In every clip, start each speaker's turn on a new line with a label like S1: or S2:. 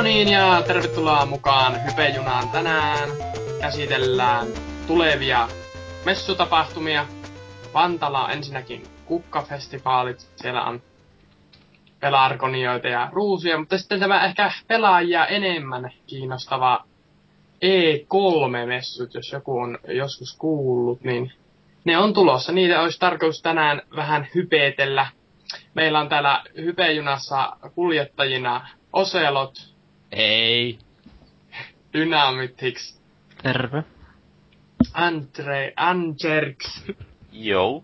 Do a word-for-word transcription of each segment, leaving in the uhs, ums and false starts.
S1: No niin, ja tervetuloa mukaan Hypejunaan tänään. Käsitellään tulevia messutapahtumia. Vantaalla on ensinnäkin kukkafestivaalit. Siellä on pelarkonioita ja ruusuja, mutta sitten tämä ehkä pelaajia enemmän kiinnostava E kolme-messut, jos joku on joskus kuullut, niin ne on tulossa. Niitä olisi tarkoitus tänään vähän hypetellä. Meillä on täällä Hypejunassa kuljettajina Oselot.
S2: Ei.
S1: Dynamitix.
S3: Terve.
S1: Andre, Angerx.
S4: Joo.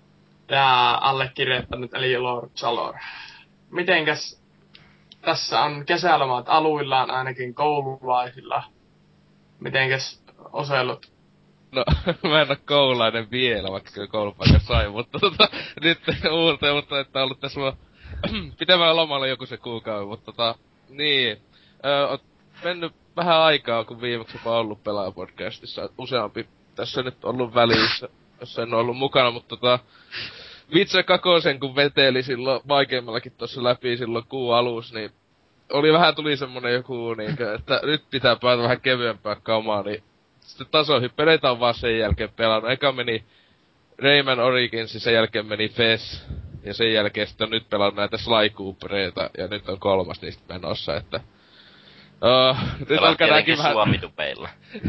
S1: Ja allekirjoittanut eli Lord Chalor. Mitenkäs tässä on kesälomat aluillaan ainakin koululaisilla? Mitenkäs Oselot?
S2: No, mä en oo koululainen vielä, vaikka kyllä koulupaikan sai, mutta tota, nyt uuteen, mutta että on ollut tässä mun pitemmällä lomalla joku se kuukausi, mutta tota, niin, öö, on mennyt vähän aikaa, kun viimeksi mä oon ollut Pelaajapodcastissa, useampi tässä nyt ollut välissä, jos en oo ollut mukana, mutta tota, Witcher kakosen kun veteli silloin vaikeimmallakin tossa läpi silloin kuun alus, niin oli vähän tuli semmonen joku niinkö, että nyt pitää päätä vähän kevyempää kamaa, niin sitten tasohyppeleitä on vaan sen jälkeen pelannut. Eka meni Rayman Origins, sen jälkeen meni Fes, ja sen jälkeen sitten on nyt pelannut näitä Sly Coopereita, ja nyt on kolmas niistä menossa, että... Uh, nyt alkaa nääkin vähän...
S4: Suomitupeilla.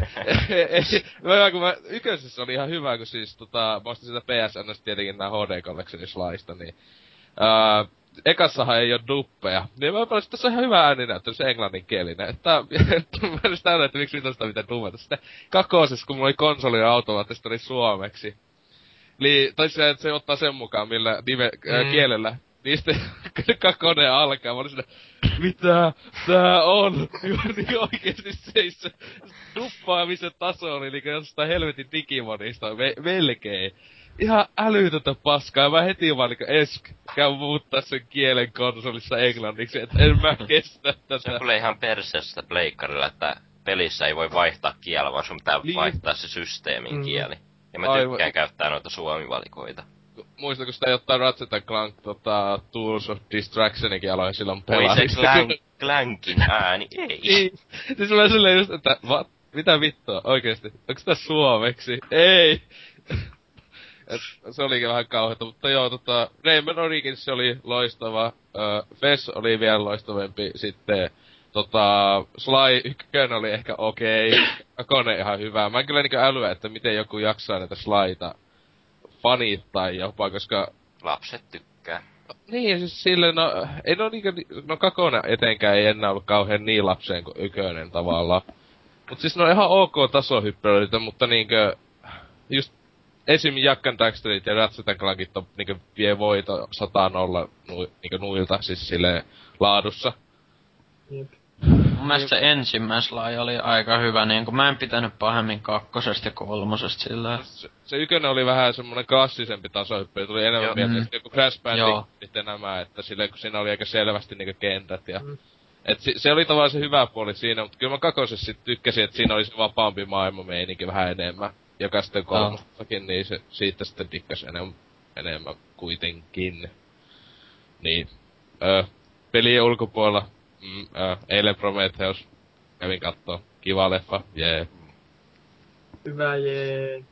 S2: Ei, no kun mä, yköisessä oli ihan hyvä, kun siis tota, mä ostin sitä P S N:stä tietenkin nää H D Collectionin Slysta, niin... Uh, ekassahan ei oo duppeja. Niin mä pelasin, tässä on ihan hyvä ääninäyttö, se englanninkielinen. Että mä en sitä että miksi mitä sitä pitää dummata. Sitten kakosessa, kun mulla oli konsoli ja automaattisesti oli suomeksi. Eli, tai se, että se ottaa sen mukaan, millä nive, mm. ää, kielellä. Niin sitten kakonen alkaa. Mä olin sinne, mitä tää on? Niin oikeesti seis se duppaamisen taso oli niinku jostain helvetin Digimonista. Me, melkein. Ihan älytöntä paskaa, ja mä heti vaan niinku esk, käyn muuttaa sen kielen konsolissa englanniksi, et en mä kestä tätä.
S4: Se on kyllä ihan perseestä pleikkarilla, että pelissä ei voi vaihtaa kielä, vaan sun pitää niin. vaihtaa se systeemin mm. kieli. Ja mä tykkään Aivan. käyttää noita suomivalikoita.
S2: Muista, kun sitä ei ottaa Ratchet and Clank tota, Tools of Distractionikin aloin silloin pelaa.
S4: Oi se clank, Clankin ääni, ei.
S2: Niin, siis mä silleen just, että what? Mitä vittua, oikeesti? Onks tää suomeksi? Ei! Et se olikin vähän kauheeta, mutta joo, tota, Rayman Origins oli loistava, öö, Fes oli vielä loistavempi, sitten tota, Sly ykkönen oli ehkä okei, okay. Kakone ihan hyvä. Mä en kyllä niinkö älyä, että miten joku jaksaa näitä Slyta fanittaa jopa, koska...
S4: Lapset tykkää.
S2: Niin, siis silleen, no, ei no niinkö, no Kakone etenkään ei enää ollut kauhean niin lapseen kuin ykkönen tavallaan. Mut siis ne on ihan ok tasohyppelyitä, mutta niinkö, just esim. Jack and Daxterit ja Ratchet and Clankit on niinkö vie voito sata nolla nu, niinkö nuilta, siis silleen laadussa.
S3: Jep. Mun mielestä se ensimmäis laaja oli aika hyvä, niinku mä en pitänyt pahemmin kakkosesta ja kolmosesta sillä.
S2: Se, se ykönen oli vähän semmonen klassisempi tasohyppely, tuli enemmän mieltä, mm. joku Crash Bandicoot ja nämä, että silleen kun siinä oli aika selvästi niinkö kentät ja... Mm. Et si, se oli tavallaan se hyvä puoli siinä, mutta kyllä mä kakosessa sit tykkäsin, että siinä oli se vapaampi maailma meininki vähän enemmän. Joka sitten kolmostakin, oh. niin se siitä sitten dikkas enemmän, enemmän kuitenkin. Niin. Öö, pelien ulkopuolella, mm, öö, eilen Prometheus, kävin kattoo, kiva leffa, jee. Yeah.
S1: Hyvä jee.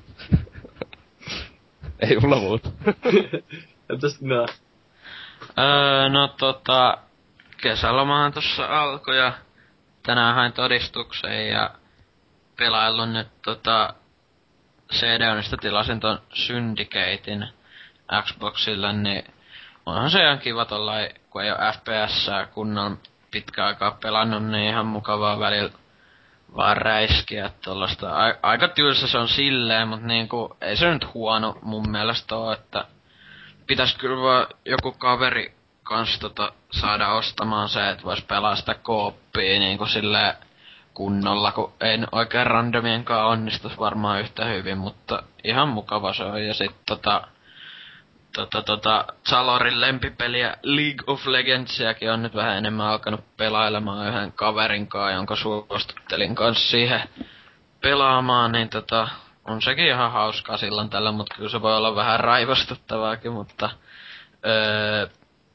S2: Ei mulla muuta.
S1: Entäs nää?
S3: Öö, no tota, kesälomahan tossa alkoi ja tänään hain todistuksen ja pelaillut nyt tota C D-onista tilasin ton Syndicatein Xboxilla, niin onhan se ihan kiva tollai, kun ei oo F P S kunnon pitkä aikaa pelannut, niin ihan mukavaa välillä vaan räiskiä tollasta. A- aika tylsä se on silleen, mut niinku ei se nyt huono mun mielestä oo, että pitäis kyllä vaan joku kaveri kans tota saada ostamaan se, et vois pelaa sitä kooppia niinku silleen kunnolla, kun ei oikein randomienkaan onnistus varmaan yhtä hyvin, mutta ihan mukava se on. Ja sit tota, tota, tota Zalorin lempipeliä League of Legendsiakin on nyt vähän enemmän alkanut pelailemaan yhden kaverinkaan, jonka suostuttelin kanssa siihen pelaamaan, niin tota, on sekin ihan hauskaa silloin tällä, mutta kyllä se voi olla vähän raivostuttavaakin, mutta öö,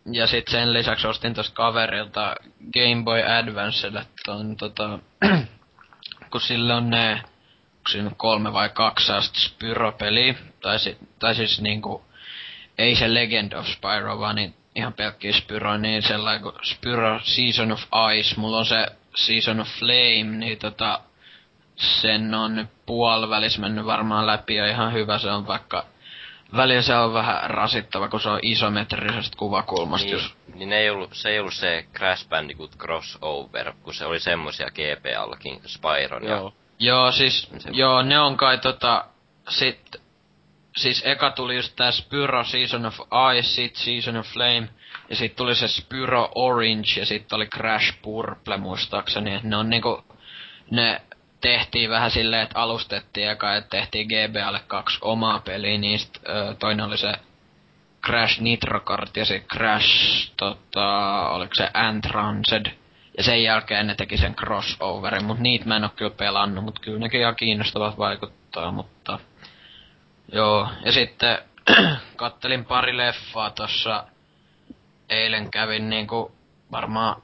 S3: ja sit sen lisäksi ostin tosta kaverilta Game Boy Advancelle ton tota, kun sillä on ne, kun siinä on kolme vai kaksi sellaista Spyro-peliä, tai, si, tai siis niinku, ei se Legend of Spyro, vaan niin ihan pelkkiä Spyro, niin sellainen kuin Spyro Season of Ice, mulla on se Season of Flame, niin tota, sen on nyt puolivälis mennyt varmaan läpi ja ihan hyvä se on, vaikka välillä se on vähän rasittava, kun se on isometrisestä kuvakulmasta.
S4: Niin,
S3: jos...
S4: niin ei ollut, se ei ollut se Crash Bandicoot Crossover, kun se oli semmosia G P A:llakin, Spyron ja...
S3: Joo, joo siis,
S4: se...
S3: joo, ne on kai tota, sit, siis eka tuli just tää Spyro Season of Ice, sit Season of Flame, ja sit tuli se Spyro Orange, ja sit oli Crash Purple muistaakseni, et ne on niinku, ne tehtiin vähän silleen, että alustettiin eka, että tehtiin G B A:lle kaksi omaa peliä, niin sit, ö, toinen oli se Crash Nitro Kart ja se Crash, tota, oliko se Ant-Ranced. Ja sen jälkeen ne teki sen crossoverin, mut niitä mä en oo kyllä pelannut, mut kyllä nekin ihan kiinnostavat vaikuttaa, mutta... Joo, ja sitten kattelin pari leffaa tossa, eilen kävin niinku varmaan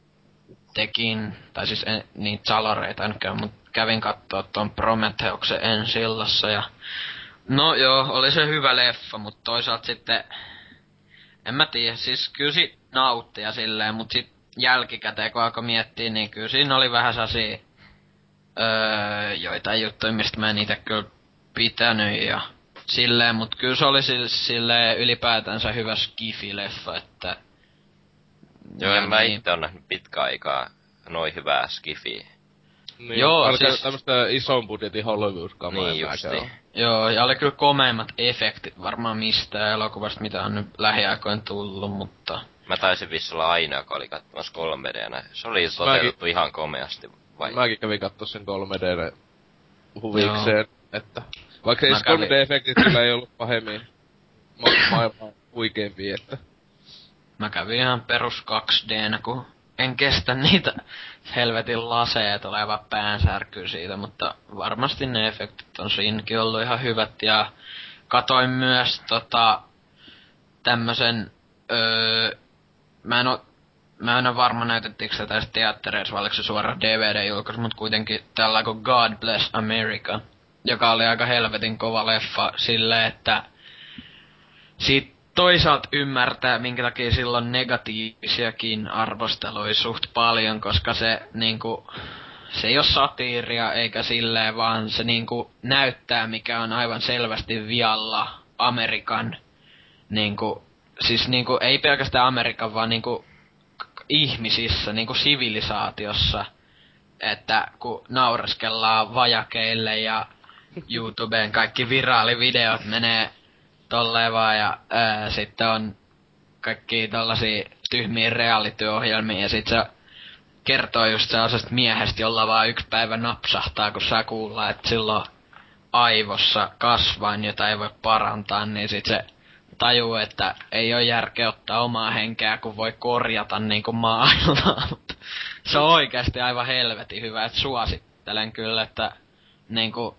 S3: tekin, tai siis en, niitä salareita en käy, mut kävin kattoo ton Prometheuksen ensillassa ja... No joo, oli se hyvä leffa, mut toisaalta sitten... En mä tiedä, siis kyllä sit nautti ja silleen, mut sit jälkikäteen kun alkoi miettiä, niin kyllä siinä oli vähän sellaisia... Öö, joitain juttuja, mistä mä en ite kyllä pitänyt ja... Silleen, mut kyllä se oli silleen ylipäätänsä hyvä skifi-leffa, että...
S4: Joo, en
S3: niin.
S4: mä itte on nähnyt pitkä aikaa noin hyvää skifiä.
S2: Niin,
S3: joo,
S2: siis... tämmöstä ison budjetin Hollywood-kamaa.
S4: Niin justi.
S3: Joo, ja oli kyllä komeimmat efektit varmaan mistään elokuvasta, mitä on nyt lähiaikoin tullut, mutta...
S4: Mä taisin vissi olla aina, joka oli katsomassa kolme D:nä. Se oli toteutettu Mäkin... ihan komeasti, vai?
S2: Mäkin kävin kattoo sen kolme D:nä huvikseen, joo. Että... Vaikka
S3: Mä
S2: siis kolme D-efektit kyllä ei ollut pahemmin ma- maailman huikeimpia, että...
S3: Mä kävin ihan perus kaksi D:nä, kun en kestä niitä helvetin laseja tuleva päänsärkyy siitä, mutta varmasti ne efektit on siinäkin ollut ihan hyvät, ja katoin myös tota tämmösen, öö, mä en oo, mä en oo varma näytettiinkö sitä tästä teattereissa, vai oliko se suora D V D-julkaisu, mut kuitenkin tällä kuin God Bless America, joka oli aika helvetin kova leffa silleen, että siitä toisaalta ymmärtää, minkä takia silloin negatiivisiakin arvosteluja suht paljon, koska se niinku, se ei oo satiiria eikä silleen, vaan se niinku näyttää, mikä on aivan selvästi vialla Amerikan, niinku, siis niinku, ei pelkästään Amerikan, vaan niinku ihmisissä, niinku sivilisaatiossa, että kun naureskellaan vajakeille ja YouTubeen kaikki viraalivideot menee tolleen vaan ja ää, sitten on kaikki tollasia tyhmiä reality-ohjelmia ja sit se kertoo just sellaisesta miehestä, jolla vaan yksi päivä napsahtaa, kun saa kuulla, että silloin aivossa kasvain, jota ei voi parantaa, niin sit se tajuu, että ei oo järkeä ottaa omaa henkeä, kun voi korjata niinku maailmaa. Se on oikeesti aivan helvetin hyvä, että suosittelen kyllä, että niinku...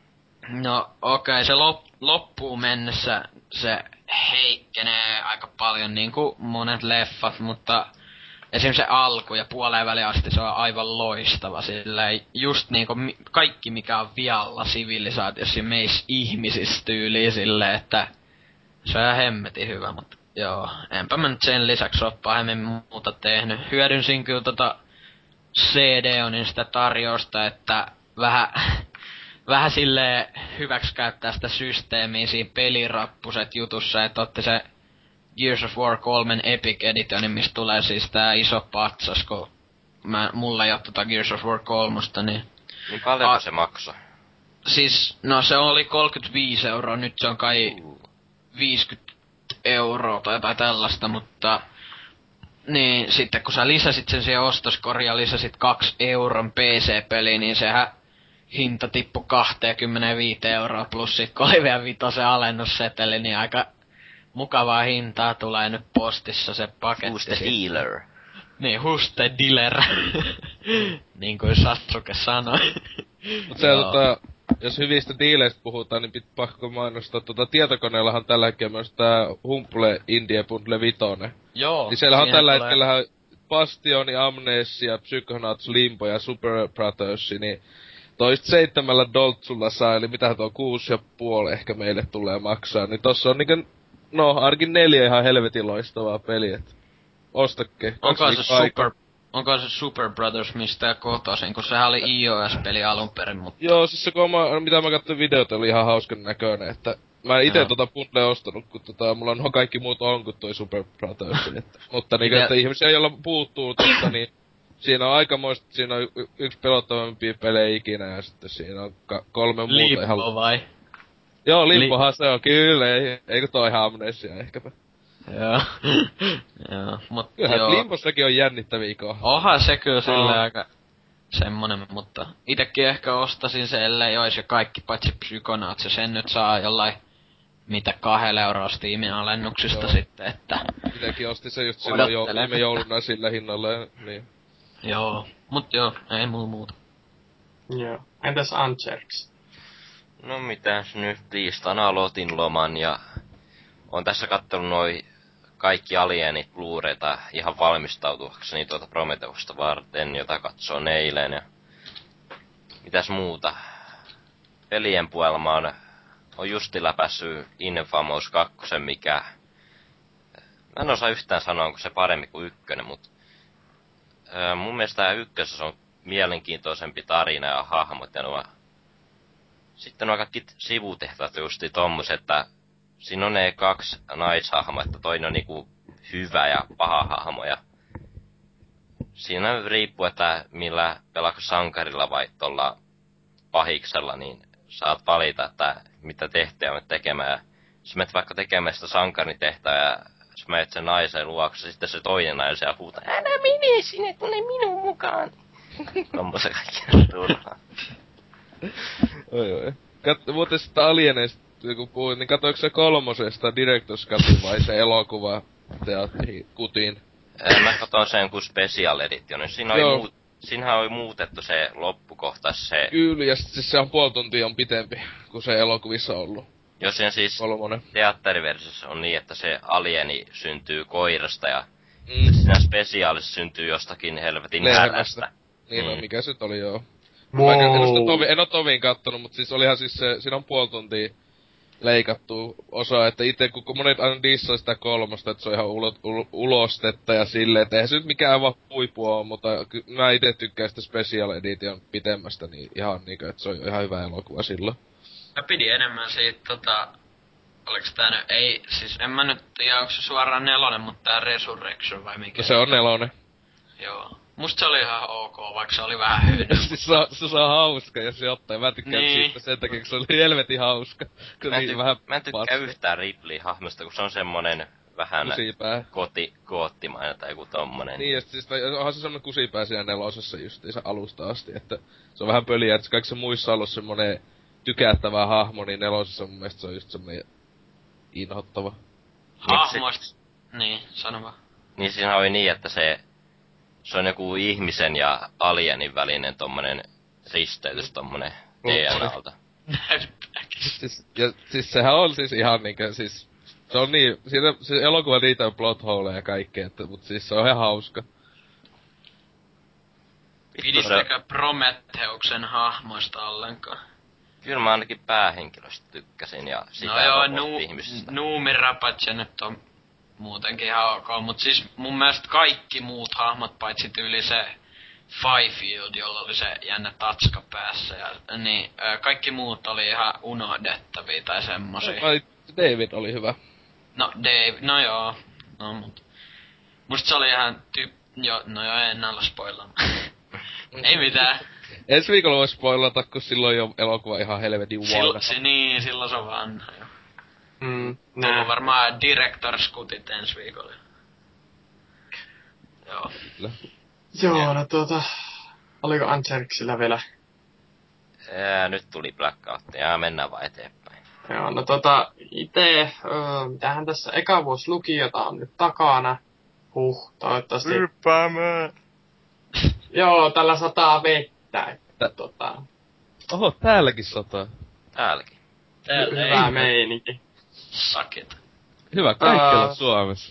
S3: No okei, okay, se lop, loppuun mennessä se heikkenee aika paljon niinku monet leffat, mutta esimerkiksi se alku ja puoleen väliin asti se on aivan loistava silleen, just niinku mi- kaikki mikä on vialla sivilisaatiossa ja meissä ihmisissä tyyliin silleen, että se on ihan hemmetin hyvä, mutta joo, enpä mä nyt sen lisäksi oo pahemmin muuta tehnyt. Hyödynsin kyllä tota C D-onin sitä tarjousta, että vähän... Vähän silleen hyväksikäyttää sitä systeemiä siinä pelirappuset jutussa, että otti se Gears of War kolme Epic Editionin, mistä tulee siis tää iso patsas, kun mä, mulla ei oo tota Gears of War kolme, niin...
S4: Niin paljonko A- se maksoi?
S3: Siis, no se oli kolmekymmentäviisi euroa, nyt se on kai viisikymmentä euroa tai jotain tällaista, mutta... Niin, sitten kun sä lisäsit sen siihen ostoskoriin ja lisäsit kaksi euron P C-peliin, niin sehän... Hinta tippu kaksikymmentäviisi euroa plus sit kun oli vielä vitosen alennusseteli, niin aika mukavaa hintaa tulee nyt postissa se paketti.
S4: Who's the dealer?
S3: Niin, who's the dealer? Niin kuin Sasuke sanoi.
S2: Mut se tota, jos hyvistä diileistä puhutaan, niin pit pakko mainostaa, tuota tietokoneellahan tällä hetkellä myös tää Humble Indie Bundle Vitoinen.
S3: Joo.
S2: Niin siellä on tällä tulee... hetkellä Bastion, Amnesia, Psychonauts, Limbo ja Super Brothers, niin toista seitsemällä doltsulla saa, eli mitä tuo kuusi ja puoli ehkä meille tulee maksaa, niin tossa on niinkö, no ainakin neljä ihan helvetin loistavaa peliä, et ostakke.
S3: Onko se Super, onko se Super Brothers mistään kotoisin, kun sehän oli iOS-peli alun perin, mutta...
S2: Joo, siis se kun mä, mitä mä katsoin videota, oli ihan hauskan näköinen, että mä en ite Joo. tota bundle ostanut, kun tota, mulla on kaikki muut on kuin toi Super Brothers, että, mutta niinkö, että ihmisiä, joilla puuttuu tosta, niin siinä on aikamoista, siinä on y- yksi pelottavampia pelejä ikinä, ja sitten siinä on ka- kolme muuta
S3: Limbo
S2: ihan...
S3: Limbo vai?
S2: Joo, Limbohan Li- se on, kyllä, ei, eikö toi ihan Amnesia ehkäpä.
S3: Joo, joo, mut
S2: kyllähän
S3: joo.
S2: Limbossakin on jännittäviä kohtia.
S3: Onhan se kyllä silleen aika semmonen, mutta itekin ehkä ostasin se, ellei ois jo kaikki paitsi Psychonauts, ja sen nyt saa jollain mitä kahdella euroa Steamin alennuksista joo. sitten, että...
S2: Itekin osti se just silloin jo, viime jouluna sillä hinnalla, niin...
S3: Joo, mut joo, ei mulla muuta.
S1: Joo. Entäs Ancherks?
S4: No mitäs nyt, tiistaina aloitin loman ja... on tässä kattonut noi kaikki Alienit Blu-rayta ihan valmistautuakseni tuota Prometheusta varten, jota katsoo eilen ja... mitäs muuta? Pelien puolella mä oon, on justi läpässy Infamous kaksi, mikä... mä en osaa yhtään sanoa, onko se paremmin kuin ykkönen, mut... Öö, mun mielestä ykkösessä on mielenkiintoisempi tarina ja hahmot ja nuo... Sitten nuo kaikki sivutehtävät justi tommoset, että... siinä on ne kaksi naishahmoa, että toinen on niinku hyvä ja paha hahmo ja... siinä riippuu, että millä pelaako sankarilla vai tuolla pahiksella, niin saat valita, että mitä tehtäjä menet tekemään. Ja jos menet vaikka tekemään sitä sankaritehtävää ja jos menet sen naisen luokse, sitten se toinen nainen siellä huutaa, älä mene sinne, tule minun mukaan. Tommosen kaikkea turhaa.
S2: Oi oi. Kat- muuten sitä Alieneista, kun puhuit, niin katsoitko se kolmosesta Director's Cutin vai se elokuva teatteri kutin?
S4: Mä katsoin sen kuin Special Edition, niin siinä oli muut, siinähän oli muutettu se loppukohta se...
S2: Kyllä, ja siis se on puoli tuntia on pitempi kuin se elokuvissa on ollut.
S4: Jos siinä siis
S2: kolmonen
S4: teatteriversiossa on niin, että se alieni syntyy koirasta ja mm. siinä spesiaalissa syntyy jostakin helvetin härästä.
S2: Niin mm. no, mikä se oli joo. Wow. Mä en, tovi, en oo Tovin kattonut, mutta siis olihan siis se, siinä on puoli tuntia leikattu osa, että ite kun monet aina dissaa sitä kolmosta, että se on ihan ulo, ul, ulostetta ja silleen, että eihän se nyt mikään vaan huipu oo, mutta ky, mä ite tykkään sitä Special Edition pitemmästä, niin ihan niinkö, että se on ihan hyvä elokuva silloin.
S3: Mä pidin enemmän siitä tota, oliks tää nyt, ei, siis en mä nyt tiedä, onko se suoraan nelonen, mutta tää Resurrection vai mikä?
S2: No se on nelonen.
S3: Joo. Musta se oli ihan ok, vaikka se oli vähän hyödy.
S2: Siis se on, se on hauska, jos se ottaa. Mä tykkään niin. siitä sen takia, kun se oli helvetin hauska.
S4: Mä en, ty- vähän mä en tykkää yhtään Ripley-hahmosta, kun se on semmonen vähän
S2: kusipää.
S4: Koti, koottimainen tai joku tommonen.
S2: Niin, ja siis onhan se semmonen kusipää siinä nelosessa justiinsa alusta asti, että se on vähän pöliä, että kaikissa muissa on ollut semmonen tykättävä hahmo, niin nelosessa mun mielestä se on just semmonen inhottava.
S3: Hahmoista? Niin, sano vaan.
S4: Niin siinä oli niin, että se... se on joku ihmisen ja alienin välinen tommonen risteytys tommonen D N A:lta.
S2: siis, ja siis sehän on siis ihan niinkö siis... se on niin, siinä se elokuva riitä on plot holeja ja kaikkea, että, mut siis se on ihan hauska.
S3: Pidittekö Prometheuksen hahmoista ollenkaan?
S4: Kyllä mä ainakin päähenkilöstä tykkäsin ja sitä
S3: no joo, nu- Noomi Rapace nyt on muutenkin ihan ok, mut siis mun mielestä kaikki muut hahmot, paitsi tyyli se Fifield, jolla oli se jännä tatska päässä, ja, niin ö, kaikki muut oli ihan unohdettavia tai semmosia.
S2: Ai, David oli hyvä.
S3: No, Dave, no joo, no mut... musta se oli ihan typ... Jo, no joo, en alla spoilaa. Ei mitään.
S2: Ensi viikolla voi spoilata, kun silloin jo elokuva ihan helvetin vanha.
S3: Sil- niin, silloin se on vanha jo.
S1: Mm,
S3: Tullu varmaan Director's Cutit ensi viikolla. Joo.
S2: Kyllä.
S1: Joo, no tuota... oliko Ancherksillä vielä?
S4: Ää, nyt tuli blackout, ja mennään vaan eteenpäin.
S1: Joo, no tota, ite, öö, mitähän tässä eka vuosi lukiota on nyt takana. Huh, toivottavasti...
S4: Hyppäämään!
S1: Joo, tällä sataa vettä, että tota...
S2: Oho, täälläkin sataa.
S4: Täälläkin.
S3: Täällä ei.
S1: Hyvä meininki.
S3: Saket.
S2: Hyvä, kaikkialla
S1: Aa.
S2: Suomessa.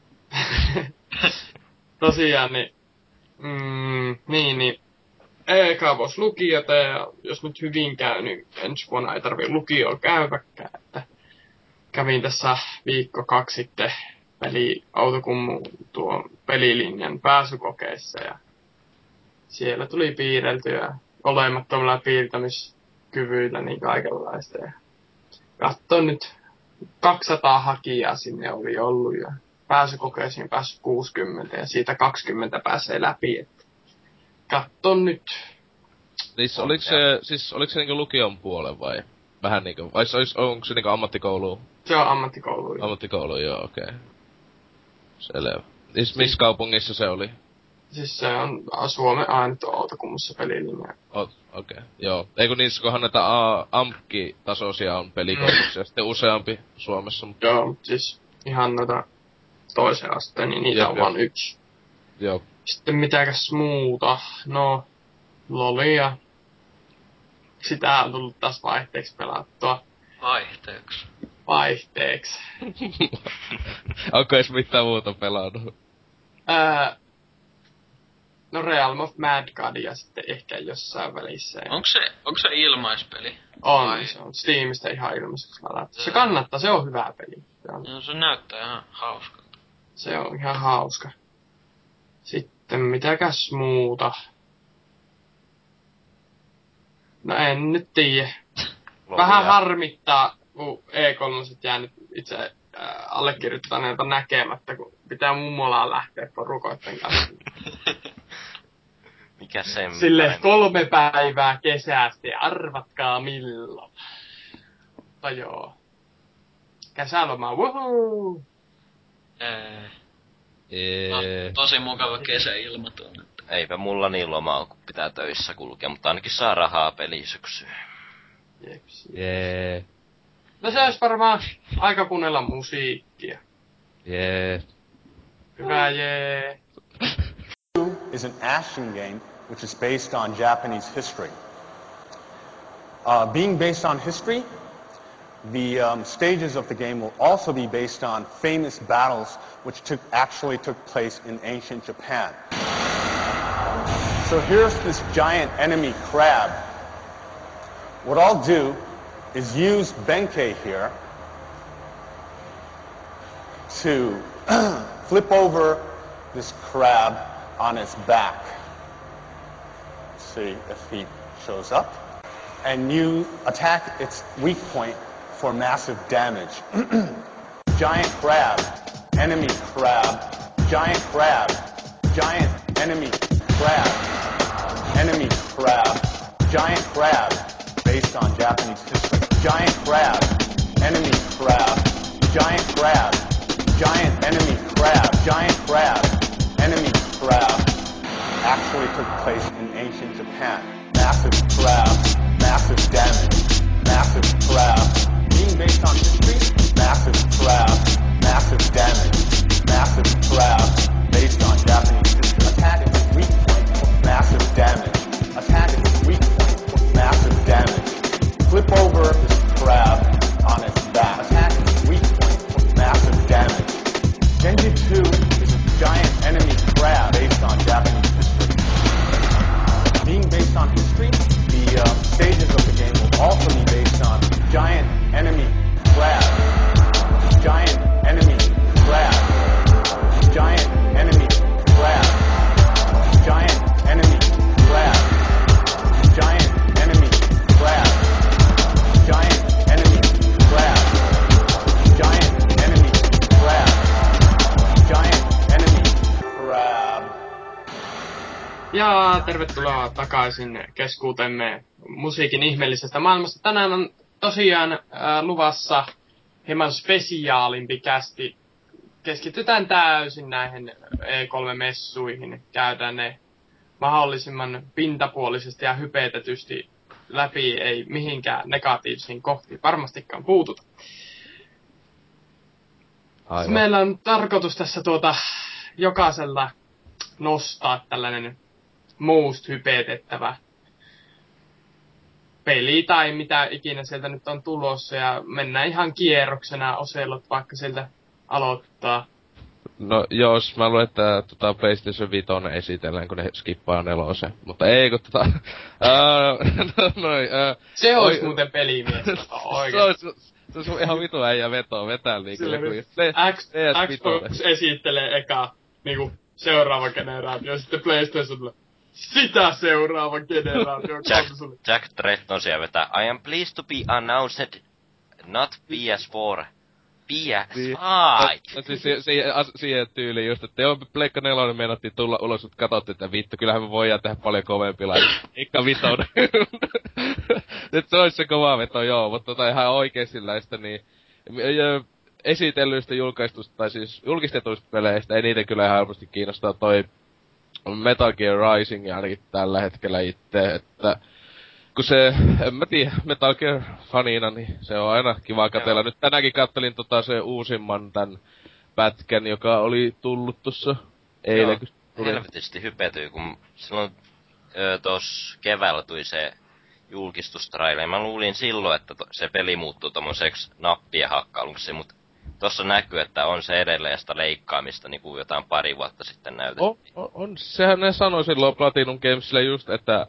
S1: Tosiaan, niin... Mm, niin, niin. Eka vois lukiota, ja jos nyt hyvin käy, niin ensi vuonna ei tarvii lukioon käyväkään. Että kävin tässä viikko kaksi sitten peli Outokummun tuon pelilinjan pääsykokeissa, ja siellä tuli piirreltyä olemattomilla piirtämiskyvyillä niin kaikenlaista. Ja katsoin nyt, kaksisataa hakijaa sinne oli ollut, ja pääsykokeisiin päässyt kuusikymmentä, ja siitä kaksikymmentä pääsee läpi. Että katson nyt.
S2: Siis oliko se, siis oliko se niinku lukion puolen vai? Vähän niinku, vai olis, onko se niinku ammattikoulu?
S1: Se on ammattikoulu.
S2: Ammattikoulu, joo, okei. Okay. Selvä. Siis missä kaupungissa se oli?
S1: Siis se on Suomen ainut Outokummussa pelilinja.
S2: Okei, okay. Joo. Eikö niissä kohan näitä A- A M K-tasoisia on pelikoulussa ja sitten useampi Suomessa, mutta...
S1: Joo, mutta siis ihan noita toisen asteen, niin niitä
S2: Jep,
S1: on
S2: jep.
S1: vain yksi.
S2: Joo.
S1: Sitten mitäkäs muuta? No, lolia. Sitä on tullut taas vaihteeksi pelattua.
S3: Vaihteeksi.
S1: Vaihteeksi.
S2: Onko edes mitään muuta pelannut?
S1: Ää, no Realm of Mad Godia sitten ehkä jossain välissä.
S3: Onko se, onko se ilmaispeli?
S1: On,
S3: Vai?
S1: se on Steamista ihan ilmaiseksi ladattu. Se
S3: Joo.
S1: kannattaa, se on hyvä peli. Se on,
S3: No se näyttää ihan hauskalta.
S1: se on ihan hauska. Sitten mitäkäs muuta? No en nyt tiedä. Vähän harmittaa, kun E kolme jäänyt itse äh, allekirjoittaneelta näkemättä, kun pitää mummolaa lähteä porukoitten kanssa.
S4: Mikä sen
S1: Sille
S4: parempi?
S1: kolme päivää kesästä, arvatkaa milloin. Mutta joo. Kesäloma, wuhuu!
S3: Ee,
S2: Eee...
S3: no, tosi mukava kesäilma tuonne.
S4: Eipä mulla niin lomaa, kun pitää töissä kulkea, mutta ainakin saa rahaa pelisyksyyn.
S1: Jeps.
S2: Jee.
S1: No se olisi varmaan aika kuunnella musiikkia.
S2: Jee.
S1: Hyvä jee.
S5: Is an action game which is based on Japanese history. Uh, being based on history, the um, stages of the game will also be based on famous battles which took, actually took place in ancient Japan. So here's this giant enemy crab. What I'll do is use Benkei here to flip over this crab on its back. See if he shows up. And you attack its weak point for massive damage. Giant crab, enemy crab, giant crab, giant enemy crab, enemy crab, giant crab, based on Japanese history. Giant crab, enemy crab, giant crab, giant enemy crab, giant crab, enemy crab, actually took place in ancient Japan. Massive crab, massive damage, massive crab, being based on history, massive crab, massive damage, massive crab, based on Japanese history. Attack its weak point for massive damage. Attack its weak point for massive damage. Flip over this crab on its back. Attack its weak point for massive damage. Genji two is a giant enemy crab based on Japanese history. Being based on history, the uh, stages of the game will also be based on giant enemy crab, giant enemy crab, giant enemy crab, giant enemy crab, giant enemy crab, giant enemy crab, giant enemy crab, giant enemy crab.
S1: Ja tervetuloa takaisin keskuutemme musiikin ihmeellisestä maailmasta. Tänään on tosiaan äh, luvassa hieman spesiaalimpi kästi. Keskitytään täysin näihin E kolme messuihin. Käydään ne mahdollisimman pintapuolisesti ja hypetetysti läpi. Ei mihinkään negatiivisiin kohtiin varmastikaan puututa.
S2: Aivan.
S1: Meillä on tarkoitus tässä tuota jokaisella nostaa tällainen most hypetettävä peli tai mitä ikinä sieltä nyt on tulossa ja mennään ihan kierroksena Oselot vaikka sieltä aloittaa.
S2: No jos mä luulen, että tota PlayStation viisi esitellään, kun ne skippaa nelosen. Mutta ei, kun tota... ää, no, noi, ää,
S1: se
S2: oi,
S1: ois muuten pelimies, tota, oikeesti.
S2: Se ois, se ois ihan vitu äijä vetoa vetää liikelle, kun just ne
S1: X, Xbox esittelee eka niinku seuraava generaatio, sitten PlayStation tulee sitä seuraava generaatio.
S4: Jack, Jack Tretton siellä vetää, I am pleased to be announced, not P S four. P S five!
S2: No, siis siihen, siihen, siihen tyyliin just, että joo, Pleikka nelonen meinattiin tulla ulos, mutta katsottiin, että vittu, kyllähän me voidaan tehdä paljon kovempi laji. Ikka vitonen. Nyt se ois se kova veto, joo, mutta tota ihan oikeestiläistä, niin esitellyistä julkaistusta, tai siis julkistetuista peleistä, ei niitä kyllä ihan helposti kiinnostaa toi Metal Gear Rising ainakin tällä hetkellä itse, että kun se, en mä tiedä, Metal Gear fanina, niin se on aina kiva katsella. Nyt tänäänkin kattelin tota se uusimman tän pätkän, joka oli tullut tossa eilen.
S4: Joo, helvetisti hypetyy, kun silloin ö, tos keväällä tuli se julkistustraile. Mä luulin silloin, että to, se peli muuttuu tommoseksi nappien hakkailuksi, mut tossa näkyy, että on se edelleen sitä leikkaamista, niin kuin jotain pari vuotta sitten näytettiin.
S2: On, on, on. Sehän ne sanoi silloin Platinum Gamesille just, että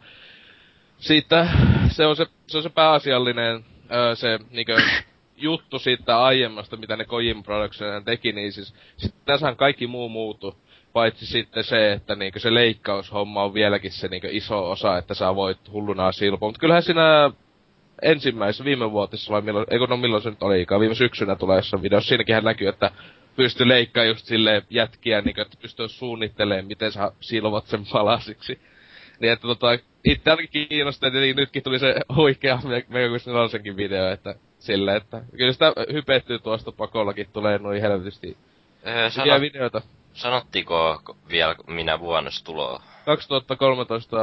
S2: siitä, se on se, se on se pääasiallinen, öö, se niinkö juttu siitä aiemmasta, mitä ne Kojima Productions teki, niin siis, sit tässähän kaikki muu muutu, paitsi sitten se, että niinkö se leikkaushomma on vieläkin se niinkö iso osa, että sä voit hullunaa silpoa. Mut kyllähän siinä ensimmäisessä viime vuotisessa, vai milloin, eikö no milloin se nyt olikaan, viime syksynä tulee jossain videossa, siinäkin näkyy, että pystyy leikkaa just silleen jätkiä, niinkö, että pystyy suunnittelemaan, miten sä silvot sen palasiksi. Niin että tota, itse ainakin kiinnostaa, että nytkin tuli se oikea Megakuisen nelosenkin video, että silleen, että kyllä sitä hypettyy tuosta pakollakin, tulee noin helvetisti
S4: öö,
S2: hyviä sanot, videoita.
S4: Sanottiinko vielä minä vuonna se tuloo?
S2: kaksituhattakolmetoista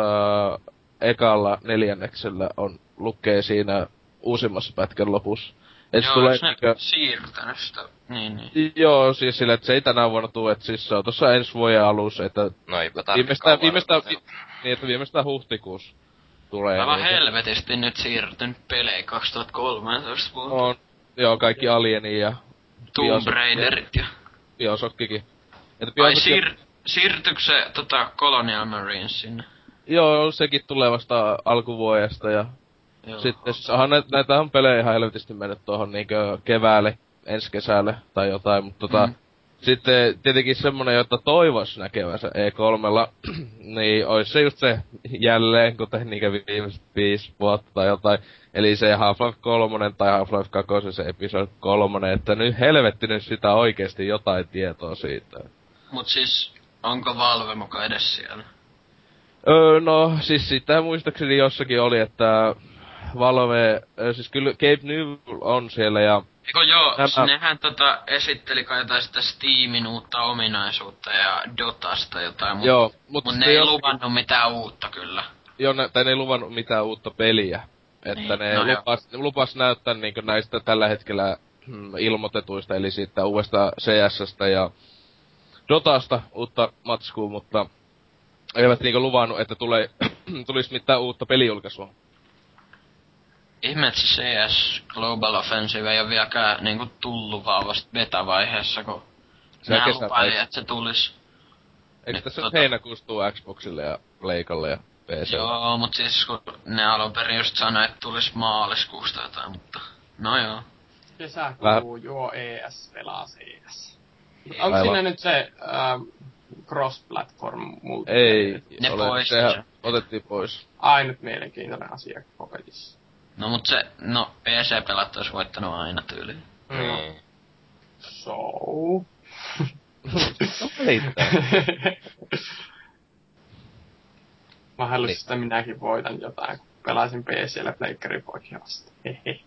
S2: ekalla neljänneksellä on, lukee siinä uusimmassa pätkän lopussa. Et
S3: joo,
S2: tulee
S3: onks ne
S2: niinkö
S3: siirtänyt sitä? Niin, niin.
S2: Joo, siis sillä, että se ei tänä vuonna tuu, että siis se on tossa ensi vuoden alussa, että
S4: no eipä
S2: viimeistään, viimeistään, vi, niin, että viimeistään huhtikuussa tulee.
S3: Aivan
S2: niin,
S3: helvetisti nyt siirtynyt pelejä kaksituhattakolmetoista vuonna.
S2: On, joo, kaikki Alieni ja
S3: Tomb Raiderit ja
S2: Biosokkikin.
S3: Että ai siir, siirtyykö se tota Colonial Marines sinne?
S2: Joo, sekin tulee vasta alkuvuodesta ja joo. Sitten onhan näitä, näitä on pelejä ihan helvetisti mennyt tuohon niinkö keväälle, ensi kesälle tai jotain, mutta tota mm. sitten tietenkin semmonen, jota toivois näkevänsä E kolmella, niin ois se just se jälleen, kuten niinkö viimeiset viisi vuotta tai jotain. Eli se Half-Life kolme tai Half-Life kaksi, se Episode kolme, että nyt helvettinyt sitä oikeesti jotain tietoa siitä.
S3: Mut siis, onko Valve muka edes siellä?
S2: Öö, no, siis sitä muistaakseni jossakin oli, että Valve, siis kyllä Gabe Newell on siellä ja
S3: Eikö joo, nämä nehän tota esitteli kai jotain sitä Steamin uutta ominaisuutta ja Dotasta jotain, mut,
S2: joo, mut,
S3: mut ne ei
S2: jossakin
S3: luvannut mitään uutta kyllä.
S2: Joo, ne, tai ne ei luvannut mitään uutta peliä. Että niin, ne no lupas, lupas näyttää niinkö näistä tällä hetkellä hmm, ilmoitetuista, eli siitä uudesta C S:stä ja Dotasta uutta matskua, mutta eivät niinkö luvannut, että tulee, tulisi mitään uutta pelijulkaisua.
S3: Ihme, että se C S Global Offensive ei oo vieläkään niinku tullu vaan vasta beta-vaiheessa, kun nää lupaili, että se tulis.
S2: Eikö tässä tota heinäkuussa tuu Xboxille ja Pleikalle ja P C:lle?
S3: Joo, mut siis kun ne alun perin just sanoi, että tulis maaliskuusta jotain, mutta no joo.
S1: Kesäkuu Väh... juo E S pelaa C S. Onko siinä nyt se ähm, cross-platform multiplayer?
S2: Ei,
S3: ne
S2: ole, sehän otettiin pois.
S1: Ainut mielenkiintoinen asia koketissa.
S3: No mut se, no P C-pelat ois voittanut aina tyyliin.
S4: Mm.
S1: So... Mahdollisesti niin. Minäkin voitan jotain, kun pelaisin P C:llä Pleikkari poikia vasta. Hehe.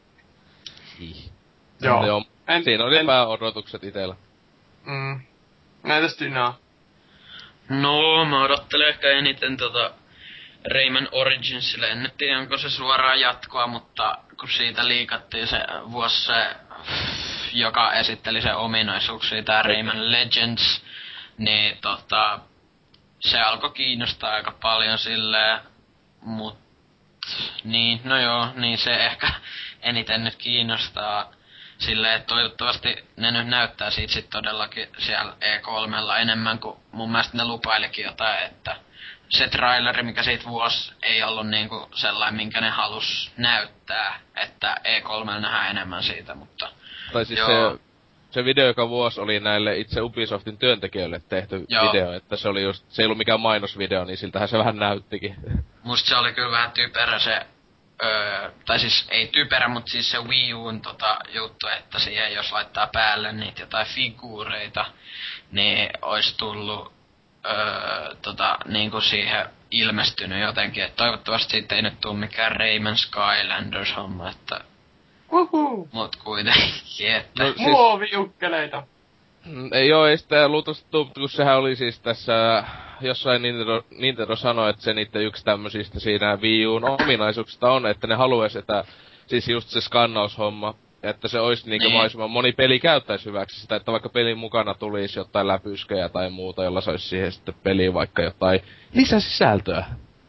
S2: Joo. Joo. En, siinä oli en... pääodotukset itellä.
S1: Mm. Näytäs Dynaa.
S3: No, mä odottelen ehkä eniten tota Rayman Originsille. En nyt tiedä, onko se suoraan jatkoa, mutta kun siitä liikattiin se vuosi se, joka esitteli sen ominaisuuksia, tää Rayman Legends, niin tota, se alkoi kiinnostaa aika paljon silleen, mut niin, no joo, niin se ehkä eniten nyt kiinnostaa silleen, että toivottavasti ne nyt näyttää siitä sit todellakin siellä E kolmella enemmän kuin mun mielestä ne lupailikin jotain, että se traileri, mikä siitä vuosi ei ollut niinku sellainen, minkä ne halus näyttää, että E kolmella nähdään enemmän siitä, mutta
S2: tai siis
S3: joo.
S2: se, se video, joka vuosi oli näille itse Ubisoftin työntekijöille tehty
S3: Joo.
S2: video, että se oli just, se ei ollut mikään mainosvideo, niin siltähän se vähän näyttikin.
S3: Musta se oli kyllä vähän typerä se, öö, tai siis ei typerä, mutta siis se Wii U:n tota juttu, että siihen jos laittaa päälle niitä jotain figuureita, niin ois tullut öö, tota, niinku siihen ilmestynyt jotenkin, että toivottavasti siitä ei nyt tuu mikään Rayman Skylanders homma, että
S1: Uhu.
S3: mut kuitenkin, että
S2: No, siis-
S1: Muoviukkeleita.
S2: Mm, Ei oo, ei sitä luultavasti tuu, kun sehän oli siis tässä, jossain Nintendo, Nintendo sanoi, että se niitten yksi tämmösistä siinä Wii U:n ominaisuuksista on, että ne haluais, että siis just se skannaushomma, että se ois niinku
S3: Niin.
S2: mahdollisimman moni peli käyttäis hyväksi sitä, että vaikka pelin mukana tulisi jotain läpyskejä tai muuta, jolla saisi siihen sitten peliin vaikka jotain lisäsisältöä.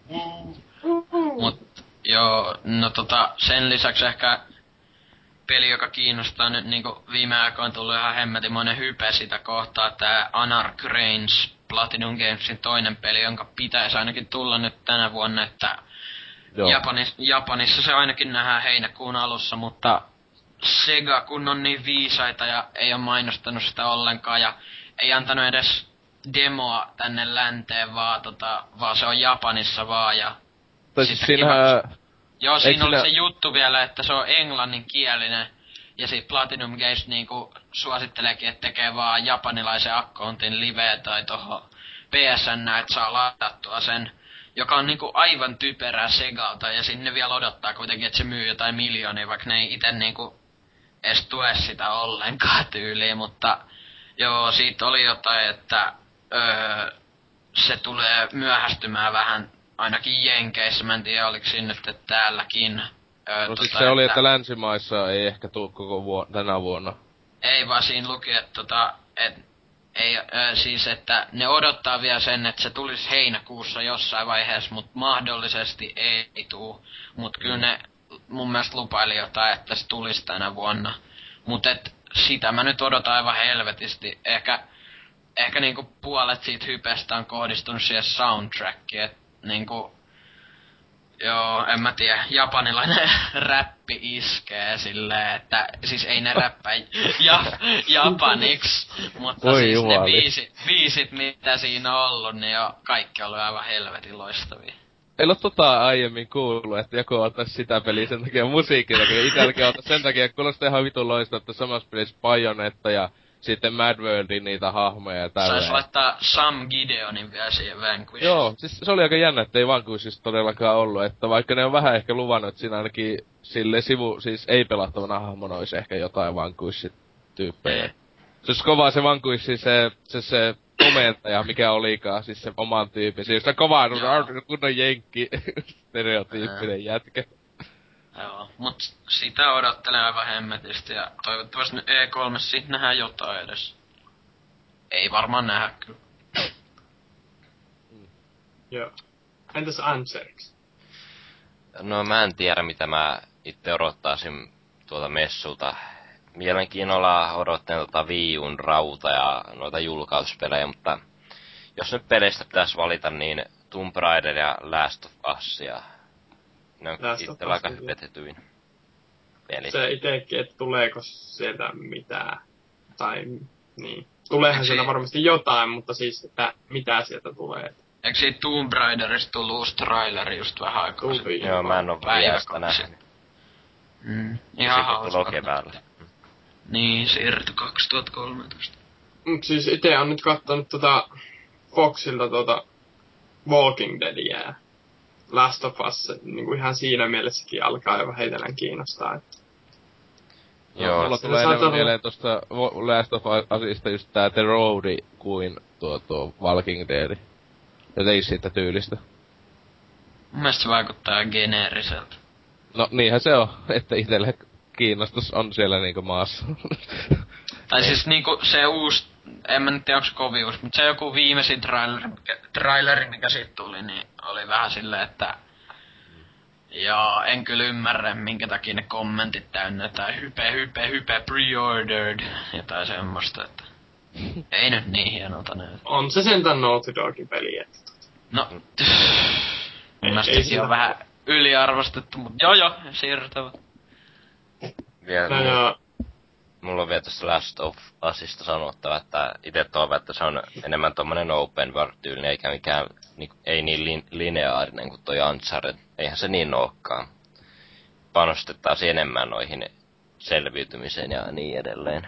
S3: Mut joo, no tota, sen lisäksi ehkä peli, joka kiinnostaa nyt niinku viime aikoina on tullut ihan hemmetimoinen hype sitä kohtaa, tää Anarch Reigns, Platinum Gamesin toinen peli, jonka pitäisi ainakin tulla nyt tänä vuonna, että
S2: Joo.
S3: Japanis, Japanissa se ainakin nähdään heinäkuun alussa, mutta Sega kun on niin viisaita ja ei oo mainostanut sitä ollenkaan ja ei antanut edes demoa tänne länteen, vaan, tota, vaan se on Japanissa vaan ja
S2: Tai siis
S3: sitä
S2: siinähän,
S3: Joo, siinä
S2: Eikö
S3: oli
S2: sinä-
S3: se juttu vielä, että se on englanninkielinen. Ja sit Platinum Games niinku suositteleekin, että tekee vaan japanilaisen accountin live tai toho P S N, että saa ladattua sen. Joka on niinku aivan typerää Segalta ja sinne vielä odottaa kuitenkin, että se myy jotain miljoonia, vaikka ne ei ite niinku edes tue sitä ollenkaan tyyliin, mutta joo, siitä oli jotain, että öö, se tulee myöhästymään vähän ainakin Jenkeissä, mä en tiedä oliko siinä nyt että täälläkin. Öö,
S2: no siis se oli, että länsimaissa ei ehkä tuu koko vuo- tänä vuonna.
S3: Ei vaan siinä luki, että tota, et, ei, ö, siis että ne odottaa vielä sen, että se tulisi heinäkuussa jossain vaiheessa, mutta mahdollisesti ei, ei tuu. Mut kyllä ne mun mielestä lupaili jotain, että se tulisi tänä vuonna. Mut et sitä mä nyt odotan aivan helvetisti. Ehkä, ehkä niinku puolet siitä hypestä on kohdistunut siihen soundtrackiin, et niinku joo, en mä tiedä. Japanilainen räppi iskee silleen, että siis ei ne räppää ja, japaniksi, mutta
S2: Oi
S3: siis
S2: jumali.
S3: ne biisit, biisit, mitä siinä on ollut, niin jo kaikki on ollut aivan helvetin loistavia.
S2: Ei oo tota aiemmin kuullut, että joku ottais sitä peliä sen takia musiikin takia. Itselläkin ottais sen takia, että kuulostaa ihan vitun loista, että samassa pelissä Bayonetta ja sitten Mad Worldin niitä hahmoja ja
S3: Sais
S2: tälleen.
S3: laittaa Sam Gideonin vielä siihen Vanquish.
S2: Joo, siis se oli aika jännä, että ei Vanquishissa todellakaan ollut, että vaikka ne on vähän ehkä luvannut, että siinä ainakin sille sivu, siis ei pelattavana hahmona olisi ehkä jotain Vanquish-tyyppejä.
S3: Ei.
S2: Se olisi kovaa se Vanquish, se, se, se komentaja, mikä olikaan, siis se oman tyypin. Se just se kovaa, kunnon jenkki, stereotyyppinen jätkä.
S3: Joo, mut sitä odottelen aivan hemmetisti ja toivottavasti nyt E kolme sit nähdään jotain edes. Ei varmaan nähdä kyllä.
S1: Joo. Entäs Anserix?
S4: No mä en tiedä mitä mä itse odottaisin tuolta messulta. Mielenkiinnolla odottelen tota Wii U:n rauta ja noita julkauspelejä, mutta jos nyt peleistä pitäisi valita, niin Tomb Raider ja Last of Us ja ne on
S1: Last of
S4: itsellä
S1: Us,
S4: aika
S1: joo.
S4: hypetetyin peli.
S1: Se itekin, että tuleeko sieltä mitään. Tai niin. Tuleehan
S3: Eikö
S1: sieltä
S3: si-
S1: varmasti jotain, mutta siis, että mitä sieltä tulee.
S3: Eikö siitä Tomb Raiderista tullut uusi traileri just vähän aikaa
S1: Tuli.
S3: sitten?
S4: Joo, mä en oo vielä sitä
S3: Päiväkaksi.
S4: nähnyt.
S3: Mm.
S4: Ja
S3: Ihan
S4: sekin
S3: hauska.
S4: tulee keväällä.
S3: Niin, siirtyi kaksituhattakolmetoista.
S1: Mut siis ite on nyt kattonut tota Foxilta tota Walking Deadia ja Last of Us, niinku ihan siinä mielessäkin alkaa jo heitellen kiinnostaa. Et
S4: Joo.
S2: Mulla
S1: se
S2: tulee
S1: saattaa
S2: enemmän
S1: olla-
S2: mieleen tosta Vo- Last of Usista just tää The Road kuin tuo tuo Walking Dead. Jotenkin siitä tyylistä.
S3: Mun mielestä se vaikuttaa geneeriseltä.
S2: No niinhän se on, että itelle kiinnostus on siellä niinku maassa.
S3: Tai
S4: Niin.
S3: siis niinku se uusi, en mä nyt tiedä onko se kovin uusi, mutta se joku viimeisin traileri, mikä, traileri, mikä siitä tuli, niin oli vähän silleen, että Ja en kyllä ymmärrä, minkä takia ne kommentit täynnä tai hype, hype, hype, pre-ordered. Jotain semmoista, että ei nyt niin hienolta näytä.
S1: On se sentään Naughty Dogin peli, että...
S3: No, mun mielestä
S1: ei
S3: sekin on
S1: sillä-
S3: vähän yliarvostettu, mutta joo joo, siirrytävä.
S4: Vielä
S1: No
S4: mulla,
S1: joo,
S4: mulla on vielä tästä Last of Usista sanottava, että ite toivon, että se on enemmän tommonen open world-tyylinen, eikä mikään, niin, ei niin lin, lineaarinen kuin toi Uncharted. Eihän se niin ookaan. Panostettaisiin enemmän noihin selviytymiseen ja niin edelleen.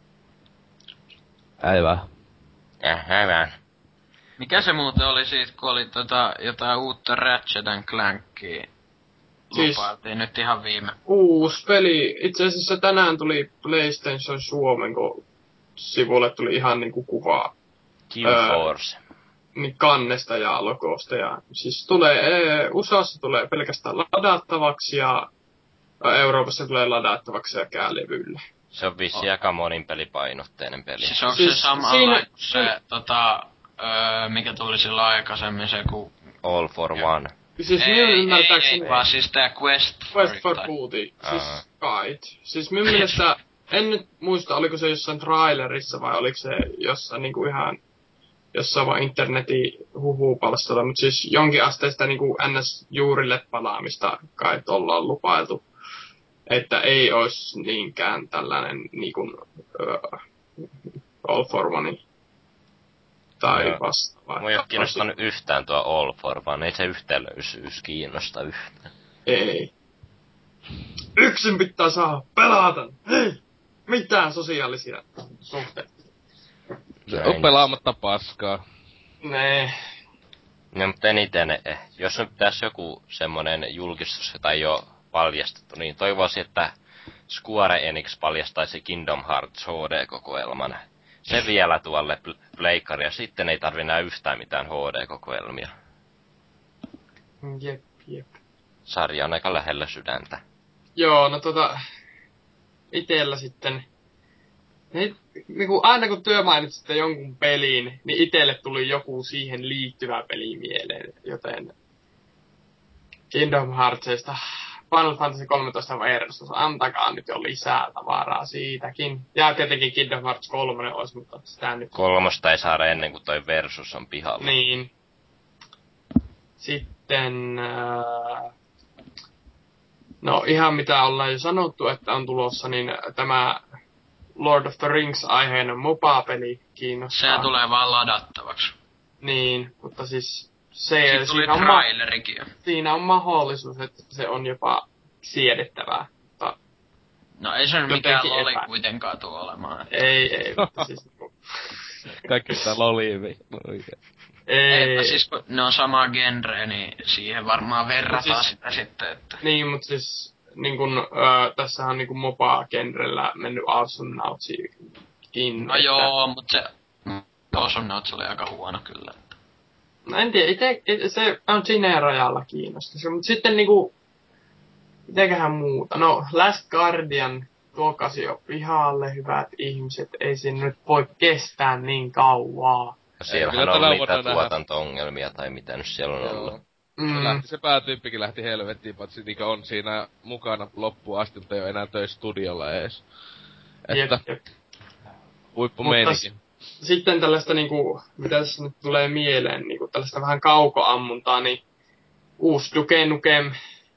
S2: Päivää.
S4: Ja hyvä.
S3: Mikä se muuten oli siitä, kun oli tota jotain uutta Ratchet and Clankia?
S1: Siis-
S3: Lupailtiin nyt ihan viime.
S1: uusi peli. Itse asiassa tänään tuli PlayStation Suomen, kun sivulle tuli ihan niinku kuvaa
S4: Q-Force.
S1: niin kannesta ja logosta. Ja, siis tulee, ee, U S A:ssa tulee pelkästään ladattavaksi ja ää, Euroopassa tulee ladattavaksi sekä levylle.
S4: Se on vissi aika monin pelipainotteinen peli.
S3: Siis onko
S1: Siis
S3: se samalla
S1: siinä-
S3: siinä... kuin se, tota, öö, mikä tuli silloin aikaisemmin se, kun...
S4: All for one.
S1: Siis
S3: ei,
S1: minun
S3: ei,
S1: ymmärtääkseni...
S3: ei, vaan siis tää Quest for,
S1: Quest for
S3: tai-
S1: Booty.
S4: Aa.
S1: Siis kait. Siis minun mielestä, en nyt muista, oliko se jossain trailerissa vai oliko se jossain niinku ihan jossain vaan internetin huhupalstalla, mutta siis jonkin asteista niinku N S juurille palaamista kai ollaan lupailtu. Että ei ois niinkään tällainen niinku uh, All for One tai
S4: Joo.
S1: vastaava.
S4: Mua ei oo kiinnostanut yhtään tuo All for One, ei se yhteenlöysyys kiinnosta yhtään.
S1: Ei. Yksin pitää saada pelata. Ei. Mitään sosiaalisia suhteita.
S2: Se
S4: Näin.
S2: on pelaamatta paskaa.
S1: Nee.
S4: No, mutta eniten, eh, jos nyt pitäisi joku semmonen julkistus, jota ei oo paljastettu, niin toivoisin, että Square Enix paljastaisi Kingdom Hearts H D-kokoelman. Se vielä tuolle pl- pleikkari, ja sitten ei tarvi enää yhtään mitään H D-kokoelmia.
S1: Jep, jep.
S4: Sarja on aika lähellä sydäntä.
S1: Joo, no tota... Itellä sitten... Niin, niinku aina kun työ mainitsitte jonkun peliin, niin itelle tuli joku siihen liittyvä peli mieleen, joten... Kingdom Heartsista Final Fantasy kolmetoista versus, antakaa nyt jo lisää tavaraa siitäkin. Ja tietenkin Kingdom Hearts kolme olisi, mutta sitä nyt...
S4: Kolmosta ei saada ennen kuin toi Versus on pihalla.
S1: Niin. Sitten... Äh, no ihan mitä ollaan jo sanottu, että on tulossa, niin tämä Lord of the Rings-aiheinen MOBA-peli kiinnostaa.
S3: Se tulee vaan ladattavaksi.
S1: Niin, mutta siis se,
S3: Siitä tuli
S1: siinä, on ma-
S3: trailerikin jo.
S1: siinä on mahdollisuus, että se on jopa siedettävää. Mutta
S3: No ei se nyt mikään
S1: Jotenkin
S3: loli
S1: epä-
S3: kuitenkaan tule olemaan.
S1: ei, ei, mutta siis niinku,
S2: Kaikki sitä loliivi.
S1: ei,
S3: Että siis kun ne on samaa genreä, niin siihen varmaan verrataan
S1: siis-
S3: sitä sitten, että...
S1: niin, mutta siis niin kun, öö, tässähän on niinku MOBA-genrellä mennyt Awesome Nautsikin.
S3: No joo, mut se... Awesome Notes oli aika huono kyllä.
S1: No en tiedä, ite, ite, se on siinä rajalla kiinnostus. Mutta sitten niinku, mitenköhän muuta? No, Last Guardian tuokasi jo pihalle, hyvät ihmiset. Ei se nyt voi kestää niin kauaa.
S4: Siellähän
S2: Kyllä
S4: on
S2: tänä
S4: niitä
S2: vuonna nähdään.
S4: tuotanto-ongelmia tai mitä nyt siellä on ollut.
S2: Joo.
S1: Mm.
S2: Se, lähti, se päätyyppikin lähti helvettiin, paitsi niinkö on siinä mukana loppuun asti, mutta ei oo enää töissä studiolla ees.
S1: Jep,
S2: Että
S1: jep.
S2: huippu
S1: Mutta
S2: meininki.
S1: Sitten tällaista niinku, mitä tässä nyt tulee mieleen, niinku tällaista vähän kaukoammuntaa, niin uusi Duke Nukem,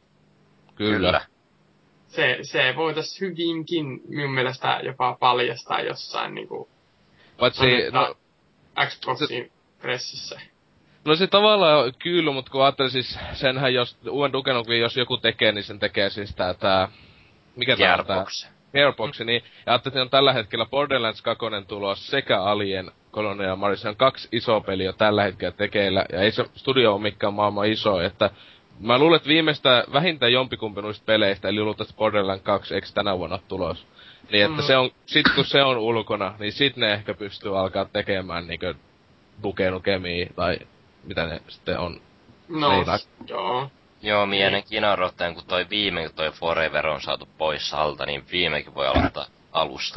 S2: Kyllä.
S1: se, se voitais hyvinkin minun mielestä jopa paljastaa jossain niinku
S2: Paitsi, no,
S1: Xboxin pressissä.
S2: no se tavallaan kyllä, mut kun ajattelin siis, senhän jos, uuden Duke Nukem, jos joku tekee, niin sen tekee siis tää, tää mikä tää on tää?
S4: Gearbox.
S2: Gearbox, niin, ja ajattelin, että on tällä hetkellä Borderlands kaksi tulos sekä Alien Colonial Marines, on kaksi isoa peliä jo tällä hetkellä tekeillä, ja ei se studio ole mikään maailman iso, että mä luulen, että viimeistä vähintään jompikumpi noista peleistä, eli luultavasti Borderlands kaksi, eikö tänä vuonna ole tulos? Niin, että
S1: Mm.
S2: se on, sit kun se on ulkona, niin sit ne ehkä pystyy alkaa tekemään niinkö Duke Nukemia, tai mitä ne sitten on.
S1: No,
S2: Meinaa.
S1: joo.
S4: Joo, mielenkiinnolla odottaen, kun toi viime, kun toi Forever on saatu pois alta, niin viimekin voi aloittaa alusta.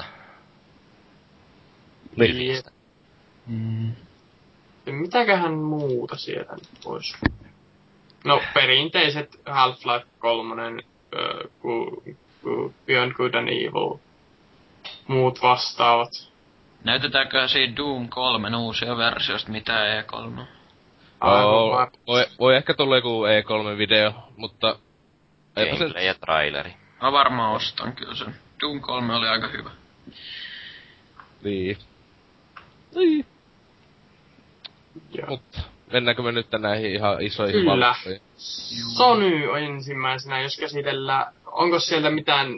S1: Niin. Mitäköhän muuta sieltä nyt pois? No perinteiset Half-Life kolme, uh, ku, ku, Beyond Good and Evil, muut vastaavat.
S3: Näytetäänkö siinä Doom kolmen uusia versioista mitään E kolme?
S2: Oh, voi, voi ehkä tulla joku E kolme-video, mutta...
S4: Gameplay ja traileri.
S3: Mä varmaan ostan kyllä sen. Doom kolme oli aika hyvä.
S2: Niin. Niin.
S1: Joo.
S2: Mut mennäänkö me nyt näihin ihan isoihin
S1: Kyllä.
S2: valtoihin?
S1: Sony on ensimmäisenä, jos käsitellään. Onko sieltä mitään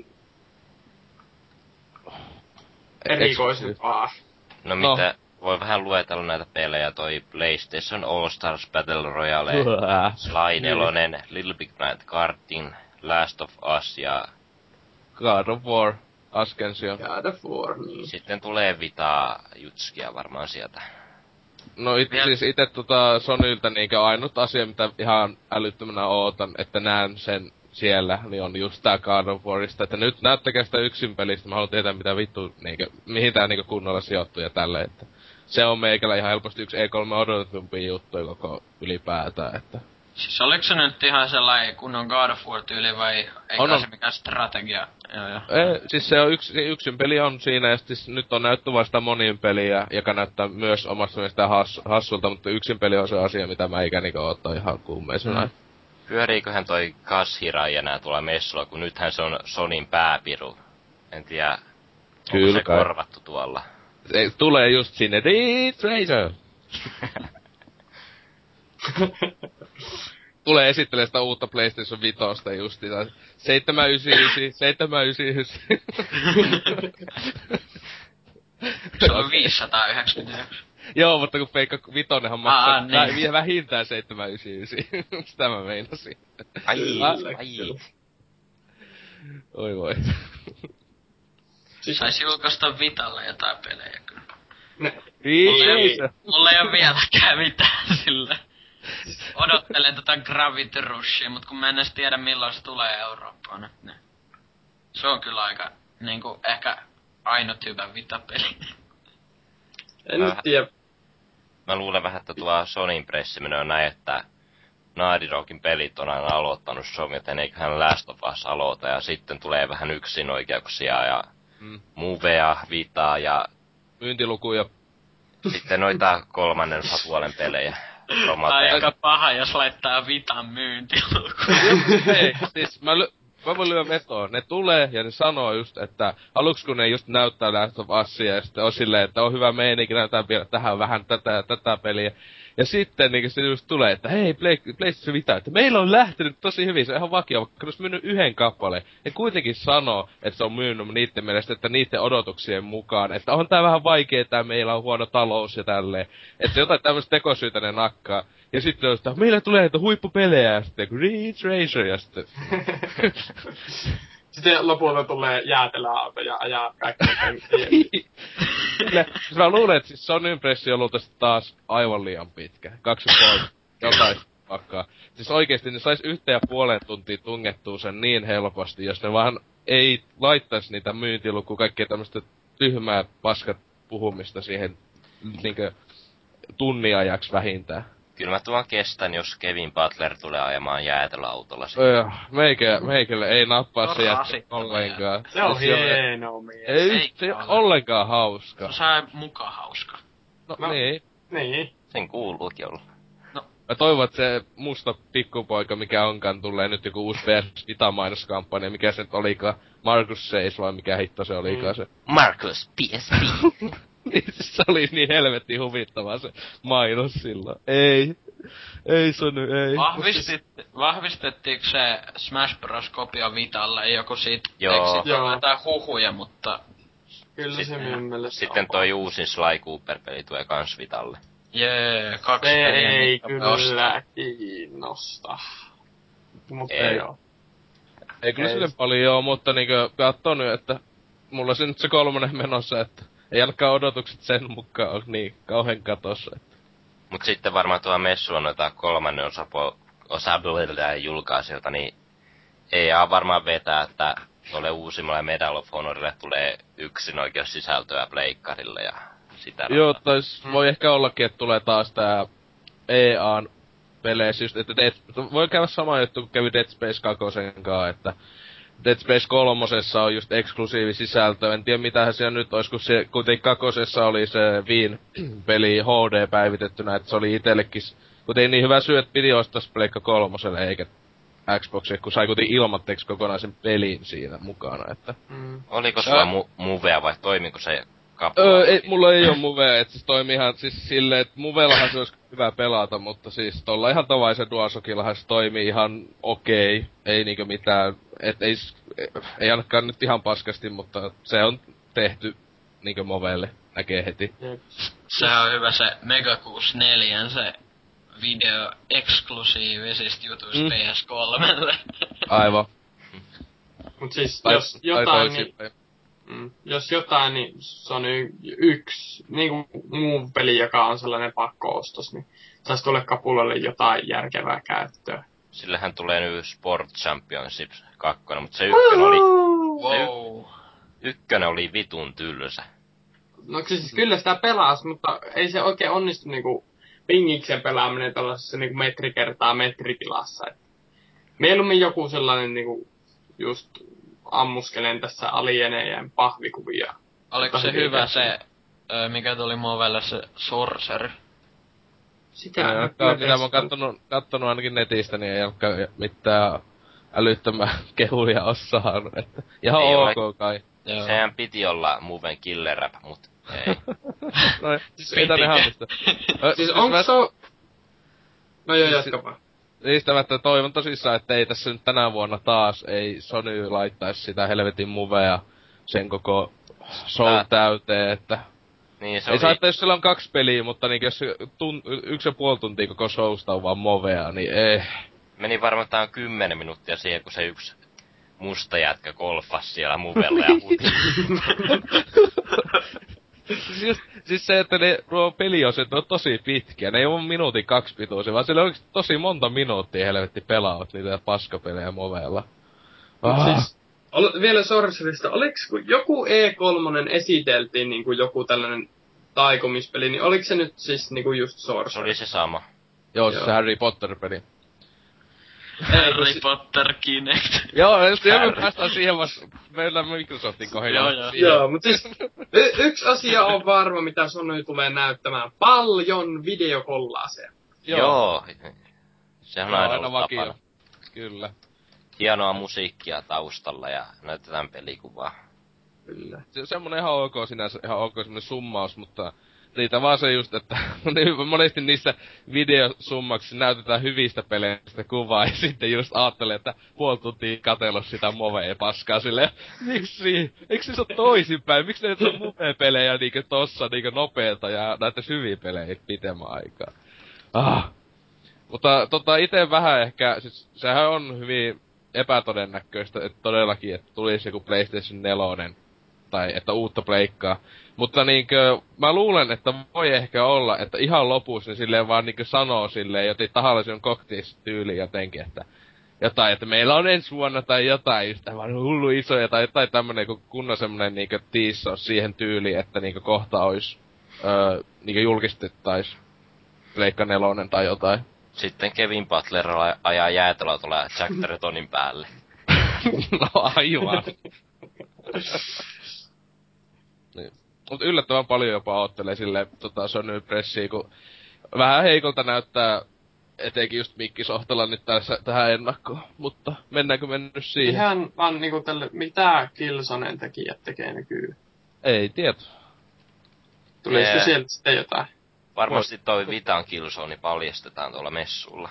S1: erikoisempaa?
S4: No mitä, no. Voi vähän luetella näitä pelejä, toi PlayStation All Stars Battle Royale, Sly nelonen, Little Big Planet Karting, Last of Us ja...
S2: God of War, Ascension.
S1: God of War, niin.
S4: Sitten tulee Vitaa Jutskia varmaan sieltä.
S2: No it, siis ite tota Sonylta niinkö ainut asia, mitä ihan älyttömänä ootan, että näen sen siellä, niin on just tää God of Warista. Että nyt näyttäkää sitä yksin pelistä, mä haluan tietää mitä vittu, niinkö, mihin tää niinkö kunnolla sijoittuu ja tälleen, että... Se on meikällä ihan helposti yksi E kolme odotetumpia juttuja koko ylipäätään, että...
S3: Siis oliks se nyt ihan sellainen kunnon God of War tyyli vai eikä on, se mikään strategia? Joo, joo.
S2: Ei, siis se on yks, yksin peli on siinä ja siis nyt on näytty vasta monin peliä, joka näyttää myös omasta mielestä has, hassulta, mutta yksin peli on se asia, mitä mä ikänikö ottaa ihan kuumeisena. Mm.
S4: Pyöriiköhän toi Kashira ja nää tuolla messulla, kun nythän se on Sonyn pääpiru. En tiedä, onko se kai korvattu tuolla.
S2: Se tulee just sinne, Death Racer! Tulee esittelee sitä uutta PlayStation Vitosta justiin. seitsemän yhdeksänkymmentäyhdeksän, seitsemän yhdeksänkymmentäyhdeksän.
S3: Se on viisisataayhdeksänkymmentäyksi.
S2: Joo, mutta kun Peikka Vitonenhan maksaa
S3: Aa, niin.
S2: vähintään seitsemän yhdeksänkymmentäyhdeksän. Sitä mä meinasin.
S4: Ai, ai.
S2: Oi voi.
S3: Sais julkaista Vitalle jotain pelejä kyllä.
S2: Ei,
S3: mulla ei oo vieläkään mitään sillä. Odottelen tota Gravity Rushia, mut kun mä en edes tiedä milloin se tulee Eurooppaan. Ne. Se on kyllä aika niinku ehkä ainut hyvä Vita-peli.
S1: En mä, tiedä.
S4: Mä luulen vähän, että tuo Sonyn pressiminen on näin, että Naughty Dogin pelit on aina aloittanut Sony, joten eiköhän Last of Us aloita ja sitten tulee vähän yksin oikeuksia ja mm. Movea, Vitaa ja...
S2: myyntilukuja.
S4: Sitten noita kolmannen osapuolen pelejä.
S3: Aika paha, jos laittaa Vitan myyntilukuja.
S2: Ei, siis mä, ly- mä voin lyö vetoon. Ne tulee ja ne sanoo just, että aluksi kun ne just näyttää Last of Usia ja sitten on silleen, että on hyvä meininki, näytetään vielä tähän vähän tätä ja tätä peliä. Ja sitten niin se just tulee, että hei, PlayStation Vita, että meillä on lähtenyt tosi hyvin, se on ihan vakio, vaikka olisi myynyt yhden kappaleen. Ne kuitenkin sanoo, että se on myynyt niiden mielestä, että niiden odotuksien mukaan, että on tää vähän vaikea, että meillä on huono talous ja tälleen. Että jotain tämmöistä tekosyytä ne nakkaa. Ja sitten on sitä, meillä tulee näitä huippupelejä ja sitten Ridge Racer ja sitten...
S1: Sitten lopulta tulee jäätelöauto ja ajaa kaikkea.
S2: Kyllä. Mä luulen, että siis Sonyn pressi on luultavasti taas aivan liian pitkä. Kaksi puoli jotain pakkaa. Siis oikeesti ne sais yhteen ja puoleen tuntia tungettua sen niin helposti, jos ne vaan ei laittais niitä myyntiluku, kaikkea tämmöstä tyhmää paskat puhumista siihen niinkö tunniajaksi vähintään.
S4: Kyllä mä tuon kestän, jos Kevin Butler tulee ajamaan jäätelöautolla.
S2: Öö, meikä, meikälle ei nappaa se jättä ollenkaan.
S1: Se on hieno mies.
S2: Ei, ei se ole ollenkaan hauska.
S3: Se on muka hauska.
S2: No, no niin.
S1: Niin.
S4: Sen kuuluukin olla.
S3: No.
S2: Mä toivon, että se musta pikkupoika, mikä onkaan, tulee nyt joku uusi P S Vita-mainoskampanja, mikä se nyt olikaan. Marcus seis vai mikä hitto se olikaan se.
S4: Marcus P S P.
S2: Se oli niin helvetin huvittavaa se mainos silloin. Ei. Ei Sony, ei.
S3: Vahvistit, vahvistettiinko se Smash Bros. Kopio Vitalle joku siitä?
S4: Joo.
S3: Eikö siitä ole jotain huhuja, mutta...
S1: Kyllä sitten, se minun mielestä
S4: sitten on. Toi uusin Sly Cooper-peli tulee kans Vitalle.
S3: Jee, kaksi
S1: se
S3: peliä.
S1: Ei kyllä kiinnosta. Mutta ei, ei oo.
S2: Ei kyllä sille paljon oo, mutta niinkö kattoo nyt, että mulla se nyt se kolmonen menossa, että ei ainakaan odotukset sen mukaan ole niin kauhean katossa, että...
S4: Mut sitten varmaan tuolla messulla noita kolmannen osapuolella osapuolella julkaisijoilta, niin ei A varmaan vetää, että tuolle uusimmalle Medal of Honorille tulee yksin oikeus sisältöä pleikkarille ja sitä.
S2: Joo, tais mm. voi ehkä ollakin, että tulee taas tää E A:n peleissä just, että Dead, voi käydä sama juttu kuin kävi Dead Space kakosen kanssa, että Dead Space kolmosessa on just eksklusiivi sisältö. En tiedä mitähän siellä nyt ois, kun se kuitenkin kakosessa oli se Viin peli H D päivitettynä, että se oli itellekin, kuitenkin niin hyvä syy, että piti ostaa Pleikka kolmoselle eikä Xboxille, kun sai kuitenkin ilmatteeksi kokonaisen pelin siinä mukana, että...
S1: Mm.
S4: Oliko sulla mu- muvea vai toimiko se kapula?
S2: Öö, ei, mulla ei oo muvea, et siis toimii ihan siis silleen, että muvellahan se olisi hyvä pelata, mutta siis tolla ihan tavaisen DualShockillahan se toimii ihan okei. Okay. Ei niinkö mitään, et ei, ei ainakaan nyt ihan paskasti, mutta se on tehty niinkö movelle, näkee heti.
S1: Jep.
S3: Sehän on hyvä se Mega kuusikymmentäneljä, se video eksklusiivisista jutuista mm. P S kolmelle.
S2: Aivan.
S1: Mut siis
S2: Tai,
S1: jos
S2: tai
S1: jotain, niin, mm, jos jotain, niin se on y- yksi niinku muu peli, joka on sellainen pakko-ostos, niin saisi tulle kapulalle jotain järkevää käyttöä.
S4: Sillähän tulee nyt Sport Championship kaksi, mutta se ykkönen oli...
S3: Wow.
S4: Se ykkönen oli vitun tylsä.
S1: No siis kyllä sitä pelas, mutta ei se oikein onnistu niinku pingiksen pelaaminen tällaisessa niinku metri kertaa metritilassa. Et mieluummin joku sellainen niinku just ammuskelen tässä alienejen pahvikuvia.
S3: Oliko se hyvä se, ö, mikä tuli Movelle, se Sorcerer?
S1: Sitä
S2: Ja,
S1: mä
S2: mitä mä oon kattonut, kattonut ainakin netistä, niin ei olekaan mitään älyttömän kehuja oo saanut, että ihan
S4: Ei
S2: ok
S4: ole.
S2: kai.
S3: Joo.
S4: Sehän piti olla Moven killer rap, mut ei.
S2: No ei tänne hammista.
S1: Siis onko se... No joo, jatka vaan.
S2: Niistämättä toivon tosissaan, että ei tässä nyt tänä vuonna taas ei Sony laittaisi sitä helvetin movea sen koko show
S4: Tää-
S2: täyteen, että...
S4: Niin se
S2: Ei saa,
S4: oli...
S2: että jos sillä on kaksi peliä, mutta niin jos tun, yksi ja puoli tuntia koko showsta on vaan movea, niin eh.
S4: Meni varmaan kymmenen minuuttia siihen, kun se yksi musta jätkä golfas siellä Movella ja huti.
S2: siis, just, siis se, että ne nuo pelioset on tosi pitkiä, ne ei ole minuutin kaksi pituisia, vaan siellä on tosi monta minuuttia helvetti pelaavat niitä paskapelejä movella.
S1: Mut
S2: Ah.
S1: siis, ol, vielä Sorcerista, oliks kun joku E kolme esiteltiin niinku joku tällainen taikomispeli, niin oliko se nyt siis niinku just
S4: Se
S1: Sorcerer?
S4: oli se sama.
S2: Joo, siis
S1: Joo.
S2: se Harry Potter-peli.
S3: Harry Potter Kinect.
S2: Joo, just me päästään siihen vasta, meillä on Microsoftin kohdalla.
S3: Joo, joo.
S2: siihen.
S1: Joo, mutta siis y- yksi asia on varma, mitä Sony tulee näyttämään. Paljon videokollaaseja.
S2: Joo.
S4: Joo. Sehän on
S2: Joo,
S4: aina
S2: aina
S4: ollut
S2: vakio.
S4: tapana.
S2: Kyllä.
S4: Hienoa musiikkia taustalla ja näytetään pelikuvaa.
S1: Kyllä.
S2: Se on semmonen ihan ok sinänsä, ihan ok semmonen summaus, mutta niitä vaan se just, että niin monesti niissä videosummauksissa näytetään hyvistä peleistä kuvaa ja sitten just aattelee, että puoli tuntia katsellut sitä movea paskaa silleen, miksi? Eikö se ole toisinpäin? Miksi ne on move-pelejä niinkö tossa niinkö nopeeta ja näitä hyviä pelejä pitemmän aikaa? Ah. Mutta tota ite vähän ehkä, siis sehän on hyvin epätodennäköistä, että todellakin, että tulisi joku PlayStation neljä tai että uutta pleikkaa. Mutta niinkö, mä luulen, että voi ehkä olla, että ihan lopussa niin silleen vaan niinkö sanoo silleen jotain tahallisen koktiistyyliin jotenkin, että jotain, että meillä on ensi vuonna tai jotain just vaan hullu isoja tai jotain tämmönen kun kunnon semmonen niinkö tiissaus siihen tyyliin, että niinkö kohta ois öö, niinkö julkistettais Pleikka nelonen tai jotain.
S4: Sitten Kevin Butler ala- ajaa jäätelöautolla Jack Tretonin päälle.
S2: No aivan. Niin. Mut yllättävän paljon jopa oottelee silleen tota Sony pressiä, kun vähän heikolta näyttää etenkin just Mikkisohtalla nyt tässä, tähän ennakkoon. Mutta mennäänkö mennyt siihen?
S1: Ihan vaan niinku tälle, mitä Killzonen tekijät tekee nykyään?
S2: Ei tieto.
S1: Tulisiko
S4: Jee.
S1: sieltä sitten jotain?
S4: Varmasti toi Vitan Killzone paljastetaan tuolla messulla.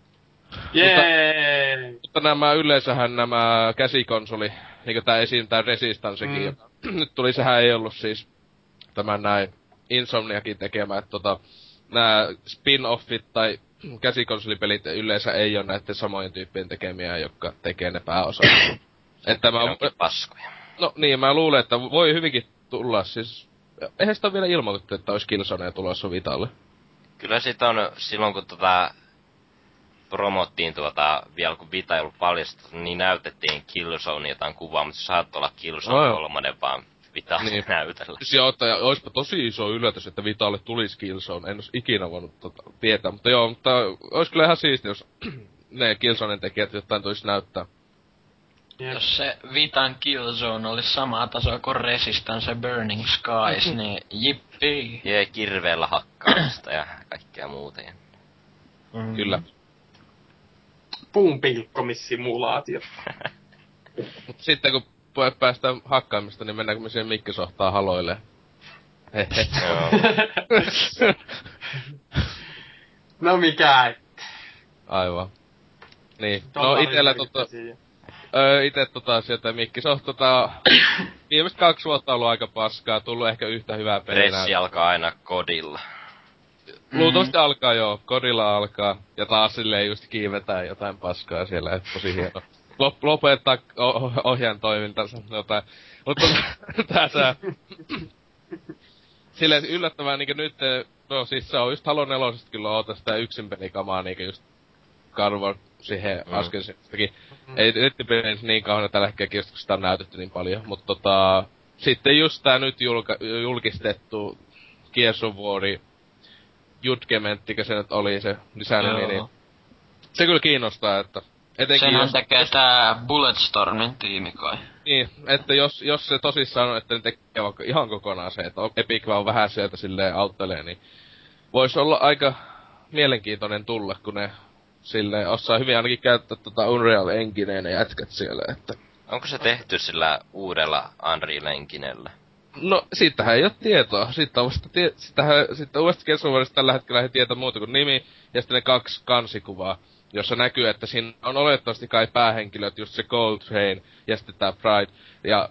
S1: Jee!
S2: Mutta nämä yleensähän nämä käsikonsoli, niinku tää esiin tää Resistancekin,
S1: Mm.
S2: joka nyt tuli, sehän ei ollut siis tämän näin Insomniakin tekemä, että tota, nää spin-offit tai käsikonsolipelit yleensä ei oo näitten samojen tyyppien tekemiä, jotka tekee ne pääosat. Että mä,
S4: Onkin paskoja.
S2: no niin, mä luulen, että voi hyvinkin tulla siis, eihän sitä ole vielä ilmoitettu, että ois Killzonea tulossa Vitalle.
S4: Kyllä sitä on silloin kun tota promottiin tuota, vielä kun Vita ei ollut paljastettu, niin näytettiin Killzone jotain kuvaa, mutta se saattoi olla Killzone
S2: No joo.
S4: kolmonen vaan Vita
S2: Niin.
S4: näytellä.
S2: Siis joo, että oispa tosi iso yllätys, että Vitalle tulisi Killzone. En ois ikinä voinut tota, tietää, mutta joo, mutta ois kyllä ihan siisti, jos ne Killzonen tekijät jotain tois näyttää.
S1: Jep.
S3: Jos se Vitan Killzone olisi samaa tasoa kuin Resistance ja Burning Skies, niin jippii.
S4: Jee, kirveellä hakkaamista ja kaikkea muuta. Ja
S3: Mm.
S2: Kyllä.
S1: Puun pilkkomissimulaatio.
S2: Mut sitten kun p- päästään hakkaamista, niin mennäänkö me siihen Mikkisohtaan haloille? Hehe.
S4: Joo.
S1: No mikä et.
S2: Aivan. Niin. No
S1: Dollarin
S2: itellä
S1: merkittä
S2: tota,
S1: siihen.
S2: öö, ite tota sieltä Mikkisoft tota, viimeiset kaksi vuotta on ollut aika paskaa, tullut ehkä yhtä hyvää peliä.
S4: Pressi alkaa aina kodilla.
S2: Luultavasti alkaa joo, kodilla alkaa, ja taas silleen just kiivetään jotain paskaa siellä, et tosi hieno. Lop, lopettaa o- ohjaan toimintansa jotain. Mutta tää tää... silleen yllättävää niinkö nyt, no siis se on just Halo nelosesta kyllä oota sitä yksin pelikamaa niinkö just Carver siihen
S4: Mm.
S2: äsken sitäkin. Ei nettipeleissä niin kauan tällä hetkellä kiinnosta, kun sitä on näytetty niin paljon, mutta tota... Sitten just tää nyt julka, julkistettu Gears of War Judgementtikö se nyt oli se lisänimi, niin se kyllä kiinnostaa, että etenkin
S3: Senhän
S2: jos,
S3: tekee tää Bulletstormin tiimi kai.
S2: niin, että jos, jos se tosissaan on, että ne tekee vaikka ihan kokonaan se, että Epic vaan vähän sieltä silleen auttelee, niin vois olla aika mielenkiintoinen tulla, kun ne silleen osaa hyvin ainakin käyttää tota Unreal Engineen ne jätkät siellä, että...
S4: Onko se tehty sillä uudella Unreal Enginellä?
S2: No, siitähän ei oo tietoa. Siitä on vasta tie... Sitähän, sitten uudesta keskuudesta tällä hetkellä ei tietää muuta kuin nimi, ja sitten ne kaksi kansikuvaa, jossa näkyy, että siinä on olettavasti kai päähenkilöt, just se Coltrane, ja sitten tää Pride, ja...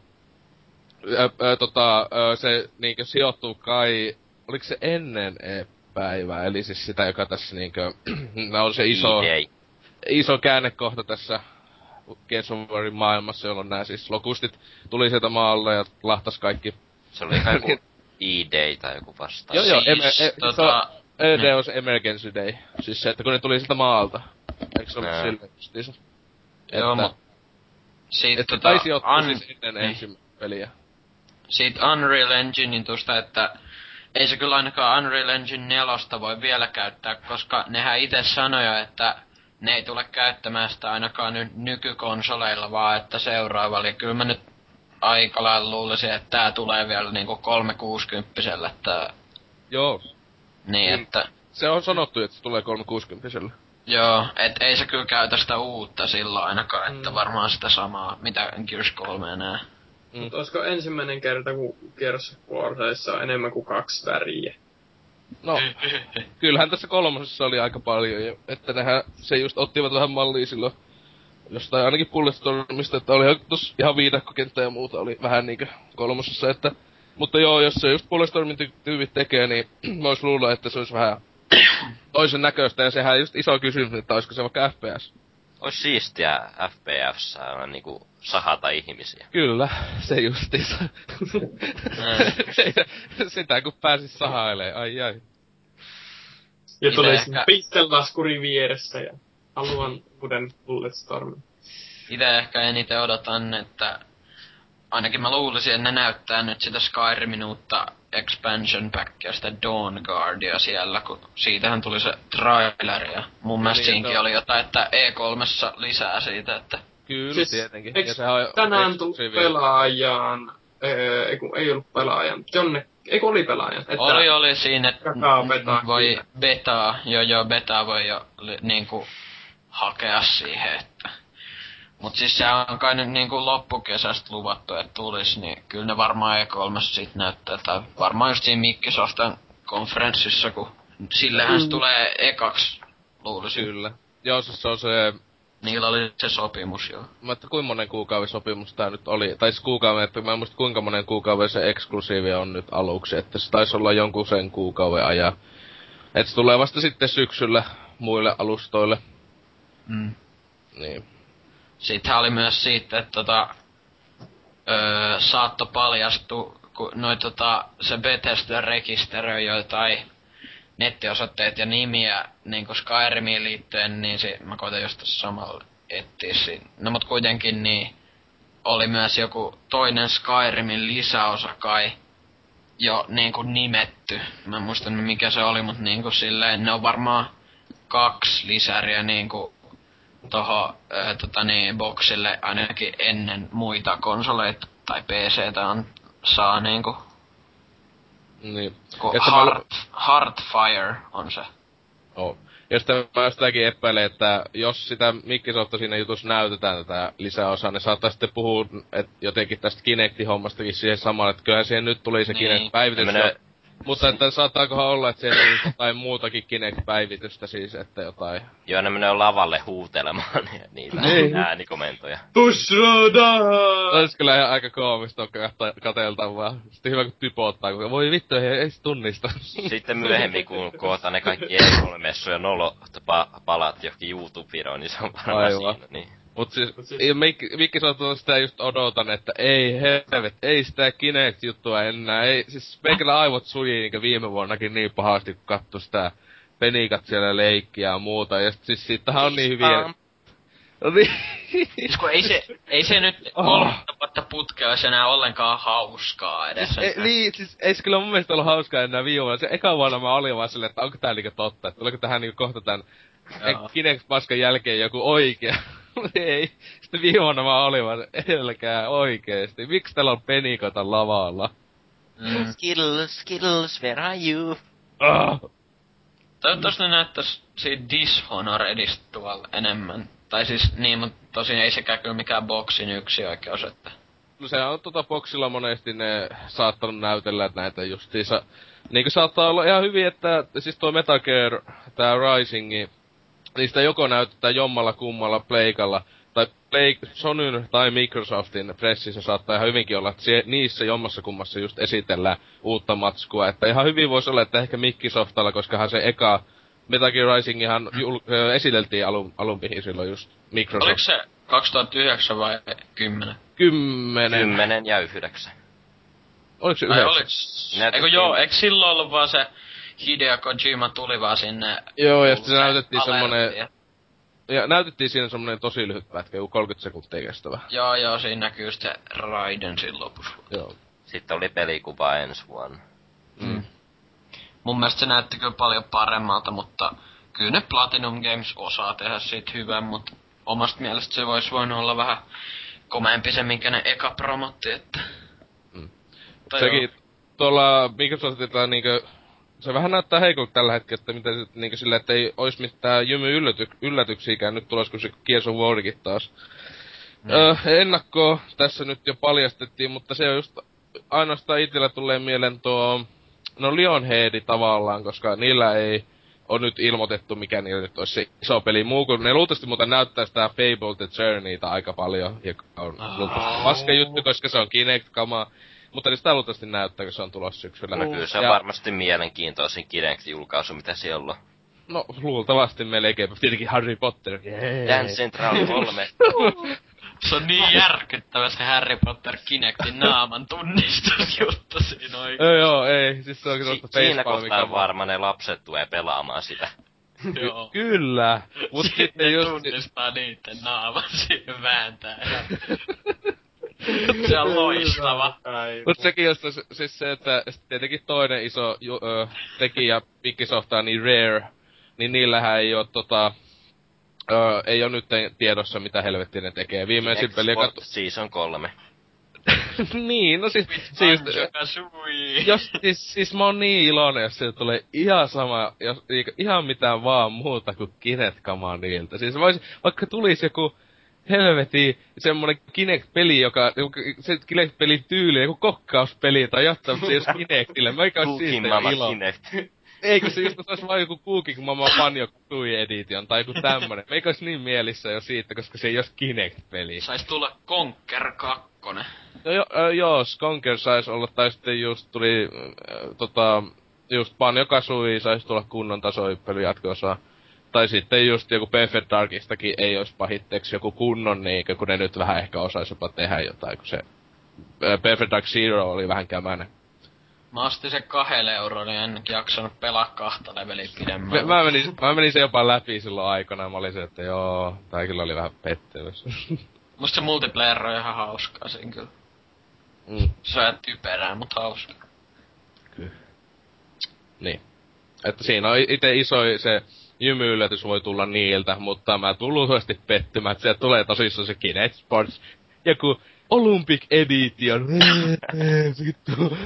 S2: Ö, ö, tota, ö, se niinkö sijoittuu kai... Oliko se ennen E-päivää, eli siis sitä, joka tässä niinkö... on se iso...
S4: E-Day.
S2: Iso käännekohta tässä Gears of Warin maailmassa, jolloin nää siis lokustit tuli sieltä maalle ja lahtas kaikki.
S4: Se oli kai joku E-Day tai joku vastaava.
S2: Joo, joo,
S3: Siis,
S2: eme- e-
S3: tota...
S2: E D on se Emergency Day. Siis se, että kun ne tuli sieltä maalta. Eikö se ollut
S4: Nää.
S2: silleen justiinsa?
S3: Joo,
S2: Että-
S3: mut... Siitä
S2: Että
S3: tota...
S2: taisi ottaa
S3: un-
S2: siis ennen
S3: niin.
S2: ensimmäistä peliä.
S3: Siitä Unreal Enginein tuosta, että ei se kyllä ainakaan Unreal Engine nelosta voi vielä käyttää, koska nehän itse sanoi, että ne ei tule käyttämään sitä ainakaan nyt nykykonsoleilla, vaan että seuraavalla. Ja kyllä mä nyt aika lailla luulisin, että tää tulee vielä niinku kolmesataakuusikymmentä tää.
S2: Joo.
S3: Niin,
S2: Mm.
S3: että
S2: Se on sanottu, että se tulee kolmesataakuusikymmentä.
S3: joo, et ei se kyllä käytä sitä uutta silloin ainakaan, että
S1: Mm.
S3: varmaan sitä samaa, mitä Gears kolme enää.
S2: Mm.
S1: Mutta olisiko ensimmäinen kerta, kun Gears of Warissa on enemmän kuin kaksi väriä?
S2: No, kyllähän tässä kolmosessa oli aika paljon, ja että nehän se just ottivat vähän mallia silloin jostain ainakin Bulletstormista, että oli tossa ihan viidakkokenttä ja muuta oli vähän niinkö kolmosessa, että... Mutta joo, jos se just Bulletstormin ty- tyypit tekee, niin vois luulla, että se olisi vähän toisen näköistä, ja sehän just iso kysymys, että olisiko se vaikka F P S.
S4: Ois siistiä F P F:ssä aina niinku sahata ihmisiä.
S2: Kyllä, se justiinsa. Sitä kun pääsis sahailee, ai ai.
S1: Ja
S3: Ite
S1: tulee
S3: ehkä-
S1: sinne pistelaskuri vieressä ja haluan uuden Bulletstormin.
S3: Itse ehkä eniten odotan, että ainakin mä luulisin, että ne näyttää nyt sitä Skyrimin uutta expansion packia, sitä Dawn Guardia siellä, kun siitähän tuli se traileri ja mun mielestä
S2: niin,
S3: siinäkin
S2: no.
S3: oli jotain, että E kolme lisää siitä, että
S2: Kyllä,
S1: Siis,
S2: tietenkin.
S1: eiks
S2: Ja sehän on
S1: tänään tullut
S2: eksklusiivi.
S1: pelaajan, öö, ei, kun ei ollut pelaajan, jonne, ei kun oli pelaajan. Että
S3: oli oli siinä, että
S1: Jakaa betaa
S3: voi
S1: kyllä.
S3: betaa, joo joo, betaa voi jo li, niinku hakea siihen, että mut siis se on kai nyt niinku loppukesästä luvattu, että tulis, niin kyllä ne varmaan E kolme sit näyttää, tai varmaan just siinä Mikkisoftan konferenssissa, kun sillähän se
S1: Mm.
S3: tulee ekaksi, luulisin.
S2: Kyllä. Joo, siis se on se...
S3: Niillä oli se sopimus, joo.
S2: Mä että kuinka monen kuukauden sopimus tää nyt oli, tai siis kuukauden, että mä en muista kuinka monen kuukauden se eksklusiivi on nyt aluksi, että se taisi olla jonkun sen kuukauden ajan. Et se tulee vasta sitten syksyllä muille alustoille,
S3: Mm.
S2: niin.
S3: Sittenhän oli myös siitä, että tota, öö, saatto paljastu, kun noi tota, se Bethesda rekisteröi jotain nettiosoitteet ja nimiä niinku Skyrimiin liittyen, niin si- mä koitan just tässä samalla etsiä siinä. No mut kuitenkin niin, oli myös joku toinen Skyrimin lisäosa kai jo niinku nimetty. Mä en muista mikä se oli, mut niinku silleen ne on varmaan kaksi lisäriä niinku toho äh, tota niin, boxille ainakin ennen muita konsoleita tai P C:tä on saa niinku.
S2: Niin.
S3: Heart, Heartfire on se.
S2: Oh. Ja sitten mä sitäkin epäilen, että jos sitä Microsofta siinä jutussa näytetään tätä lisäosaa, ne saattaa sitten puhua et jotenkin tästä Kinecti-hommastakin siihen samalle, että kyllähän siihen nyt tuli se niin. Kinect-päivitys. Menee... Mutta että saattaakohan olla, että siellä tuli jotain muutakin Kinect-päivitystä siis, että jotain...
S4: Joo, ne menee lavalle huutelemaan niitä äänikomentoja.
S2: Tusroda! Ois kyllä ihan aika koomista katelta vaan. Sitten hyvä kun typottaa, kun voi vittu, ei, ei se tunnista. Sitten
S4: myöhemmin, kun kootaan ne kaikki E kolme-messu ja nolot pa- palat johonkin YouTube-videoon, niin se on varmaan siinä, niin.
S2: Mut siis, Mikki sanoo sitä just odotan, että ei helvet, ei sitä Kinect-juttua enää, ei, siis meikällä aivot sujii niinkö viime vuonnakin niin pahasti, kun katso sitä penikat siellä leikkiä ja muuta, ja sit siis siitähän on niin hyviä...
S3: No niin. Siis kun ei se, ei se nyt oh. kolmatta vuotta putkea olisi enää ollenkaan hauskaa edes.
S2: Siis, ei, niin, siis ei se kyllä mun mielestä ollut hauskaa enää viime vuonna. Se eka vuonna mä olin vaan silleen, että onko tää niinku totta, että tuleeko tähän niinku kohta tän Kinect-paskan jälkeen joku oikea. Ei. Sitten viime vuonna mä olin vaan, edelläkään oikeesti. Miksi täällä on penikota lavalla?
S4: Mm. Skittles, Skittles, where are you?
S2: Oh.
S3: Toivottavasti ne näyttäis siitä Dishonoredista tuolla enemmän. Tai siis niin, mut tosin ei sekään kyllä mikään boksin yksi oikeus, että...
S2: No se on tota boksilla monesti ne saattanut näytellä näitä justiinsa... Niinku saattaa olla ihan hyvin, että siis tuo Metal Gear, tää Risingi... Niistä joko näytetään jommalla kummalla pleikalla, tai Play, Sonyn tai Microsoftin pressissä saattaa ihan hyvinkin olla, että sie, niissä jommassa kummassa just esitellään uutta matskua. Että ihan hyvin voisi olla, että ehkä Microsoftilla, koskahan se eka Metal Gear Risingihan jul, ö, esiteltiin alun, alunpihin silloin just Microsoft.
S3: Oliko se kaksituhattayhdeksän vai kymmenen?
S2: Kymmenen.
S4: Kymmenen ja yhdeksän.
S2: Oliko se
S3: yhdeksän? Oliks... Eikö joo, eikö silloin ollut vaan se Hideo Kojima tuli vaan sinne...
S2: Joo, ja sitten se näytettiin semmonen... Ja... ja näytettiin siinä semmonen tosi lyhyt pätkä, joku kolmekymmentä sekuntia kestävä.
S3: Joo, joo, siinä näkyy just se Raiden siinä lopussa.
S2: Joo.
S4: Sitten oli pelikuva ensi vuonna.
S3: Mm. Mun mielestä se näytti kyllä paljon paremmalta, mutta kyllä ne Platinum Games osaa tehdä siitä hyvän, mutta omasta mielestä se vois voinut olla vähän komeempi se, minkä ne eka promotti, että...
S2: Mm. Sekin tuolla Microsoftilla niinkö... Se vähän näyttää heikolta tällä hetkellä, että mitä sit niinkö silleen, että ei ois mitään jymy ylläty- yllätyksiäkään nyt tulos, kun se Gears of Warkin taas. Mm. Öö, ennakkoa tässä nyt jo paljastettiin, mutta se on just ainoastaan itellä tulee mieleen tuo... No Lionheadi tavallaan, koska niillä ei on nyt ilmoitettu, mikä niillä nyt olisi se iso peli muu, kun ne luultavasti muuten näyttää sitä Fable the Journeyta aika paljon, joka on oh. luultavasti paska juttu, koska se on Kinect-kamaa. Mutta niin sitä luultavasti näyttää, kun se on tulossa syksyllä.
S4: No kyllä se on ja... varmasti mielenkiintoisin Kinect-julkaisu, mitä siellä on.
S2: No, luultavasti melkein. Tietenkin Harry Potter. Yeah.
S4: Dance Central kolme.
S3: Se on niin järkyttävä se Harry Potter Kinectin naaman tunnistusjuttu siinä oikein.
S2: Joo, joo, ei. Siis se on kyllä
S4: si- Siinä kohtaa varmaan ne lapset tulee pelaamaan sitä.
S3: Joo.
S2: Kyllä. Mut
S3: sitten,
S2: sitten just...
S3: tunnistaa niitten naaman siihen vääntää. Se on loistava.
S2: Mut sekin just siis se, että tietenkin toinen iso ju, ö, tekijä Microsoftaa, niin Rare, niin niillähän ei oo tota... Ö, ei oo nyt tiedossa, mitä helvettiä ne tekee. Viimeisin peli...
S4: Kat... Season kolme.
S2: niin, no siis... siis jos, siis, siis mä oon niin iloinen, jos sieltä tulee ihan sama, jos, ihan mitään vaan muuta kuin Kinect-kamaa niiltä. Siis vois, vaikka tulisi joku... helveti semmonen Kinect-peli, joka... Se Kinect-pelin tyyli, joku kokkauspeli tai jotain, mutta se jos Kinectille. Meikä ois siitä jo ilo. Eikö se just ois vaan joku Cooking Mama Banjo Tui Edition tai joku tämmönen. Meikä ois niin mielissä jo siitä, koska se ei ois Kinect-peli.
S3: Sais tulla Conker kakkonen.
S2: No jo, äh, joo, Conker sais olla, tai sitten just tuli äh, tota... Just Banjo Kazooie sais tulla kunnon tasohyppely jatko-osaa. Tai sitten just joku Perfect Darkistakin ei ois pahitteeksi joku kunnon niinkö, kun ne nyt vähän ehkä osais jopa tehdä jotain, kun se äh, Perfect Dark Zero oli vähän kämänen.
S3: Mä ostin sen kahdelle eurolle, niin en jaksanut pelaa kahta leveliä pidemmän.
S2: Mä, mä, menin, mä menin se jopa läpi silloin aikana, mä olin se, että joo, tää kyllä oli vähän pettymys.
S3: Musta se multiplayer on ihan hauskaa siinä kyllä.
S2: Mm.
S3: Se on typerää, mut hauskaa.
S2: Kyllä. Niin. Että siinä on ite iso se jymyyllätys voi tulla niiltä, mutta mä tuun luultavasti pettymään, että sieltä tulee tosissaan se Kinect Sports. Joku Olympic Edition. Vittu.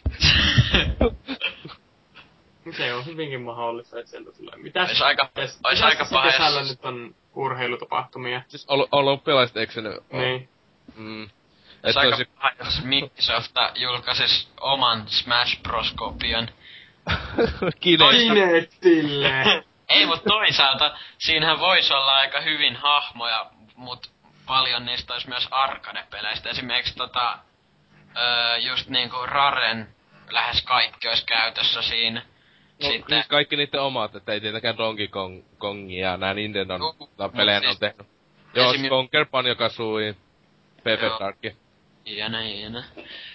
S1: Se on hyvinkin mahdollista, että sieltä tulee. Mitäs,
S3: Ois aika,
S1: mitäs,
S3: ois
S1: mitäs
S3: aika
S1: tässä
S3: paha,
S1: kesällä
S3: jos-
S1: nyt on urheilutapahtumia?
S2: Siis ol- olympialaiset eikö se ne oo?
S1: Niin.
S2: Mm.
S3: Se
S2: Että
S3: aika
S2: olisi
S3: paha, jos Microsoft julkaisis oman Smash Bros-kopion.
S2: Kinect.
S1: Kinectille!
S3: Ei, mut toisaalta siinähän voisi olla aika hyvin hahmoja, mut paljon niistä olisi myös arcade-peleistä. Esimerkiksi tota, öö, just niinku Raren lähes kaikki olisi käytössä siinä.
S2: No,
S3: Sitten,
S2: siis kaikki niitten omat, että ei tietenkään Donkey Kong, Kongia ja nää Nintendon
S3: Juu,
S2: no, pelejä
S3: mut
S2: on
S3: siis-
S2: tehnyt. Joo,
S3: esim-
S2: Conker, Banjo-Kazooie, Perfect
S3: Joo.
S2: Dark.
S3: Jene, jene.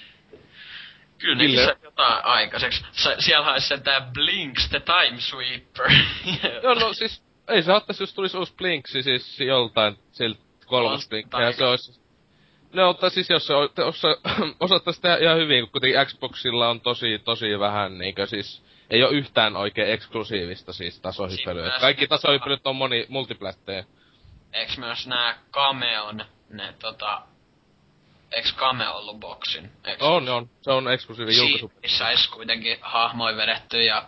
S3: Kyllä
S2: Ville-
S3: nekin sai jotain aikaiseksi. Se, siellä olisi sentään Blinks the Time Sweeper.
S2: Joo, no siis, ei se hattaisi, jos tulisi uusi Blinksi siis joltain, siltä kolmas
S3: Olisi
S2: Blink,
S3: taika.
S2: ja se olisi... No, mutta siis jos se o- osa, osattaisi tehdä ihan hyvin, kun kuitenkin Xboxilla on tosi, tosi vähän, niinkö siis... Ei oo yhtään oikein eksklusiivista siis tasohyppelyä.
S3: Siinä
S2: Kaikki
S3: myös-
S2: tasohyppelyt on moni multiplättejä.
S3: Eiks myös nää Cameon, ne tota... Eiks Cameo ollut boksin? Eiks
S2: On, on. Se on eksklusiivi julkaisu.
S3: Siinä sais kuitenkin hahmoja vedetty ja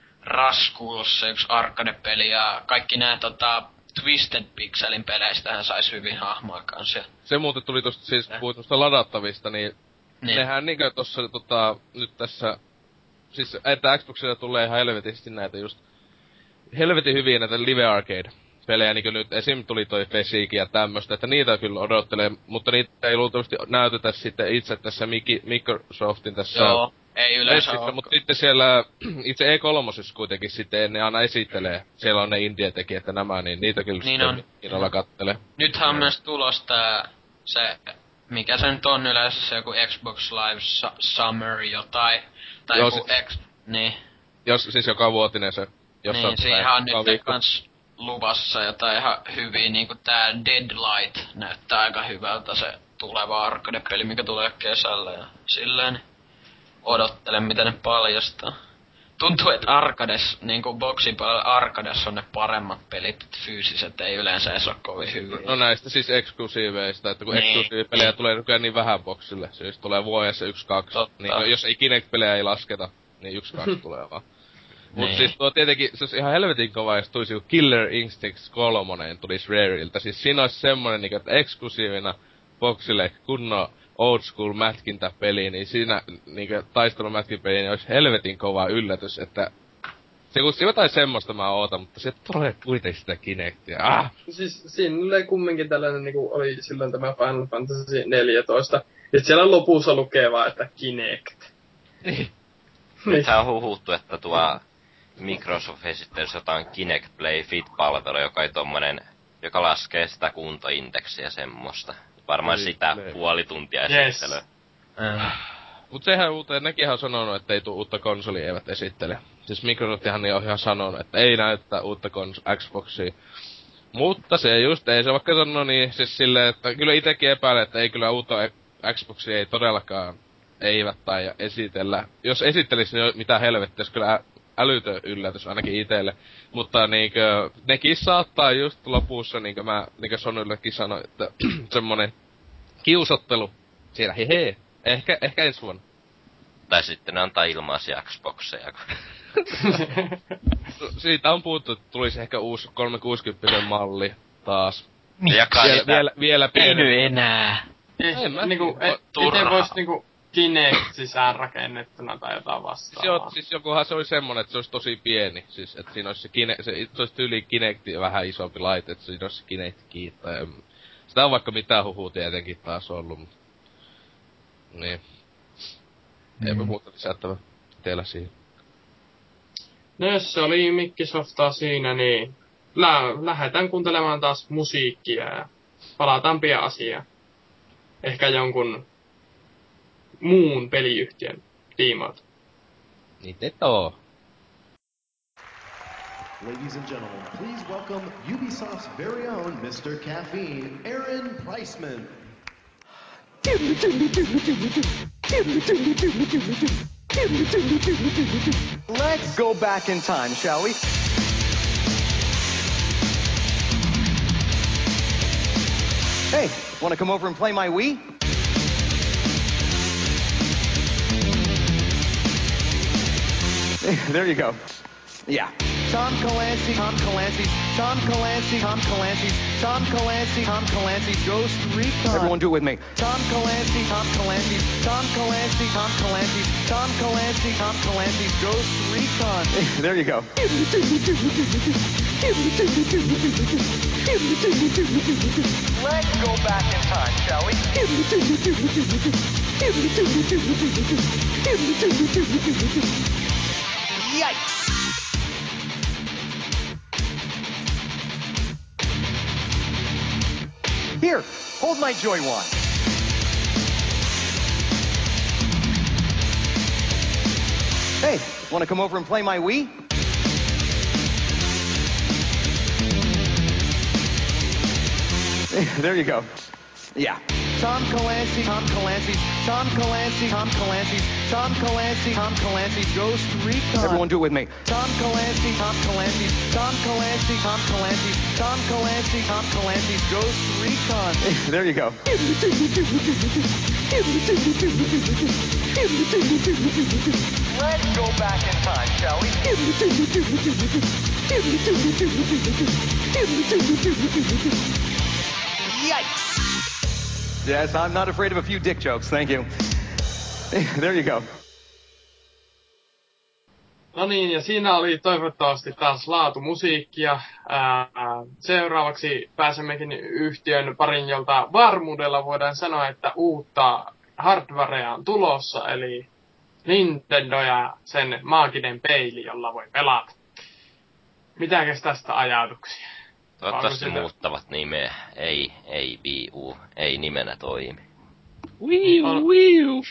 S3: Raskuus, se yksi arcade-peli ja kaikki nää tota Twisted Pixelin peleistähän sais hyvin hahmoja kans ja
S2: Se muuten tuli tosta siis,
S3: Eh.
S2: puhuit tosta ladattavista, niin
S3: niin.
S2: nehän niinkö tossa tota, nyt tässä, siis että Xboxilla tulee ihan helvetisti näitä just, helvetin hyviä näitä live arcade pelejä, niinkö nyt esim. Tuli toi Fesikin ja tämmöstä, että niitä kyllä odottelee, mutta niitä ei luultavasti näytetä sitten itse tässä Miki, Microsoftin tässä
S3: Joo, ei yleensä
S2: Pressissä,
S3: oo.
S2: mutta sitten siellä itse E kolme kuitenkin sitten ne aina esittelee, siellä on ne indie-tekijät ja nämä, niin niitä kyllä
S3: Niin
S2: sitten
S3: on.
S2: innolla kattelee.
S3: Nythän on myös tulos tää, se, mikä se nyt on yleensä se joku Xbox Live Su- Summer jotain, tai
S2: Joo,
S3: joku
S2: se-
S3: X, niin,
S2: Jos siis joka vuotinen se, jos
S3: niin, siihen on
S2: joka
S3: nyt
S2: viikko.
S3: kans luvassa jotain ihan hyviä, niinku tää Deadlight näyttää aika hyvältä se tuleva arcade-peli, mikä tulee kesällä ja silleen, niin odottelen mitä ne paljastaa. Tuntuu, että Arcades, niinku boksin puolella Arcades on ne paremmat pelit, että fyysiset ei yleensä edes oo kovin hyviä.
S2: No näistä siis eksklusiiveista, että kun
S3: Niin.
S2: eksklusiivipelejä tulee nykyään niin vähän boksille, siis tulee vuodessa yksi, kaksi,
S3: Totta.
S2: niin no, jos ei Kinect-pelejä ei lasketa, niin yksi, kaksi tulee vaan. Mut
S3: Niin.
S2: siis tuo tietenkin, se olisi ihan helvetin kova, jos tulisi joku Killer Instincts kolmonen tulisi Rareilta. Siis siinä olisi semmonen niinku, että eksklusiivina boksille kunnon old school mätkintäpeli, niin siinä niinku taistelumätkinpeli niin olisi helvetin kova yllätys, että se kun jotain semmoista mä ootan, mutta se tulee kuitenkin sitä Kinectia. Ah!
S1: Siis siinä oli kumminkin tällainen, niinku oli silloin tämä Final Fantasy neljätoista. Ja siellä lopussa lukee vaan, että Kinect.
S2: Niin.
S4: Nythän on huhuttu, että tuo Microsoft esittelisi jotain Kinect Play Fit-palvelu, joka ei tommonen, joka laskee sitä kuntoindeksiä semmoista. Varmaan
S2: Play,
S4: sitä
S2: play.
S4: puoli tuntia
S1: Yes.
S4: esittelyä.
S3: Äh.
S2: Mut sehän uuteen, nekin on sanonut, että ei tuu uutta konsolia eivät esittele. Siis Microsoftihan niin on ihan sanonut, että ei näyttää uutta kons- Xboxia. Mutta se just, ei se vaikka sano niin, siis silleen, että kyllä itekin epäilen, että ei kyllä uutta Xboxia ei todellakaan eivät tai esitellä. Jos esittelis, niin mitä helvettiä, jos kyllä ä- älytön yllätys ainakin itelle. Mutta niinkö, nekin saattaa just lopussa, niinkö mä niinkö Sonyllekin sanoin, että semmonen kiusottelu siellä, hehe. Ehkä, ehkä ensi vuonna.
S4: Tai sitten ne antaa ilmaisia Xboxeja.
S2: No, siitä on puhuttu, että tulisi ehkä uusi kolmesataakuusikymmentä malli taas.
S4: Ja jakaa
S2: Vielä,
S4: niitä
S2: vielä, vielä
S3: Ei
S2: pienempi.
S3: nyt enää.
S2: En mä
S1: niinku,
S2: tiedä.
S1: et,
S3: Turhaa.
S1: ite vois niinku Kinect sisään rakennettuna tai jotain
S2: Siis,
S1: vastaavaa.
S2: joo, siis jokuhan se oli semmonen, että se olisi tosi pieni. Siis, että siinä olisi se, kine, se, se olisi tyyli Kinecti vähän isompi laite, että siinä olisi se Kinect kiinni. Ja sitä on vaikka mitään huhua tietenkin taas ollut, mutta... Niin. Mm. Eipä muuta lisättävä teillä siihen.
S1: No jos se oli Microsoftaa siinä, niin lä- lähdetään kuuntelemaan taas musiikkia ja palataan pian asiaan. Ehkä jonkun muun peliyhtiön tiimoilta.
S2: Niin te oo.
S6: Ladies and gentlemen, please welcome Ubisoft's very own Mister Caffeine, Aaron Preisman.
S7: Let's go back in time, shall we? Hey, want to come over and play my Wii? There you go. Yeah. Tom Clancy, Tom Clancy, Tom Clancy, Tom Clancy, Tom Clancy, Tom Clancy, Ghost Recon. Everyone do it with me. Tom Clancy, Tom Clancy, Tom Clancy, Tom Clancy, Tom Clancy, Tom Clancy, Ghost Recon. There you go. Let's go back in time, shall we? Yikes! Here, hold my Joy Wand. Hey, want to come over and play my Wii? There you go. Yeah. Tom Clancy, Tom Clancy, Tom Clancy, Tom Clancy, Tom Clancy, Tom Clancy, Ghost Recon. Everyone do it with me. Tom Clancy, Tom Clancy, Tom Clancy, Tom Clancy, Tom Clancy, Tom Clancy, Ghost Recon. There you go. Let's go back in time, shall we? Yikes! Yes, I'm not afraid of a few dick jokes, thank you. There you go.
S1: No niin, ja siinä oli toivottavasti taas laatumusiikkia. Ää, seuraavaksi pääsemmekin yhtiön parin, jolta varmuudella voidaan sanoa, että uutta hardwarea on tulossa, eli Nintendo ja sen maaginen peili, jolla voi pelata. Mitäkäs tästä ajatuksia?
S4: Toivottavasti muuttavat nimeä. Ei, ei Wii U. Ei nimenä toimi.
S2: Wii U, Wii U.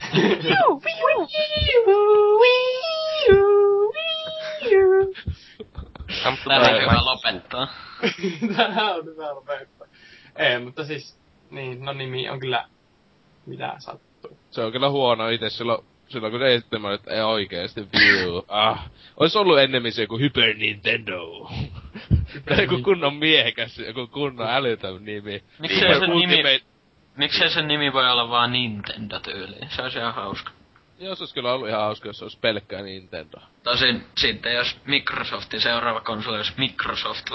S3: Tämä on hyvä lopettaa.
S1: Tämä on hyvä lopettaa. Ei, mutta siis, niin, no nimi on kyllä mitä sattuu.
S2: Se on kyllä huono ite silloin, silloin kun ne esittämään, että ei oikeesti Wii U. Ah, ois ollut ennemmin se joku Hyper Nintendo. Tai joku kunnon miehekäs, joku kunnon älytön nimi.
S3: Miksei sen nimi, miksei sen nimi voi olla vaan Nintendo tyyliin? Se olisi ihan hauska.
S2: Joo, se olisi kyllä ollut ihan hauska, jos se olisi pelkkää Nintendo.
S3: Tosin sitten jos Microsoftin seuraava konsoli olisi Microsoft.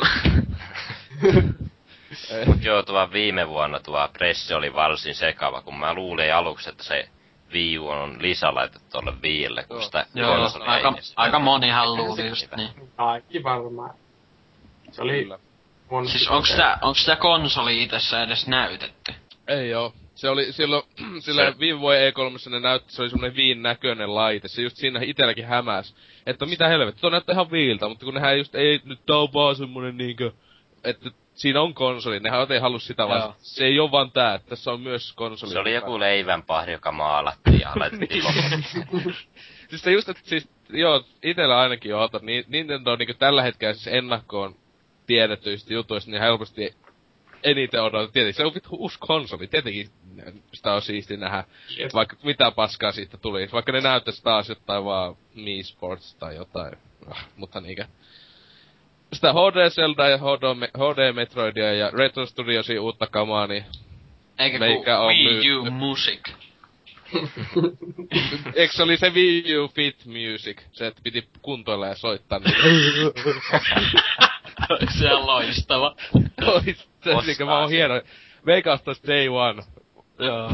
S4: Mut joo, tuo viime vuonna tuo pressi oli varsin sekava, kun mä luulin aluksi, että se Wii U on lisälaite tuolle Wiille, kun sitä
S3: joo, aika, aika monihan luuli just niin.
S1: Kaikki varmaan. Se oli... Kyllä.
S3: Siis onks tää, onks tää konsoli itessä edes näytetty?
S2: Ei oo. Se oli silloin, sillä viime vuoden E kolme ne näytti, se oli semmonen Wiin näköinen laite. Se just siinä itelläkin hämäs. Että mitä helvettiä, tuo näyttää ihan Wiiltä, mutta kun nehän just ei, nyt tää on vaan semmonen niinkö, että siinä on konsoli, nehän ei halua sitä vaan. Se ei oo vaan tää, että tässä on myös konsoli.
S4: Se oli joku leivänpahdi, joka maalattiin ja laitettiin
S2: Siis se just, että siis, joo, itellä ainakin on, että Nintendo on niinku tällä hetkellä siis ennakkoon tiedetyistä jutuista niin helposti eniten odotetaan. Tietenkin se on vittu uusi konsoli, tietenkin sitä on siisti nähdä, yes. Vaikka mitä paskaa siitä tuli. Vaikka ne näyttäis taas jotain vaan Mii Sports tai jotain, ah, mutta niinkö. Sitä H D Zelda ja H D Metroidia ja Retro Studiosia uutta kamaa, niin
S3: eikä ku Wii U Music.
S2: Eikö se oli se Wii U Fit Music? Se, että piti kuntoilla ja soittaa niitä.
S3: Se on loistava.
S2: Ois, se niinkö mä oon hieno. Veikkaus tois Day One.
S3: Joo.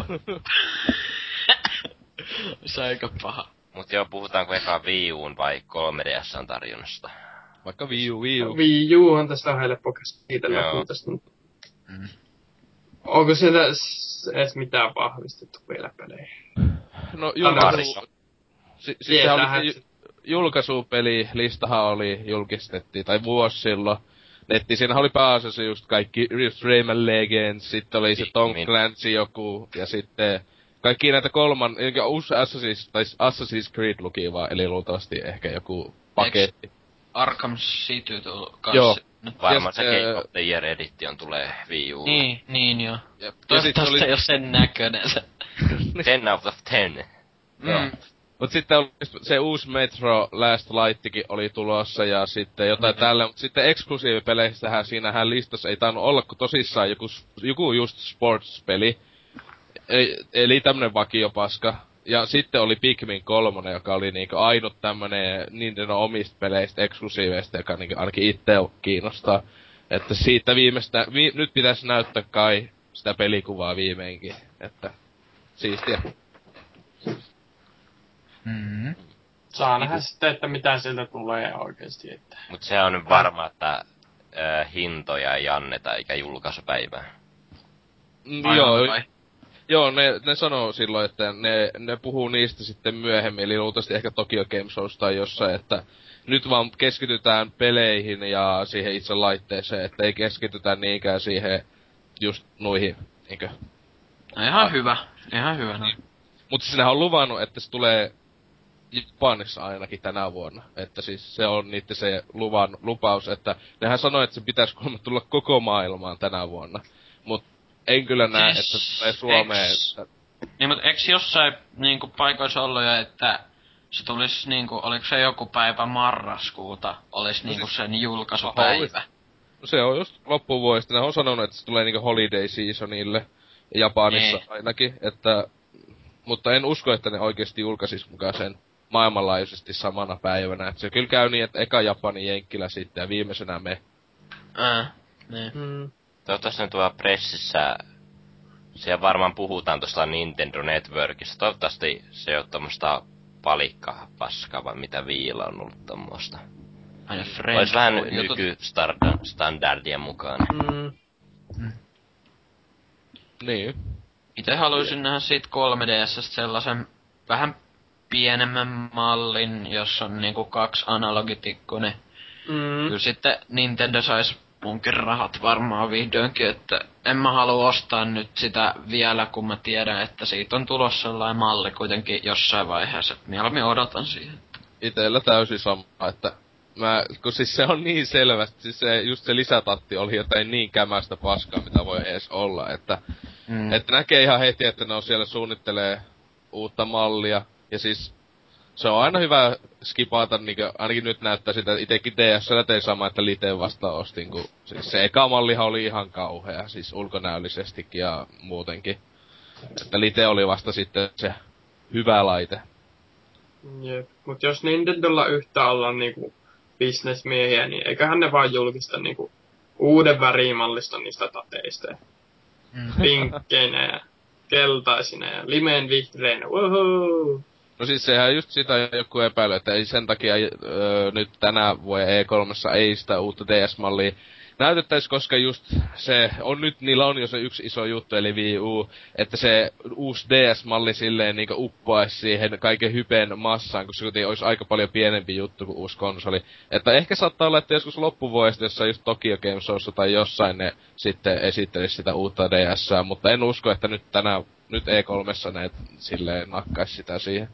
S3: Se on aika paha.
S4: Mut joo, puhutaanko eka Wii Uun vai kolme D S:n tarjonnasta?
S2: Vaikka Wii U, Wii U.
S1: Wii U on tästä helppo käsitellä, kun tästä... Mm. Onko siellä edes mitään vahvistettu vielä peleihin?
S2: No julkaisu... Si- Sittenhän oli se julkaisupeli, listahan oli, julkistettiin, tai vuosi silloin. Netti, siinä oli pääasiassa just kaikki, just Rayman Legends, sitten oli se Tom Clancy joku, ja sitten kaikki näitä kolman, uusi Assassin's, tai Assassin's Creed luki vaan, eli luultavasti ehkä joku paketti.
S3: Arkham City tullut
S2: Joo.
S3: kanssa.
S4: Varmaan se
S2: Ja,
S4: Game of the Year Edition tulee Wii U:lle.
S3: Niin, niin joo.
S2: Jep. Ja sit
S3: Toivottavasti
S2: oli...
S3: ei oo sen näköinen se.
S4: ten out of ten.
S2: Joo.
S3: Mm.
S2: Mut sitten oli se uusi Metro Last Lightkin oli tulossa ja sitten jotain mm-hmm. tällä, mut sitten eksklusiivipeleissähän siinähän listassa ei tainnut olla kuin tosissaan joku, joku just sports-peli. Eli, eli tämmönen vakiopaska. Ja sitten oli Pikmin kolmonen, joka oli niinku ainut tämmönen Nintendo omista peleistä eksklusiiveista, joka niinku ainakin itse kiinnostaa. Että siitä viimeistä, vi, nyt pitäisi näyttää kai sitä pelikuvaa viimeinkin. Että siistiä.
S3: Mm.
S1: Saa nähdä sitten, että mitä sieltä tulee oikeesti. Että...
S4: Mut se on nyt varma, että äh, hintoja ei anneta eikä julkaisupäivää.
S2: Mm, joo, joo, ne, ne sanoo silloin, että ne, ne puhuu niistä sitten myöhemmin, eli luultavasti ehkä Tokyo Game Shows tai jossain, että nyt vaan keskitytään peleihin ja siihen itse laitteeseen, että ei keskitytä niinkään siihen just noihin, niinkö?
S3: No ihan hyvä, ihan hyvä. No.
S2: Mutta sinähän on luvannut, että se tulee Japanissa ainakin tänä vuonna. Että siis se on niitten se luvan, lupaus, että nehän sanoi, että se pitäisi kuulemma tulla koko maailmaan tänä vuonna. Mut en kyllä näe,
S3: Siis,
S2: että se tulee Suomeen.
S3: Eks,
S2: että...
S3: Niin, mut eiks jossain niinku paikoissa ollut jo, että se tulis niinku, oliko se joku päivä marraskuuta, olis no niinku siis, sen julkaisupäivä?
S2: No se on just loppuvuodesta. Ne on sanonut, että se tulee niinku holiday seasonille. Japanissa niin. Ainakin, että... Mutta en usko, että ne oikeesti julkaisis mukaan sen maailmanlaajuisesti samana päivänä. Et se kyllä käy niin, että eka Japani Jenkkilä sitten ja viimeisenä me.
S3: Ää, niin.
S1: Mm.
S4: Toivottavasti ne tuolla pressissä, siellä varmaan puhutaan tuosta Nintendo Networkista. Toivottavasti se ei oo tommoista palikkaa paskaa, vai mitä Viilla on ollut tommoista.
S3: Aina Friends.
S4: Ois vähän nyky-standardien mukaan.
S1: Mm.
S3: Mm.
S2: Niin.
S3: Ite haluaisin nähdä siitä kolme D S:stä sellaisen vähän pienemmän mallin, jossa on niinku kaksi analogitikku, niin
S1: Mm.
S3: kyllä sitten Nintendo sais munkin rahat varmaan vihdoinkin, että en mä halua ostaa nyt sitä vielä, kun mä tiedän, että siitä on tulossa sellainen malli kuitenkin jossain vaiheessa, että mieluummin odotan siihen.
S2: Itellä täysin sama, että mä, kun siis se on niin selvästi, siis se, just se lisätatti oli jotain niin kämästä paskaa, mitä voi edes olla, että mm. että näkee ihan heti, että ne on siellä suunnittelee uutta mallia, ja siis se on aina hyvä skipata, niin kuin, ainakin nyt näyttää sitä, itekin D S L tein sama, että Liteen vasta ostin, kun siis se eka mallihan oli ihan kauhea, siis ulkonäöllisestikin ja muutenkin. Että Lite oli vasta sitten se hyvä laite.
S1: Jep, mut jos Nintendolla yhtään ollaan niinku bisnesmiehiä, niin eiköhän ne vaan julkista niinku uuden värimallista niistä tateista. Mm. Pinkkeinä ja keltaisina ja limeen vihreinä, wohoo!
S2: No siis sehän just sitä joku epäily, että ei sen takia öö, nyt tänä vuoden E kolme ei sitä uutta D S-mallia näytettäis, koska just se on nyt, niillä on jo se yksi iso juttu, eli Wii U, että se uusi D S-malli silleen niinku uppoais siihen kaiken hypen massaan, koska se olisi aika paljon pienempi juttu kuin uusi konsoli. Että ehkä saattaa olla, että joskus loppuvuodesta, jossa just Tokyo Game Showssa tai jossain ne sitten esittelis sitä uutta D S:ää, mutta en usko, että nyt tänä, nyt E kolme ne silleen nakkais sitä siihen.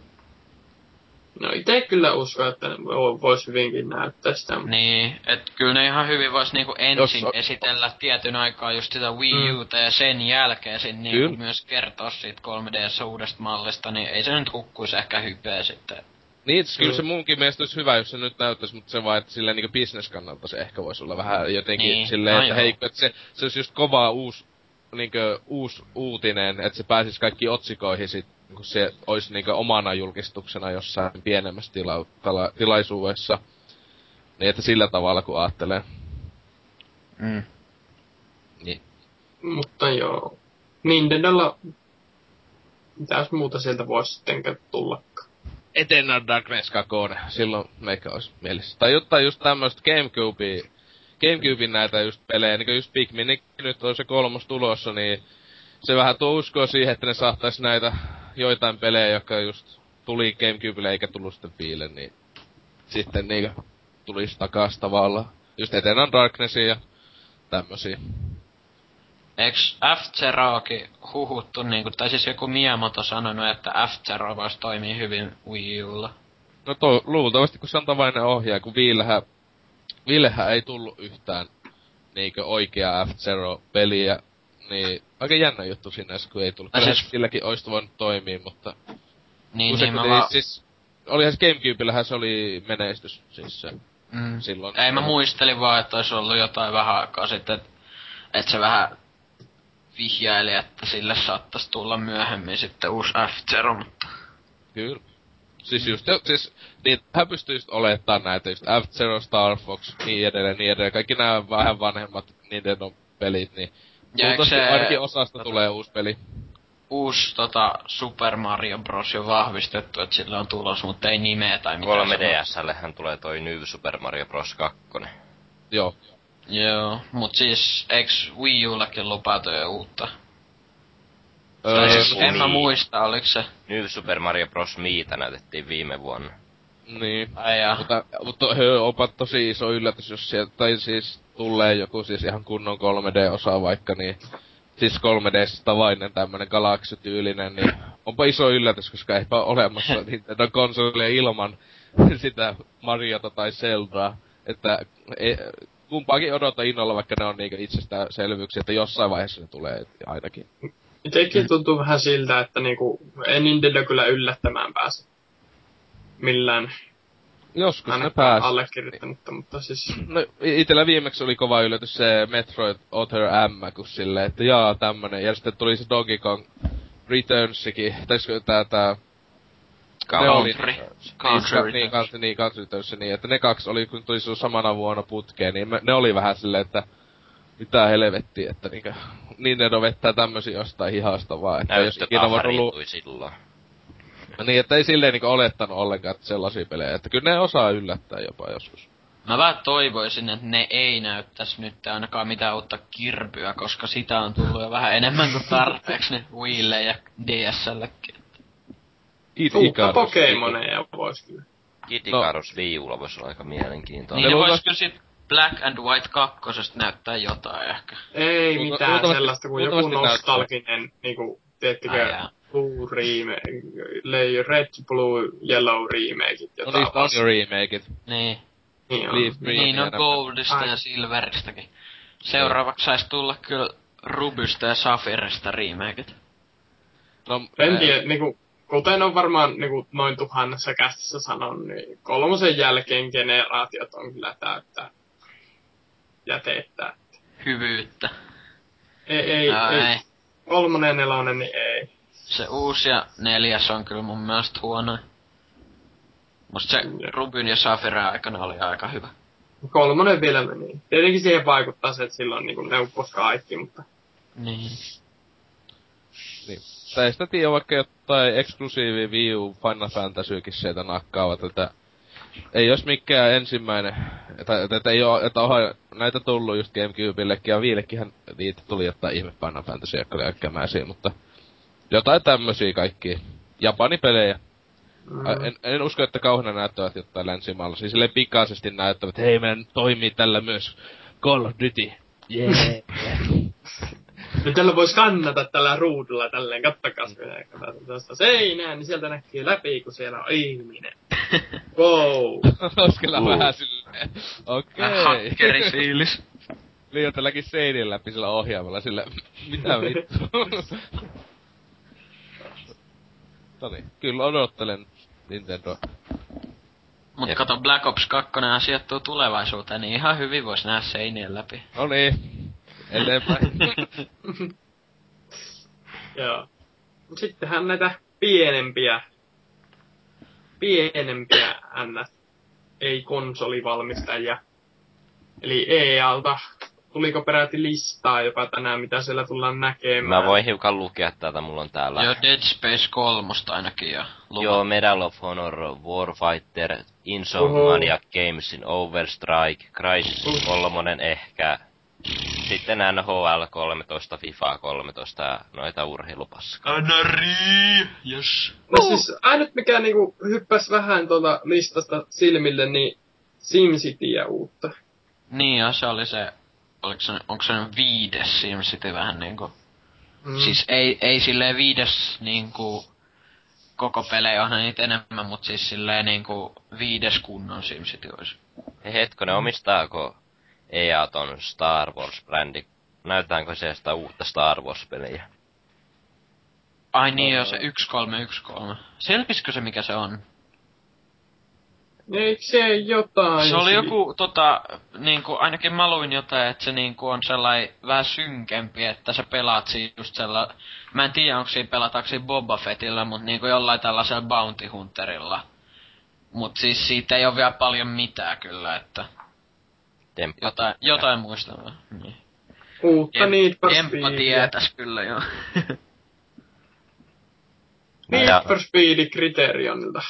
S1: No ite kyllä uskon, että vois hyvinkin näyttää sitä.
S3: Niin, et kyllä ne ihan hyvin vois niinku ensin
S2: Jos...
S3: esitellä tietyn aikaa just sitä Wii Uta mm. ja sen jälkeen sit niinku myös kertoa siitä kolme D S uudesta mallista, niin ei se nyt hukkuisi ehkä hypeä sitten.
S2: Niin, kyllä se munkin mielestä olisi hyvä, jos se nyt näyttäisi, mutta se vaan, että silleen niinku business kannalta se ehkä voisi olla vähän jotenkin niin. silleen, no että heikko, että se, se olisi just kova uusi, niinku uusi uutinen, että se pääsisi kaikki otsikoihin sit, kun se olisi niinku omana julkistuksena jossain pienemmässä tila, tala, tilaisuudessa. Niin, että sillä tavalla kun aattelee.
S3: Mm.
S2: Niin.
S1: Mutta joo. Nintendolla mitäs muuta sieltä voisi sitten tullakaan.
S2: Eternal Darkness kaksi, silloin meikä olisi mielessä. Tai jotain just tämmöstä Gamecubea, Gamecubein näitä just pelejä, niinku just Pikmin nyt on se kolmos tulossa, niin se vähän tuo uskoa siihen, että ne saattais näitä joitain pelejä, jotka just tuli Gamecubelle eikä tullut sitten Viille, niin sitten niinku tulis takas tavallaan. Just Eternal Darknessia ja tämmösiä.
S3: Eiks F-Zeroakin huhuttu niinku, tai siis joku Miyamoto sanonut, että F-Zero vois toimii hyvin Wii Ulla?
S2: No to, luultavasti kun se on tavainen ohjaaja, kun Viillähän, Viillehän ei tullut yhtään niinkö oikeaa F-Zero-peliä, niin aika jännä juttu sinänsä, kun ei tullut. Kyllähän siis... silläkin ois voinut toimia, mutta...
S3: Niin,
S2: se,
S3: niin mä
S2: ei,
S3: vaan...
S2: siis, olihan se GameCubellähän se oli menestys, siis se, mm. silloin.
S3: Ei, mä muistelin vaan, että ois ollut jotain vähän aikaa sitten, että et se vähän vihjaili, että sille saattais tulla myöhemmin sitten uusi F-Zero, mutta...
S2: Kyllä. Siis just, siis, niitähän pystyy just olettaa näitä just F-Zero, Star Fox, niin edelleen, niin edelleen. Kaikki nää vähän vanhemmat Nintendo-pelit, niin... Ja se... ainakin osasta tota, tulee uusi peli.
S3: Uusi tota, Super Mario Bros. Jo vahvistettu, että sillä on tulos, mutta ei nimeä tai mitään.
S4: kolme D S:llehän tulee toi New Super Mario Bros. kaksi.
S2: Joo.
S3: Joo, mut siis eiks Wii Ullakin lupautu jo uutta?
S2: Öö,
S3: tai siis en mä muista, oliks se...
S4: New Super Mario Bros. Miitä näytettiin viime vuonna.
S2: Niin.
S3: Ai jaa.
S2: Mutta, mutta höö, onpa tosi iso yllätys, jos sieltä, tai siis tulee joku siis ihan kunnon kolme D-osa vaikka, niin... Siis kolme D-ssä tavainen tämmönen Galaxy-tyylinen, niin onpa iso yllätys, koska eipä ole olemassa Nintendo konsolia ilman sitä Mariota tai Zeldaa. Että e, kumpaakin odota innolla, vaikka ne on niinkö itsestäänselvyyksiä, että jossain vaiheessa ne tulee ainakin.
S1: Itsekin tuntuu vähän siltä, että niinku, ei Nintendo kyllä yllättämään pääse millään.
S2: Joskus ne pääs.
S1: Allekirjoittanutta, mutta siis...
S2: No, itellä viimeksi oli kova yllätys se Metroid Other M, kun silleen, että jaa tämmönen. Ja sitten tuli se Donkey Kong Returnsikin, taisko tää tää...
S3: Country.
S2: Country niin, Country, niin, Country Returns, niin, että ne kaksi oli, kun tuli samana vuonna putkeen, niin me, ne oli vähän silleen, että... Mitä helvettiä, että niinkö... Nintendo vettää tämmösiä jostain hihasta vaan, että jos ikinä voin ollut...
S4: silloin.
S2: No niin, että ei silleen niinku olettanut ollenkaan, että sellaisia pelejä, että kyllä ne osaa yllättää jopa joskus.
S3: Mä vähän toivoisin, että ne ei näyttäis nyt ainakaan mitään uutta Kirbyä, koska sitä on tullut jo vähän enemmän kuin tarpeeksi ne Wiille ja D S L:kin.
S1: Uutta Pokemoneja vois kyllä.
S4: Kid Icarus no. Wii Ulla vois olla aika mielenkiintoinen.
S3: Niin ne vois kyllä sit Black and White kakkosesta näyttää jotain ehkä.
S1: Ei mitään Luultavasti, sellaista kuin joku nostalginen, niinku, teettikö... Blue remake, Red, Blue, Yellow remakeit ja
S2: no niistä on jo remakeit.
S3: Niin.
S1: Niin on.
S3: Niin on Goldista ja Silveristäkin. Seuraavaksi sais tulla kyllä Rubysta ja Saphiresta remakeit.
S1: No, en tiedä, niinku, kuten on varmaan niinku, noin tuhannessa kästissä sanon, niin kolmosen jälkeen generaatiot on kyllä täyttää jätettä.
S3: Hyvyyttä.
S1: Ei, ei,
S3: no,
S1: ei.
S3: ei.
S1: Kolmonen ja nelonen, niin ei.
S3: Se uusi ja neljäs on kyllä mun mielestä huono. Musta se Rubyn ja Saphiren aikana oli aika hyvä.
S1: Kolmonen vielä meni. Tietenkin siihen vaikuttaa se, että silloin niinku neupos kaikki, mutta...
S3: Niin.
S2: Niin. Tai ei sitä tiedä vaikka jotain eksklusiivia Wii U Final Fantasykin sieltä nakkaavat, että... Ei jos mikään ensimmäinen, että, että ei oo, että onhan näitä tullut just GameCubellekin ja Viillekinhän niitä tuli jotain ihme Final Fantasy, jotka oli äkkämäisiä, mutta... Jotain tämmösiä kaikkia Japanipelejä. Mm. En, en usko, että kauheena näyttävät jotain länsimaalla. Siis silleen pikaisesti näyttävät, että hei, meidän toimii tällä myös Call of Duty. Jee. Yeah.
S1: Nyt tällä vois kannata tällä ruudulla tälleen, kattakas kun tuosta seinään, niin sieltä näkyy läpi, kun siellä on ihminen. Wow.
S2: Ois kyllä uh. vähän silleen, okei. Okay.
S3: Hakkerisiilis.
S2: Liioitelläkin seinien läpi sillä ohjaamalla sillä, mitä vittu. Noniin, kyllä odottelen Nintendo.
S3: Mut kato, Black Ops kaksi sijoittuu tulevaisuuteen, niin ihan hyvin vois nähdä seinien läpi.
S2: Noniin, eteenpäin.
S1: Joo. Sittenhän näitä pienempiä, pienempiä ns. Ei-konsolivalmistajia. Eli E A:lta tuliko peräti listaa jopa tänään, mitä siellä tullaan näkemään?
S4: Mä voin hiukan lukea tätä, mulla on täällä.
S3: Joo, Dead Space kolmosta ainakin ja luvat.
S4: Joo, Medal of Honor, Warfighter, Insomniac Gamesin Overstrike, Crysis kolmonen ehkä. Sitten N H L kolmetoista, FIFA kolmetoista ja noita urheilupaskaa.
S3: N R I! Yes!
S1: No siis ainut mikä niinku hyppäs vähän tuolta listasta silmille, niin SimCityä uutta.
S3: Niin ja se oli se, oliko se, onko se viides SimCity vähän niinku... Mm. Siis ei, ei silleen viides niinku... koko pelejä onhan niitä enemmän, mut siis silleen niinku viides kunnon SimCity ois.
S4: Hei hetkonen, omistaako E A ton Star Wars-brändi? Näytetäänkö se sitä uutta Star Wars-peliä?
S3: Ai niin joo, se yksi kolme yksi kolme. Selvisikö se mikä se on?
S1: Eikö se jotain?
S3: Se oli joku tota, niinku ainakin mä luin jotain, että se niinku on sellainen vähän synkempi, että sä pelaat siinä just sella... Mä en tiedä onko siinä pelataanko siinä Boba Fettillä, mut niinku jollain tällaisella Bounty Hunterilla. Mut siis siitä ei oo vielä paljon mitään kyllä, että...
S4: Temppa.
S3: Jotain, jotain muistan. Niin.
S1: Uutta
S3: Jem,
S1: Need for
S3: Jemppa
S1: Speedia.
S3: tietäis kyllä joo.
S1: Need for Speed Criterionilta.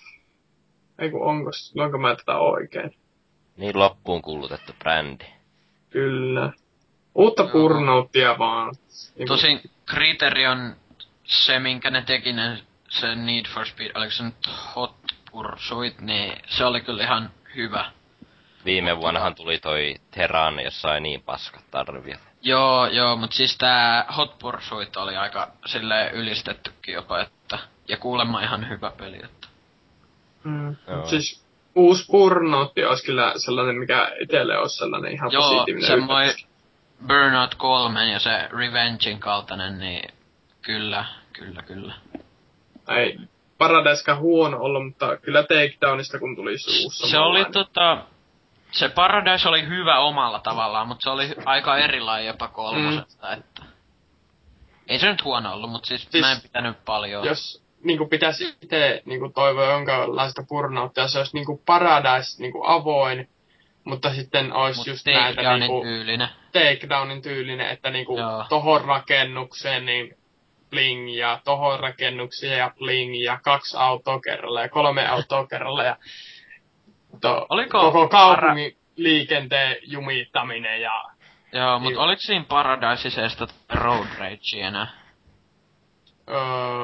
S1: Eiku onkos, onko mä tätä oikein?
S4: Niin loppuun kulutettu brändi.
S1: Kyllä. Uutta burnouttia vaan. Niin
S3: Tosin Criterion, se minkä ne teki ne, se Need for Speed, oliko se nyt Hot Pursuit, niin se oli kyllä ihan hyvä.
S4: Viime vuonnahan tuli toi Terran, jossa sai niin paskat arviot.
S3: Joo, joo, mut siis tää Hot Pursuit oli aika silleen ylistettykin jopa, että... Ja kuulemma ihan hyvä peli, että...
S1: Mm. Siis uusi Burnoutti olisi kyllä sellainen, mikä itselle olisi sellainen ihan
S3: joo,
S1: positiivinen
S3: semmoinen
S1: yllätys.
S3: Burnout kolme ja se Revengein kaltainen, niin kyllä, kyllä, kyllä.
S1: Ei Paradiseka huono ollut, mutta kyllä Takedownista kun tuli se uusi
S3: Se oli tota... Se Paradise oli hyvä omalla tavallaan, mutta se oli aika erilainen jopa kolmosesta, mm. että... Ei se nyt huono ollut, mutta siis, siis mä en pitänyt paljon.
S1: Jos niinku pitäisi itse niinku toivoa jonkinlaista burnouttia, se olisi niinku Paradise niinku avoin, mutta sitten olisi Mut just näitä niinku...
S3: tyylinen.
S1: Takedownin tyylinen, että niinku Joo. tohon rakennukseen niin bling ja tohon rakennukseen ja bling ja kaksi autoa kerralla ja kolme autoa kerralla ja to, koko kaupungin para... liikenteen jumittaminen ja...
S3: Joo, mut niin... oliko siinä Paradiseista Road Rage enää?
S1: Öö,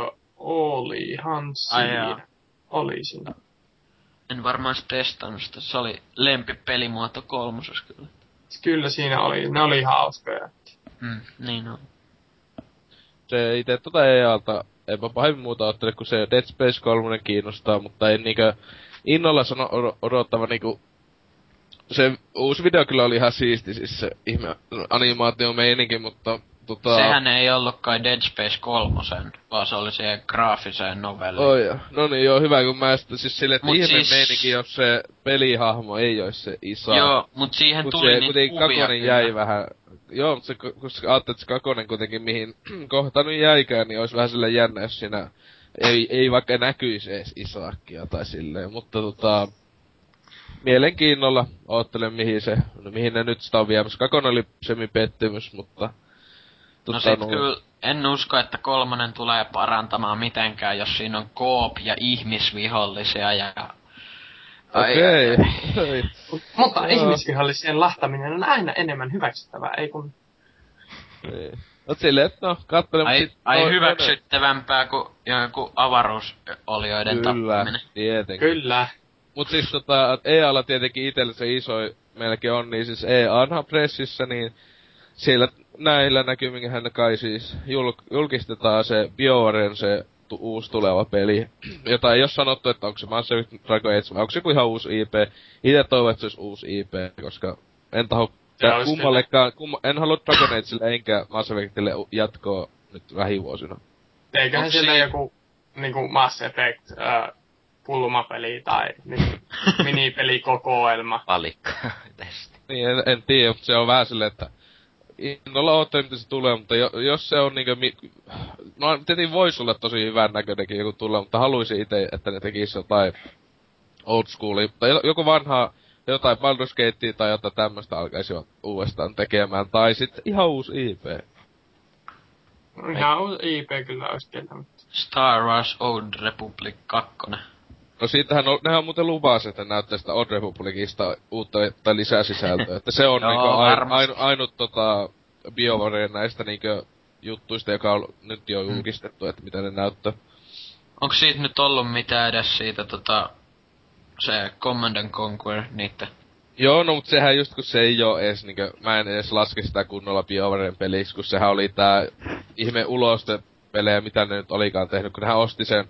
S1: olihan siinä. Oli siinä.
S3: En varmaan testannut sitä, se oli lempipelimuoto kolmosessa kyllä.
S1: Kyllä siinä oli, ne oli hauskoja.
S3: Mm, niin on.
S2: Se ite tota E A:lta, enpä pahemmin muuta ottele, kun se Dead Space kolme kiinnostaa, mutta en niinkö innolla sano odottava niinku... Se uusi video kyllä oli ihan siisti, siis se ihme animaatiomeininki, mutta tota...
S3: Sehän ei ollut kai Dead Space kolmosen, vaan se oli siihen graafiseen novelliin.
S2: Oi oh, no niin joo, hyvä kun mä sitä siis silleen, että ihme siis... meininki, jos se pelihahmo ei ois se iso.
S3: Joo, mut siihen mut tuli niitä kuvia
S2: kakonen jäi vähän... Joo, mutta se, kun ajattelet, että se kakonen kuitenkin mihin kohta nyt jäikään, niin ois vähän silleen jännä, jos siinä ei, ei vaikka näkyisi ees Isaacia tai silleen, mutta tota... Mielenkiinnolla oottelen mihin se, no mihin ne nyt sitä on viemässä. Kakonen oli semi-pettymys, mutta...
S3: No sit no... kyllä en usko, että kolmonen tulee parantamaan mitenkään, jos siinä on koop ja ihmisvihollisia ja...
S2: Okei. Okay.
S1: Mutta no. Ihmisvihollisien lahtaminen on aina enemmän hyväksyttävää, ei kun...
S2: Niin. Oot silleen, että no, kattele...
S3: Ai,
S2: sit,
S3: ai
S2: no,
S3: hyväksyttävämpää kuin joku avaruusolioiden tappaminen.
S2: Kyllä, tietenkin.
S1: Kyllä.
S2: Mut siis tota, E A:lla tietenkin itellä se iso melkein on, niin siis E A:nhan pressissä, niin siellä näillä näkyminhän ne kai siis julk- julkistetaan se BioWaren se tu- uusi tuleva peli, jota ei oo sanottu, että onko se Mass Effect Dragon Age vai onko se joku ihan uusi I P. Ite toivon, että se olisi uusi I P, koska en taho kummallekaan, kumma, en halua Dragon Agelle enkä Mass Effectille jatkoa nyt lähivuosina.
S1: Eiköhän siellä si- joku niinku Mass Effect äh, pulmapeli tai niin, minipelikokoelma.
S4: Valikka testi.
S2: Niin, en, en tiedä, mutta se on vähän silleen, että innolla oottelen, mitä se tulee, mutta jo, jos se on niinkö... Mi- no tietenkin vois olla tosi hyvän näköinenkin joku tulee, mutta haluaisin ite, että ne tekis jotain old schoolia. Tai joku vanha, jotain Baldur's Gatea tai jotain tämmöstä alkaisivat uudestaan tekemään. Tai sit ihan uusi I P.
S1: Ihan uusi I P kyllä ois kieltämättä.
S3: Star Wars Old Republic kaksi.
S2: No siitähän on, nehän muuten lupas, että näyttää sitä Old Republicista uutta tai lisää sisältöä. Että se on
S3: Joo,
S2: niinku ain, ain, ainut tota BioWaren näistä niinku juttuista, joka on nyt jo julkistettu, mm. että mitä ne näyttää.
S3: Onks siitä nyt ollut mitään edes siitä tota... Se Command and Conquer niitten?
S2: Joo, no mut sehän just kun se ei oo ees niinkö... Mä en edes laske sitä kunnolla BioWaren peliksi, kun sehän oli tää ihme uloste pelejä, mitä ne nyt olikaan tehnyt, kun nehän osti sen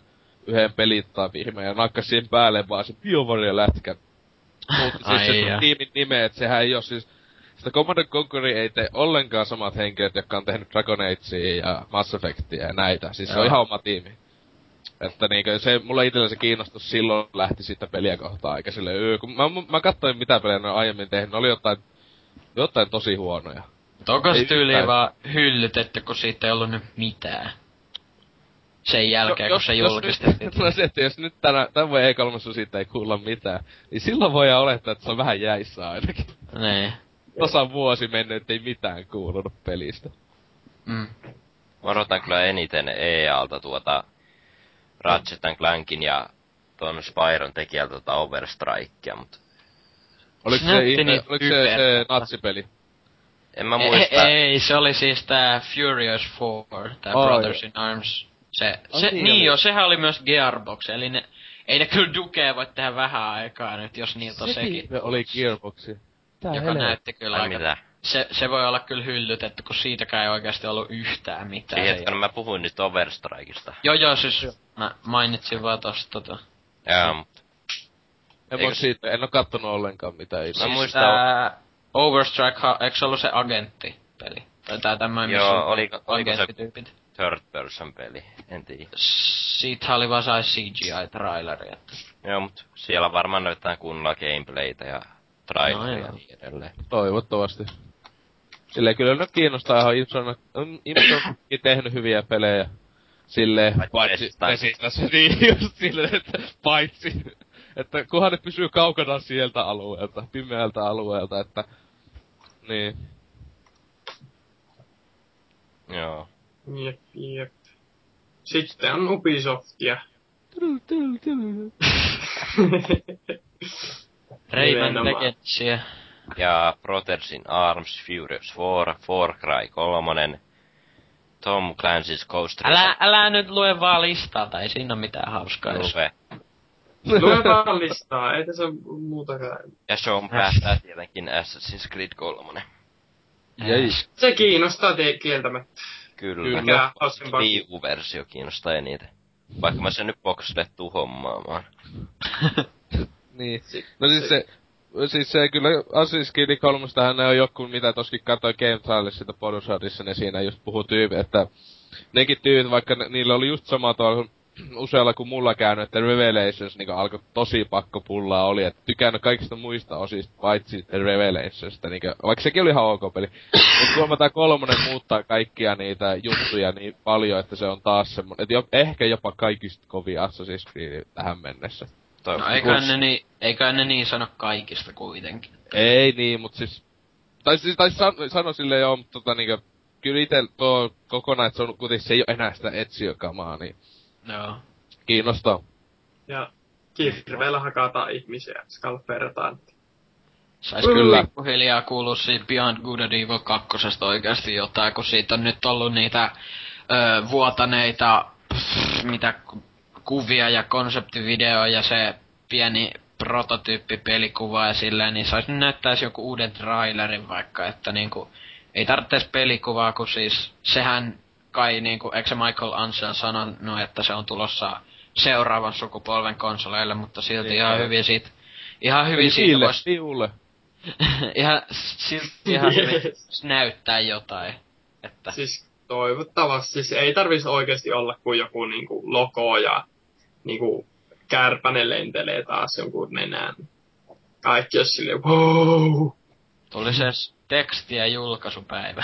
S2: yhden pelittaviimen ja nakkas siihen päälle vaan se BioWare lätkä. Muutti siis se tiimin nimeä, et sehän ei oo siis... Sitä Command and Conquer ei tee ollenkaan samat henkilöt, jotka on tehnyt Dragon Agea ja Mass Effectia ja näitä. Siis Joo. se on ihan oma tiimi. Että niinkö se, mulla itellä se kiinnostus silloin lähti siitä peliä kohtaan, eikä silleen öö, kun mä, mä katsoin mitä pelejä ne on aiemmin tehnyt, ne oli jotain, jotain tosi huonoja.
S3: Onko se tyyliin vaan hyllytetty, kun siitä ei ollut nyt mitään? Sen jälkeen, jo, kun se julkistettiin.
S2: Tulee se, että jos nyt tänä, tämän vuoden E kolme siitä ei kuulla mitään, niin silloin voidaan olettaa, että se on vähän jäissä ainakin.
S3: Nee.
S2: Tasan vuosi mennyt, ettei mitään kuulunut pelistä.
S3: Mm.
S4: Odotan kyllä eniten E A:lta tuota Ratchet and Clankin ja tuon Spyron tekijältä tuota Overstrikea, mut...
S2: Oliko se, ihme, oliko se, se natsipeli?
S4: En mä muista.
S3: Ei, ei, se oli siis tää Furious four, tää oh, Brothers jo. in Arms. Se, oh, se, niin, niin joo, sehän oli myös Gearbox, eli ne, ei ne kyllä Dukea voi tehdä vähän aikaa nyt, jos niiltä on sekin.
S2: Se oli Gearboxi.
S3: Tää joka hele. näytti kyllä aika... Mitä? Se, se voi olla kyllä hyllytetty, kun siitäkään ei oikeesti ollut yhtään mitään.
S4: Siihen hetkellä mä puhuin nyt Overstrikeista.
S3: Joo joo, siis mä mainitsin vaan tosta tota...
S4: Jaa, mut...
S2: En voi siitä, en oo kattonut ollenkaan mitään itse.
S3: Siis muistan... tää Overstrike, eikö se ollut se agenttipeli? Tai tää tämmöinen, missä
S4: Joo, oliko, oliko se
S3: third
S4: person peli? En tiedä.
S3: Siitä oli vaan sai C G I-traileri, että...
S4: Joo, mut siellä varmaan näytetään kunnolla gameplaytä ja traileria ja niin edelleen.
S2: Toivottavasti. Silleen kyllä ne kiinnostaa ihan Imson, Imsonkin tehnyt hyviä pelejä. Silleen, paitsi, tässä niin just silleen, että paitsi, että kunhan ne pysyy kaukana sieltä alueelta, pimeältä alueelta, että, niin.
S4: Joo.
S1: Jep, jep. Sitten on Ubisoftia.
S3: Rayman Legendsia.
S4: Ja Brothers in Arms, Furious four, Far Cry kolme, Tom Clancy's Ghost
S3: Recon. Älä, älä nyt lue vaan listaa, ei siinä oo mitään hauskaa.
S4: Lue.
S1: Lue vaan listaa, ei tässä muutakaan.
S4: Ja Sean päästää tietenkin Assassin's Creed kolme.
S2: Yes.
S1: Se kiinnostaa te kieltämättä.
S4: Kyllä. Kyllä. Wii U-versio kiinnostaa eniten. Vaikka mä sen nyt boxlettuu hommaamaan.
S2: Niin. No siis se... Siis se kyllä Assassin's Creed kolmostahan ne on joku, mitä toskin katsoi Game Trialissa sitä Podusardissa, ne siinä just puhuu tyypit, että nekin tyypit, vaikka ne, niillä oli just sama tuolla usealla kuin mulla käynyt, että Revelations niinku alkoi tosi pakko pullaa oli, että tykännyt kaikista muista osista, paitsi Revelationsista, niinku, vaikka sekin oli ihan ok peli. Mut huomataan kolmonen muuttaa kaikkia niitä juttuja niin paljon, että se on taas semmonen, että jo, ehkä jopa kaikista kovia Assassin's Creed tähän mennessä.
S3: No eiköhän ne, niin, eiköhän ne niin sano kaikista kuitenkin.
S2: Ei niin, mut siis... Tai siis tai san, sano silleen joo, mutta tota niinkö... Kyllä ite tuo kokonaan, että se on kuitenkin se ei oo enää sitä etsiökamaa, niin...
S3: Joo.
S2: Kiinnostaa.
S1: Ja kirveellä hakataan ihmisiä, skalpeerataan.
S3: Sais mm. kyllä pikkuhiljaa kuuluu siitä Beyond Good and Evil kakkosesta oikeasti jotain, kun siitä on nyt ollut niitä öö, vuotaneita... Pff, mitä... kuvia ja konseptivideo ja se pieni prototyyppipelikuva ja silleen, niin sais näyttäis joku uuden trailerin vaikka, että niinku ei tarvittais pelikuvaa, kun siis sehän kai niinku, eikö se Michael Ansel sanonut, että se on tulossa seuraavan sukupolven konsoleille, mutta silti ihan ihan hyvin siitä, ihan hyvin siitä vois...
S2: Piulle.
S3: ihan, silti ihan hyvin näyttää jotain, että...
S1: Siis toivottavasti, siis ei tarvis oikeesti olla kuin joku niinku logo ja niinku kärpäne lentelee taas jonkun nenään. Kaikki jos silleen wow.
S3: Tuli se teksti ja julkaisupäivä.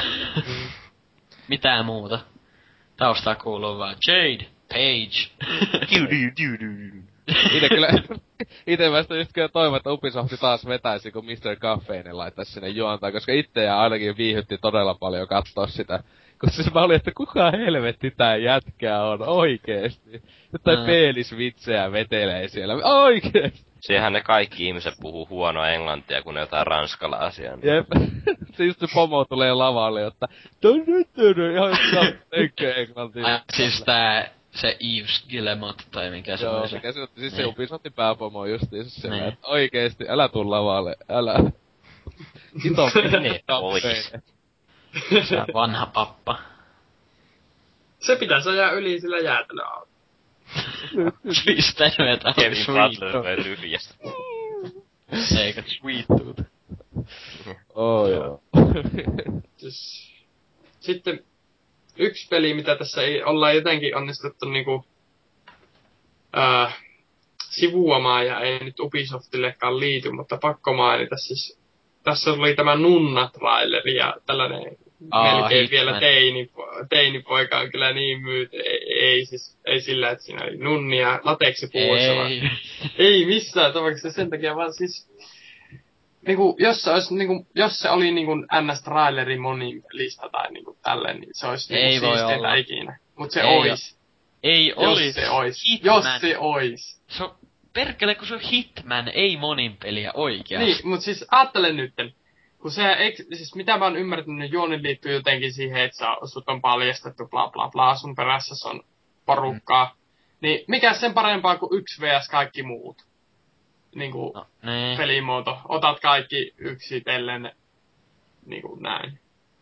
S3: Mitään muuta. Taustaa kuuluu vaan Jade, Page.
S2: Ite kyllä, ite mä sitä just kyllä toivon, että Ubisofti taas vetäisi, kun mister Caffeine laittaisi sinne juontaa, koska itseä ainakin viihytti todella paljon katsoa sitä. Koska siis mä olin, että kuka helvetti tää jätkää on oikeesti. Jotain mm. peelisvitsejä vetelee siellä. Oikeesti.
S4: Siihenhän ne kaikki ihmiset puhuu huonoa englantia, kun ne jotain ranskalaisia. Niin.
S2: Jep. Se just se pomo tulee lavalle, jotta... Ihan tekee englantia.
S3: Siis tää... Se Yves Guillemot, tai mikä se
S2: oli
S3: se.
S2: Mikä se otti, siis se Ubisoftin pääpomo justiinsa siellä, että oikeesti, älä tuu lavalle, älä. Ito
S4: Caffeine.
S3: Se vanha pappa.
S1: Se pitäis ajaa yli sillä jäätelöautolla.
S3: Twist and metal.
S4: Kevin Butler vai tyhjästä.
S3: Eikä Sweet Tooth.
S2: Oh joo.
S1: Siis, sitten yksi peli, mitä tässä ei olla jotenkin onnistuttu niinku ää, sivuamaan ja ei nyt Ubisoftillekaan liity, mutta pakko mainita siis. Tässä oli tämä Nunna-traileri ja tällainen Aa, melkein Hitman. Vielä teini, teinipoika on kyllä niin myyty. Ei, ei siis, ei sillä, että siinä oli nunnia lateksipuussa, vaan ei missään tapauksessa sen takia, vaan siis niinku, jos se olisi niinku, jos se oli niinku N S-traileri monin lista tai niinku tälleen, niin se olisi
S3: ei
S1: niinku siisteitä ikinä. Mut se
S3: ei
S1: ois.
S3: Ei
S1: jos
S3: olis.
S1: se ois.
S3: Hitman.
S1: Jos se ois.
S3: Se on, perkele, kun se on Hitman, ei monin peliä oikeasti.
S1: Niin, mut siis aattele nytten. Kun se, eik, siis mitä mä oon ymmärtänyt, juoni liittyy jotenkin siihen, että sä, sut on paljastettu bla bla bla, sun perässä on porukkaa. Mm. Niin mikä sen parempaa kuin yksi vs kaikki muut? Niinku
S3: no, nee.
S1: Pelimuoto. Otat kaikki yksitellen, niinku näin.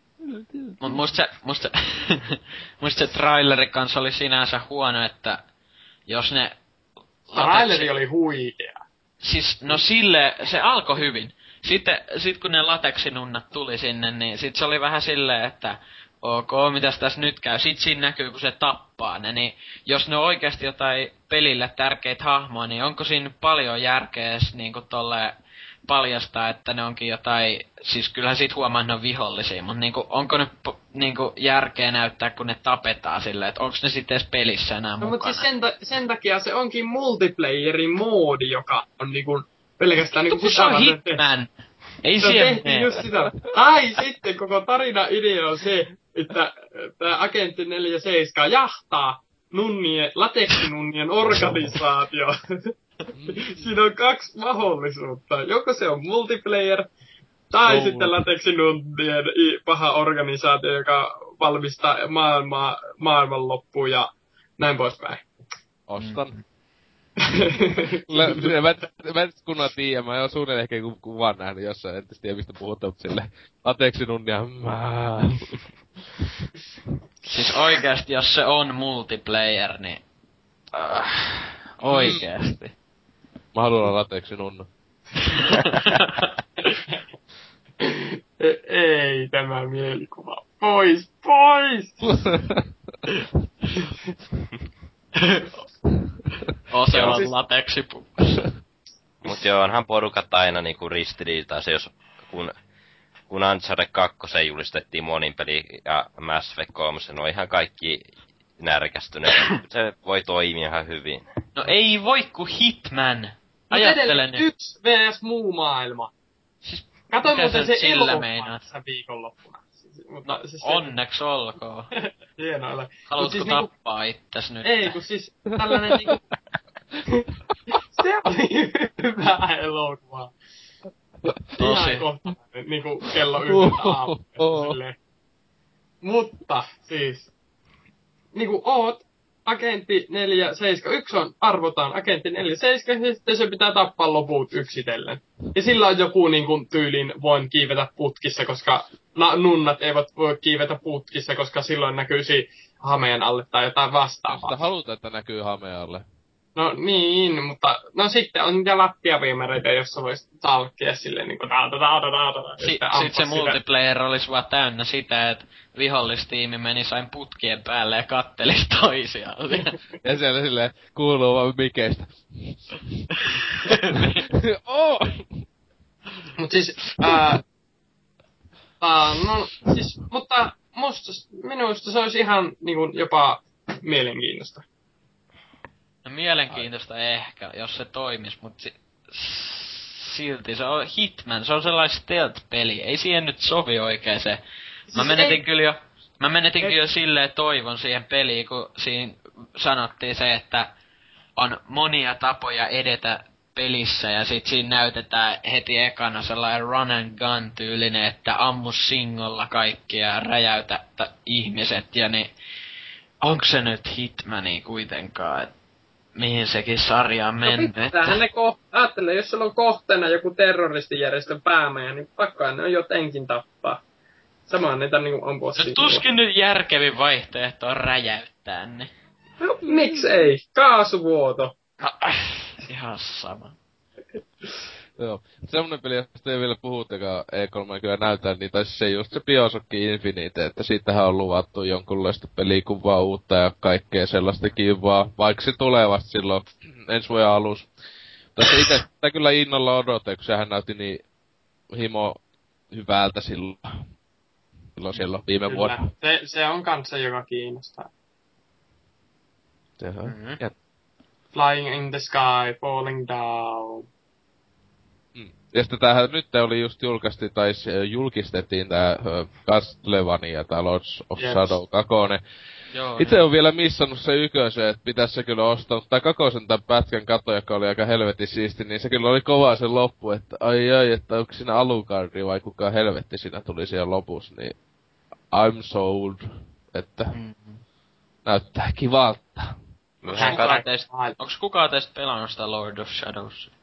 S3: Mut musta se, musta, musta se traileri kanssa oli sinänsä huono, että jos ne...
S1: Traileri oli huikea.
S3: Siis, no sille, se alkoi hyvin. Sitten, sit kun ne lateksinunnat tuli sinne, niin sit se oli vähän silleen, että ok, mitäs tässä nyt käy. Sit siinä näkyy, kun se tappaa ne, niin jos ne on oikeesti jotain pelille tärkeitä hahmoja, niin onko siinä paljon järkeä edes niinku tolleen paljastaa, että ne onkin jotain, siis kyllähän sit huomaa, että ne on vihollisia, mutta niinku, onko ne niinku järkeä näyttää, kun ne tapetaan silleen, että onko ne sitten edes pelissä enää
S1: no,
S3: mukana?
S1: Mutta siis sen, ta- sen takia se onkin multiplayerin moodi, joka on niinku pelkästään niinku
S3: sitä varten. Se on Hitman! Ei
S1: se
S3: siihen
S1: tehtiin just sitä. Ai sitten koko tarina idea on se, että tää agentti neljäkymmentäseitsemän jahtaa nunnien, lateksinunnien organisaatio. Siinä on kaksi mahdollisuutta. Joko se on multiplayer, tai oh. sitten lateksinunnien paha organisaatio, joka valmistaa maailmaa, maailmanloppuun ja näin poispäin.
S2: Ostan. Mm. mä, mä, mä en kunnolla tiiä, mä oon suunnilleen ehkä ku, kuvan nähnyt jossain, en tiedä mistä puhutaan, mutta silleen lateksinunnia.
S3: Siis oikeesti, jos se on multiplayer, niin äh, oikeesti.
S2: Mä haluan olla lateksinunna.
S1: Ei tämä mielikuva. Pois, pois!
S3: Osevat siis... lateksipuppis.
S4: Mut joo, onhan porukat aina niinku ristiriitaa se, jos kun, kun Uncharted kaksi julistettiin monin peli ja Mass Effect kolme, no ihan kaikki närkästyneet. Se voi toimia ihan hyvin.
S3: No ei voi ku Hitman. Ajattelen nyt.
S1: Yksi vs muu maailma.
S3: Siis
S1: kato muuten se elokuva tässä viikonloppuna. Siis, mutta,
S3: no
S1: siis
S3: onneksi olkoon.
S1: Hienoilla.
S3: Haluatko siis tappaa
S1: niinku...
S3: itses nyt?
S1: Ei, kun siis tällainen niinku... se oli hyvä elokuva. Ihan kohta, niinku kello yhdeltä aamulla. Mutta siis... Niinku oot agentti neljä seitsemän yksi on arvotaan agentti neljä seitsemän ja sitten se pitää tappaa loput yksitellen. Ja sillä on joku niinku tyylin voin kiivetä putkissa, koska na- nunnat eivät voi kiivetä putkissa, koska silloin näkyisi hameen alle tai jotain vastaavaa.
S2: Sitä halutaan, että näkyy hameen alle.
S1: No niin, mutta no sitten on niitä lattiaviemäreitä, jossa voisi talkkia silleen niinku taata taata taata.
S3: Si- sit se multiplayer olisi vaan täynnä sitä, että vihollistiimi meni sain putkien päälle ja kattelis toisiaan.
S2: Ja siellä silleen kuuluu vaan mikeistä.
S1: oh! Mut siis, ää... Ää, no siis, mutta musta, minusta se olisi ihan niinku jopa mielenkiintoista.
S3: No mielenkiintoista Ai. ehkä, jos se toimis, mut si- silti se on Hitman, se on sellainen stealth-peli, ei siihen nyt sovi oikein se. Siis mä menetin ei... kyllä jo, mä menetin ei... kyllä jo silleen toivon siihen peliin, kun siinä sanottiin se, että on monia tapoja edetä pelissä ja sit siinä näytetään heti ekana sellainen run and gun tyylinen, että ammu singolla kaikki ja räjäytä t- ihmiset ja niin onko se nyt Hitmania kuitenkaan, et mihin sekin sarja on mennyt.
S1: No pitäähän ne ko- ajattele, jos sulla on kohteena joku terroristijärjestön päämäjä, niin pakkohan ne on jotenkin tappaa. Samaan niitä niinku ampua
S3: no tuskin nyt järkevin vaihtoehto on räjäyttää ne.
S1: No Miksi ei? Kaasuvuoto.
S3: Ihan sama.
S2: Joo. Semmonen peli, josta ei vielä puhuttekaan E kolme kyllä näytää, niin tai se just se Bioshock Infinite, että siitähän on luvattu jonkunlaista pelikuvaa uutta ja kaikkea sellaista kivaa, vaikka se tulee vasta silloin ensi vuoden alussa. Tässä ite sitä kyllä innolla odotan, kun sehän näytti niin himo hyvältä silloin. Silloin silloin viime
S1: Kyllä.
S2: vuonna.
S1: Se, se on kanssa, joka kiinnostaa.
S2: Sehän on.
S3: Mm-hmm.
S2: Ja,
S1: Flying in the sky, falling down.
S2: mm. Ja sitten tämähän nyt oli just julkaisti, tai julkistettiin tää uh, Castlevania, tää Lords of
S1: Yes.
S2: Shadow kaksi.
S3: Joo,
S2: Itse
S3: niin.
S2: on vielä missannut se ykösen, että pitäis se kyllä ostaa. Tai kakosen tän pätkän kato, joka oli aika helvetin siisti, niin se kyllä oli kovaa se loppu, että ai ai, että onko siinä Alucardi vai kuka helvetti siinä tuli siellä lopussa, niin I'm sold, että
S3: Mm-hmm.
S2: näyttää kivalta.
S3: Onks
S4: Vähän
S3: kukaan,
S4: kat-
S3: teistä, onks kukaan teistä pelannut sitä Lord of Shadows?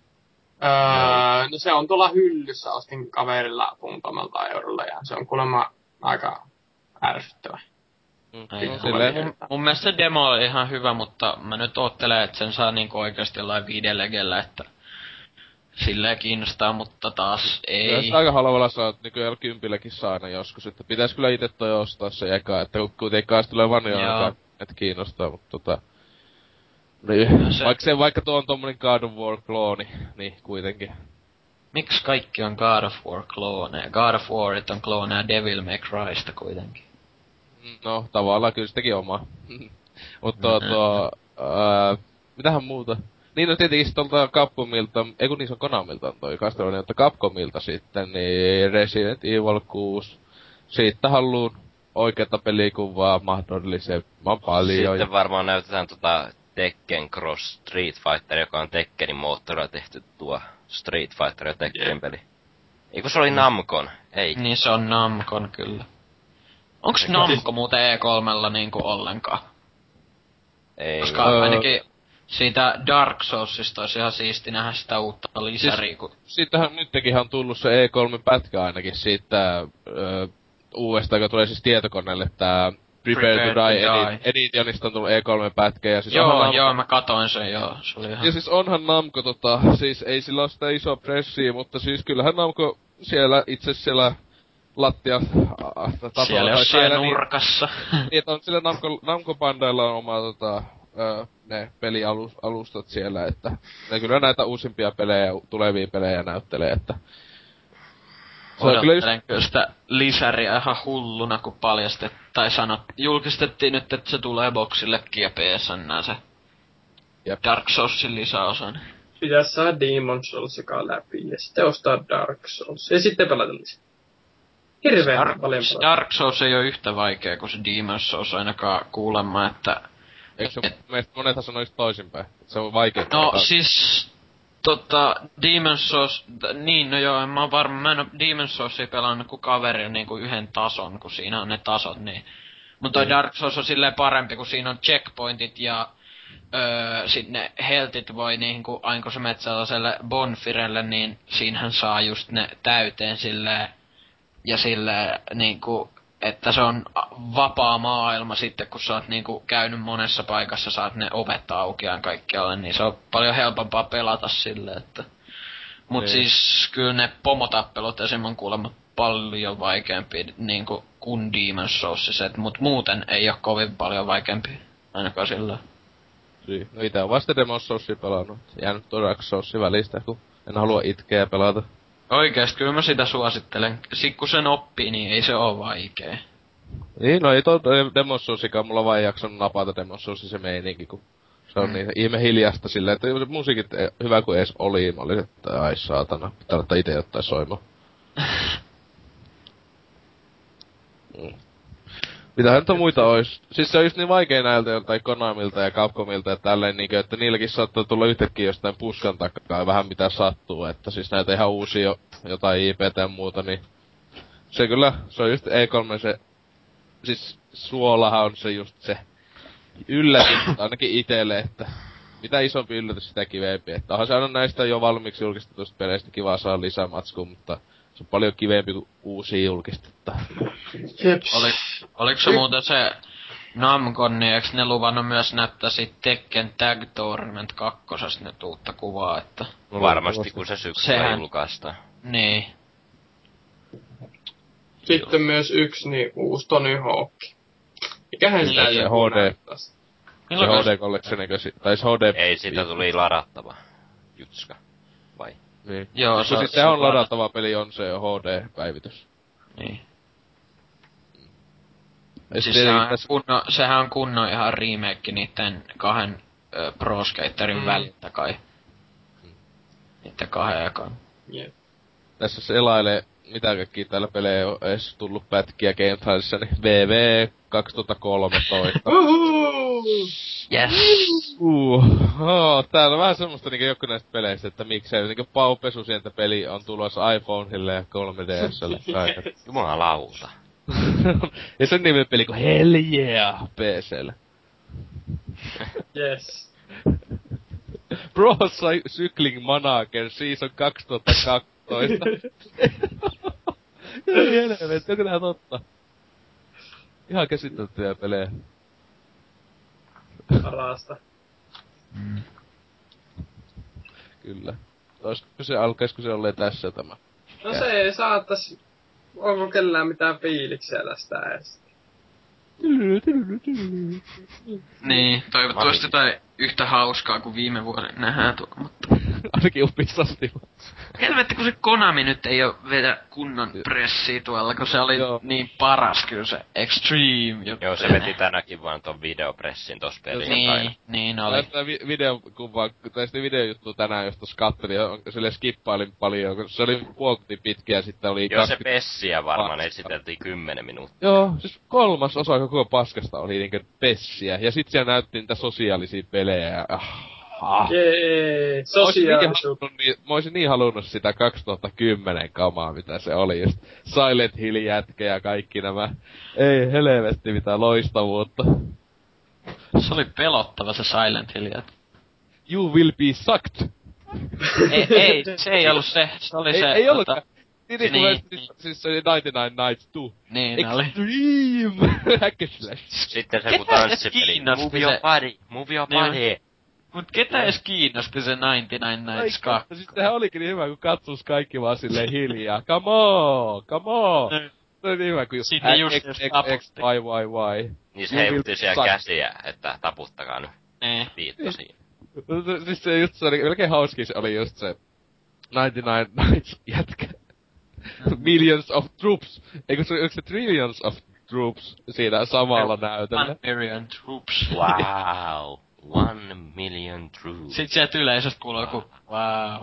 S1: Öö, no se on tuolla hyllyssä, ostin kaverilla puntamelta eurolla ja se on kuulemma aika ärsyttävä.
S2: Mm.
S3: Ei,
S2: No,
S3: mun,
S2: silleen,
S3: mun, mun mielestä se demo oli ihan hyvä, mutta mä nyt oottelen, että sen saa niinku oikeesti jollain viidelegellä, että silleen kiinnostaa, mutta taas ei.
S2: Kyllä sitä aika halvalla saa, että nykyään kympilläkin saa aina joskus, että pitäis kyllä ite toi ostaa se eka, että kuitenkaan se tulee vanjoa, että kiinnostaa, mutta tota... Niin,
S3: se...
S2: vaikka se, vaikka tuo on tommonen God of War-klooni, niin kuitenkin.
S3: Miksi kaikki on God of War klooneja? God of Warit on klooneja Devil May Crysta kuitenkin.
S2: No, tavallaan kyllä sitäkin oma. Mut tuo, tuo, ää, mitähän muuta? Niin, no tietenkin tuolta Capcomilta, ei kun niin se on Konamilta toi Castlevania, mutta Capcomilta sitten, niin Resident Evil kuusi. Siitä haluun oikeeta pelikuvaa mahdollisimman paljon.
S4: Sitten varmaan näytetään tota Tekken Cross Street Fighter, joka on Tekkenin moottorilla tehty tuo Street Fighter ja Tekken
S1: Yeah.
S4: peli. Eikö se oli Namcon? Ei.
S3: Niin se on Namcon kyllä. Onks
S4: Eikä
S3: Namco
S4: siis-
S3: muuten E kolmella niinku ollenkaan?
S4: Ei.
S3: Koska
S2: Öö.
S3: ainakin siitä Dark Soulsista olisi ihan siisti nähdä sitä uutta lisäriä, kun...
S2: Siitähän nytkin on tullut se E kolme pätkä ainakin siitä öö, uudestaan, joka tulee siis tietokoneelle tää Prepare,
S3: Prepare
S2: to Die,
S3: to
S2: Edit-
S3: Die.
S2: Editionista on tullut E kolme pätkä ja siis
S3: Joo,
S2: onhan
S3: joo,
S2: Namco-
S3: mä katoin sen, joo. Se oli ihan...
S2: Ja siis onhan Namco tota, siis ei sillä oo sitä isoa pressiä, mutta siis kyllähän Namco siellä itse siellä lattia tasolla.
S3: Siellä
S2: tai
S3: jossain
S2: siellä,
S3: nurkassa.
S2: Niin, niin että on sillä Namco, Namco Bandailla on oma tota, ö, ne pelialustat siellä, että ne kyllä näitä uusimpia pelejä, tulevia pelejä näyttelee, että se on kyllä just,
S3: Odottelen kyllä sitä lisäriä ihan hulluna, kun paljastet, tai sanot, julkistettiin nyt, että se tulee boksillekin ja P S N se
S2: Jep.
S3: Dark Soulsin lisäosan.
S1: Pitäis saada Demon's Souls joka läpi ja sitten ostaa Dark Souls ja sitten pelata lisää. Hirveän
S3: Dark,
S1: paljon pelata.
S3: Dark Souls ei ole yhtä vaikea kuin se Demon's Souls ainakaan kuulemma, että...
S2: eikö se
S3: et,
S2: meistä monethan sanois toisinpäin, että se on vaikea.
S3: no siis... Tota, Demon's Souls, t- niin no joo, en mä oon varma, mä en oo Demon's Soulsia pelannut kuin kaveri niinku yhden tason, kun siinä on ne tasot, niin... Mut toi
S2: Mm.
S3: Dark Souls on silleen parempi, kun siinä on checkpointit ja... Öö, sit ne heltit voi niinku, aina kun sä menet sellaiselle bonfirelle, niin siinähän saa just ne täyteen silleen... Ja silleen niinku, että se on a- vapaa maailma sitten, kun sä oot niinku käynyt monessa paikassa, saat ne ovet aukiaan kaikkialle, niin se on paljon helpompaa pelata silleen, että... Mut
S2: Niin.
S3: siis kyllä ne pomotappelut esim. On kuulemma paljon vaikeampia niinku kuin Demon's Souls, et mut muuten ei oo kovin paljon vaikeampia, ainakaan sillä.
S2: Niin. No ite on vasta Demon's Soulsia pelannut, jäänyt tuon Dark Soulsin välistä, kun en halua itkeä ja pelata.
S3: Oikeesti kyllä mä sitä suosittelen. Sit kun sen oppii, niin ei se oo vaikee.
S2: Niin, no ei tuo Demon's Soulsikaan mulla vaan jaksanut napata Demon's Soulsin se meininki, kun se on
S3: Mm.
S2: niin ihme hiljasta silleen, että se musiikit ei- hyvä kuin ees oli, mä olin, että ai saatana, pitää ottaa ite jotain soimaan. Mm. Mitähän nyt muita ois? Siis se on just niin vaikea näiltä joltain Konamilta ja Capcomilta ja tälleen niinkö, että niilläkin saattaa tulla yhtäkkiä jostain puskan takaa vähän mitä sattuu, että siis näitä ihan uusia jo, jotain I P:tä ja muuta, niin se kyllä, se on just E kolme se, siis suolahan on se just se yllätys, ainakin itelle, että mitä isompi yllätys sitä kivempi, että onhan se aina näistä jo valmiiksi julkistetuista peleistä kiva saa lisämatskua, mutta se on paljon kivempi kuin uusia julkistetta.
S1: Jeps.
S3: Oli, oliko se muuten se, Namcon, niin eiks ne luvannut myös näyttää sit Tekken Tag Tournament kakkosesta nyt uutta kuvaa, että...
S4: No varmasti, kun se syksyllä
S3: Sehän-
S4: julkaistaan.
S3: Niin.
S1: Sitten myös yksi niin uusi Tony Hawk. Mikähän sitä
S2: Se
S1: joku
S2: H D.
S1: näyttäis?
S2: Se
S3: Milloin
S2: H D Collection, eikö si... Tai se H D...
S4: Ei, siitä tuli ladattava. Jutska. Vai?
S2: Niin.
S3: Joo,
S2: se,
S3: se-
S2: siis
S3: se
S2: sehän on
S3: on lada-
S2: ladattava peli, on se H D-päivitys.
S3: Niin.
S2: Ja
S3: Siis
S2: siis
S3: sehän on,
S2: tässä...
S3: kunno, sehän on kunnon ihan remake niitten kahden ö, Pro Skaterin
S1: Mm.
S3: mm. väliltä kai. Niitten kahden ekan.
S1: Jep.
S2: tässä selailee, mitä kaikkia täällä pelejä on edes tullut pätkiä Gamefileissa, niin V V kaksituhattakolmetoista.
S1: Uhuhu!
S3: Yes!
S2: Uh, oh, täällä on vähän semmoista niinku joku näistä peleistä, että miksei niinku paupesusientä peli on tulossa iPhoneille ja kolme D S:lle.
S4: Jumalauta.
S2: Ja sen nimen peli kuin Hell Yeah P C:lle.
S1: Yes.
S2: Pro Cycling Manager Season kaksituhattakaksitoista. Ei helvetti, onko nää totta? Ihan käsittämättömiä pelejä.
S1: Parasta.
S2: Kyllä. Olisiko se, alkaisko se olleen tässä tämä?
S1: No se saattais... Onko kellään mitään fiiliksiä tästä edes?
S3: Niin, toivottavasti jotain yhtä hauskaa kuin viime vuoden nähdään tuo, mutta...
S2: Ainakin Ubisoftilla.
S3: Helvetti, kun se Konami nyt ei oo vedä kunnon pressiä tuolla, kun se oli
S2: Joo.
S3: niin paras kyllä se Extreme juttu.
S4: Joo, se veti tänäkin vaan ton videopressin tossa perjantaina.
S3: Niin, niin
S2: Mä
S3: oli.
S2: sitä vi- videokuvaa, tai sitä videojuttua tänään, jos tossa kattelin, ja sille skippailin paljon, kun se oli puolta pitkä ja sitten oli
S4: Joo, se
S2: kaksikymmentä
S4: pessiä varmaan
S2: Vasta.
S4: esiteltiin kymmenen minuuttia.
S2: Joo, siis kolmas osa koko paskasta oli niinkö pessiä, ja sit siellä näytti niitä sosiaalisia pelejä, ja ah, ah.
S1: Jee,
S2: Mä oisin, niin
S1: sosiaalisuutta.
S2: halunnut, niin, mä oisin niin halunnut sitä kaksituhattakymmenen kamaa, mitä se oli, just Silent Hill jätkä ja kaikki nämä. Ei helvetti, mitä loistavuutta.
S3: Se oli pelottava se Silent Hill. jätkä.
S2: You will be sucked.
S3: ei, ei, se ei ollut se. Se oli
S2: Ei,
S3: se...
S2: ei ollutkaan. Niin, niin,
S3: niin,
S2: niin, siis, siis se oli yhdeksänkymmentäyhdeksän Nights two.
S3: Niin, ne oli.
S2: Extreme! Hack and slash.
S4: Sitten se kun
S3: Ketä
S4: tanssipeli.
S3: kiinnosti
S4: Move
S3: se-
S4: your body, move your
S3: Niin.
S4: body.
S3: Mut ketä edes kiinnosti se yhdeksänkymmentäyhdeksän Nights kaksi?
S2: Siis sehän olikin niin hyvä, kun katsos kaikki vaan silleen hiljaa. Come on! Come on!
S3: Niin.
S2: Se oli niin hyvä, kun
S3: Sitten just
S2: X,
S3: jos
S2: X, X,
S3: taputti.
S2: Y, Y, Y.
S4: Niin se
S2: You will
S4: heilutti siellä
S2: suck.
S4: käsiä, että taputtakaa nyt
S3: Niin.
S4: viittosiin.
S2: Siis se just se oli, melkein hauski se oli just se yhdeksänkymmentäyhdeksän Nights jätkä. Millions of troops. Eikö se, onko se trillions of troops siinä samalla näytöllä?
S3: One million troops.
S4: Wow. One million true.
S3: Sit sieltä yleisöstä kuuluu joku, wow.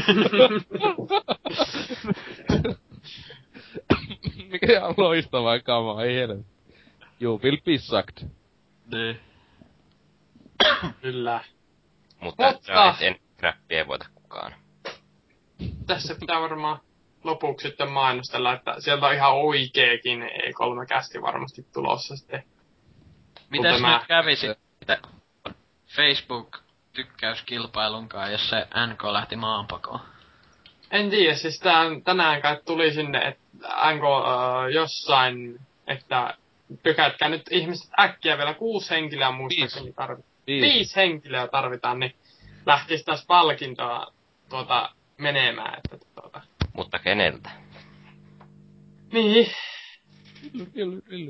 S2: Mikä ihan loistavaa kamaa, ei helvetti. You will be sucked.
S3: Niin.
S1: Kyllä.
S4: Mutta
S1: Mutta-
S4: Giant Engrappia ei voita kukaan.
S1: Tässä pitää varmaan lopuksi sitten mainostella, että sieltä on ihan oikeekin E kolme -kästi varmasti tulossa sitten.
S3: Mitäs
S1: tämä-
S3: nyt kävisi sitten Facebook-tykkäyskilpailunkaan, jos se N K lähti maanpakoon?
S1: En tiedä, siis tän, tänään kai tuli sinne, että N K äh, jossain, että tykätkää nyt ihmiset äkkiä vielä kuusi henkilöä muistaakseni tarvitaan.
S2: Viisi.
S1: Viisi henkilöä tarvitaan, niin lähtisi taas palkintoa tuota menemään, että tuota.
S4: Mutta keneltä?
S1: Niin.
S2: Kyllä, kyllä.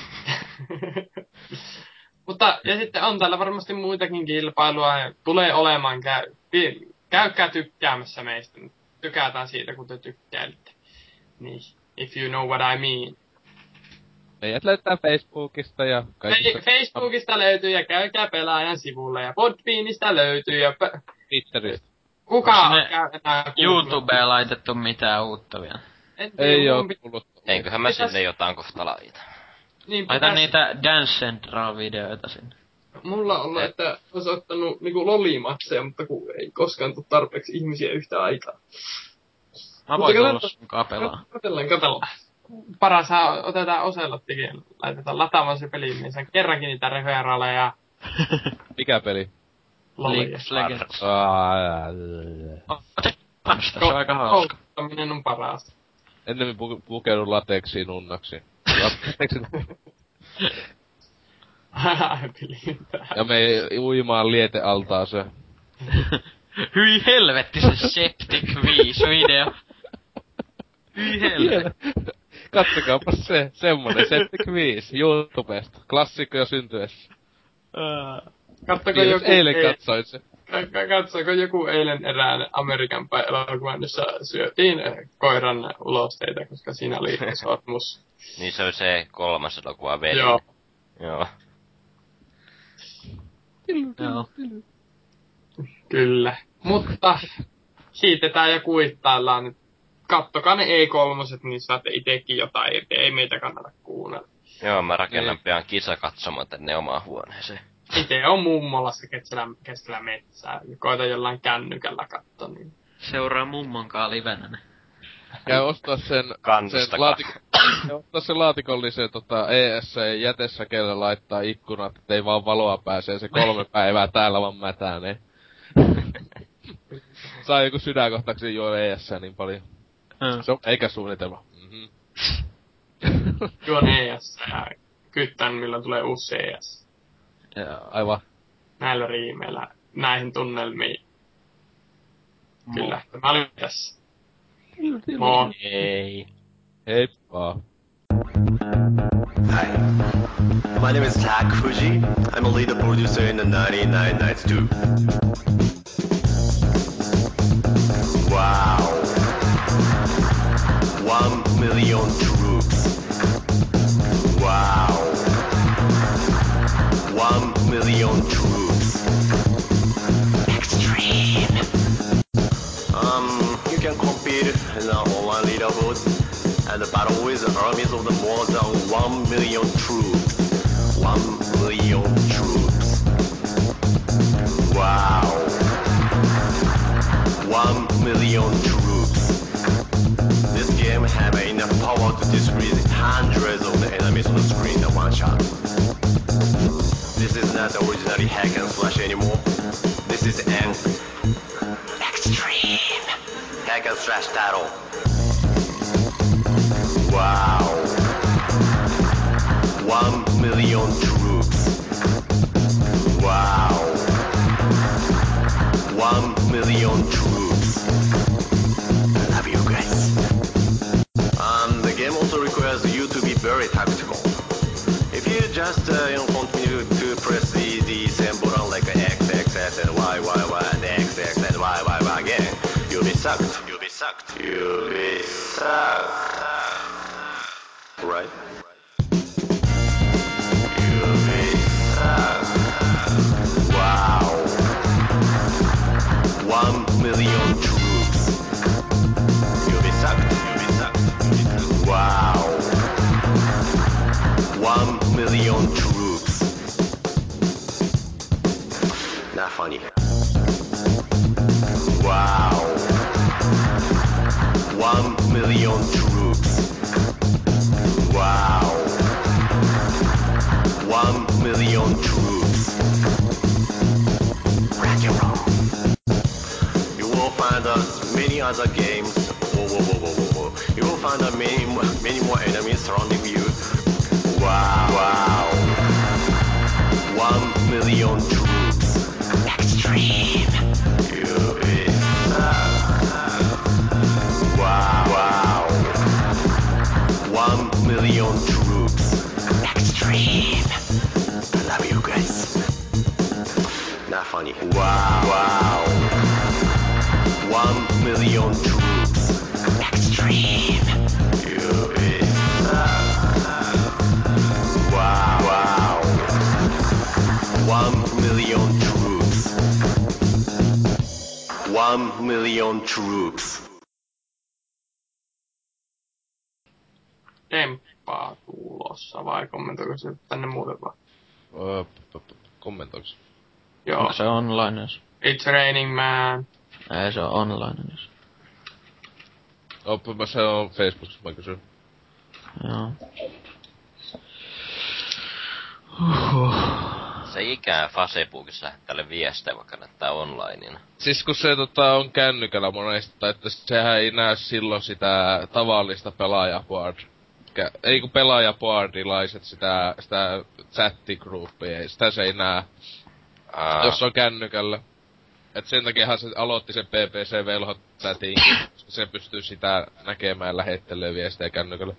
S1: Mutta, ja sitten on täällä varmasti muitakin kilpailua, ja tulee olemaan, käy, pi- käykää tykkäämässä meistä. Tykätään siitä, kun te tykkäilitte. Niin, if you know what I mean.
S2: Meidät löytää Facebookista ja kaikista.
S1: Fe- Facebookista löytyy, ja käykää pelaajan sivulle, ja Podbeanista löytyy, ja p-
S2: Twitteristä.
S1: kuka
S3: Onks
S1: on
S3: ne
S1: käy enää
S3: YouTubeen laitettu mitään uutta vielä.
S1: En tiedä,
S2: Ei oo
S1: mun pit-
S2: tullut.
S4: Eiköhän mä
S1: Pitäis-
S4: sinne jotain kohta laita.
S1: niin
S3: Laita
S1: pitäis-
S3: niitä Dance Central-videoita sinne.
S1: Mulla on ollut, että olisi ottanut niinku lolimatseja, mutta kun ei koskaan tule tarpeeksi ihmisiä yhtä aikaa.
S3: Mä
S1: Mutta
S3: voin tulla
S1: katsotaan-
S3: sun kapelaa.
S1: Katellaan, katellaan. Paras otetaan Oselottikin, laitetaan lataamaan se peli, niin sen kerrankin niitä referaleja
S2: Mikä peli?
S1: lolia.
S3: League of Legends.
S2: Aa,
S3: Se on aika hauska.
S1: Kouluttaminen on parasta.
S2: ennemmin pu- pukeudun lateksiin nunnaksi. Lateksiin.
S1: I believe that.
S2: Ja me uimaan lietealtaaseen.
S3: Hyi helvetti se Septic viisi video. Hyi helvetti.
S2: Katsokaapa se, semmonen Septic viisi YouTubesta. Klassikko jo syntyessä.
S1: Katsoiko joku...
S2: Eilen katsoin se.
S1: Katsoiko joku eilen erään Amerikan päin elokuvan, jossa syötiin koiran ulosteita, koska siinä oli sormus.
S4: Niin se oli se kolmas elokuva veli.
S1: Joo.
S4: Joo.
S3: Joo.
S1: Kyllä. Mutta siitetään ja kuittaillaan nyt. Kattokaa ne E kolme, niin saatte itekin jotain irti. Ei meitä kannata kuunnella.
S4: Joo, mä rakennan niin. pian kisakatsoman tänne omaan huoneeseen.
S1: Ite on mummolassa keskellä, keskellä metsää. Koita jollain kännykällä katsoa. Niin.
S3: Seuraa mummonkaan livenä.
S2: Ja ostaa sen, sen, laatik- ostaa sen laatikollisen tota, E S C-jätesäkelle laittaa ikkunat, ettei vaan valoa pääsee se kolme päivää täällä vaan mätänee. Saa joku sydänkohtaksi juo E S niin paljon. Mm. Se on eikä suunnitelma. Mm-hmm.
S1: Juon E S ja kyttän milloin tulee uusi E S.
S2: Ja, aivan.
S1: Näillä riimeillä, näihin tunnelmiin. Mo. Kyllä, mä olin tässä. Moi.
S4: Hei.
S2: Heippa.
S6: Hi. My name is Tak Fuji. I'm a lead producer in the ninety-nine nights two. Wow. One million troops. Wow. One million troops. Extreme. Um, you can compete in the online leaderboards and battle with the armies of the more than one million troops. One million troops. Wow. One million troops. This game have enough power to destroy hundreds of the enemies on the screen in one shot. This is not originally hack and slash anymore. This is an extreme hack and slash battle. Wow. One million troops. Wow. One million troops. I love you guys. Um, the game also requires you to be very tactical. If you just uh, you know, continue to press the, the same button like X, X, X, and Y, Y, Y, and X, X, and Y, Y, Y again, you'll be sucked. You'll be sucked. You'll be sucked. Right? You'll be sucked. Wow. One million troops. You'll be sucked. You'll be sucked. You'll be sucked. Wow. One million troops. Not funny. Wow. One million troops. Wow. One million troops. Rock and roll. You will find us many other games. Whoa, whoa, whoa, whoa, whoa, whoa. You will find uh, many, many more enemies surrounding you. Wow. Wow. One million troops. Extreme. You be wow. Wow. One million troops. Extreme. I love you guys. Not funny. Wow. Wow. One million troops. Extreme. You be wow. Wow. One million troops. One million troops.
S1: Demppaa tulossa, vai kommentoiko se tänne muuten vaan?
S2: Öö, kommentoiks?
S1: Joo.
S3: Se on online.
S1: It's raining man.
S3: Ei se on online.
S2: Oppa, se on Facebookissa, mä kysyn.
S3: Joo.
S4: Se ikää Facebookissa lähettäelle viestejä, vaikka näyttää onlineina.
S2: Siis kun se tota, on kännykällä monesti, että sehän ei näe silloin sitä tavallista pelaajaboard mitkä, ei kun pelaajaboardilaiset sitä, sitä chattigroupia, sitä se ei nää,
S4: Aa.
S2: jos on kännykällä. Et sen takiahan se aloitti sen P P C-velhot chatinkin, koska se pystyy sitä näkemään lähettelee viestejä kännykällä.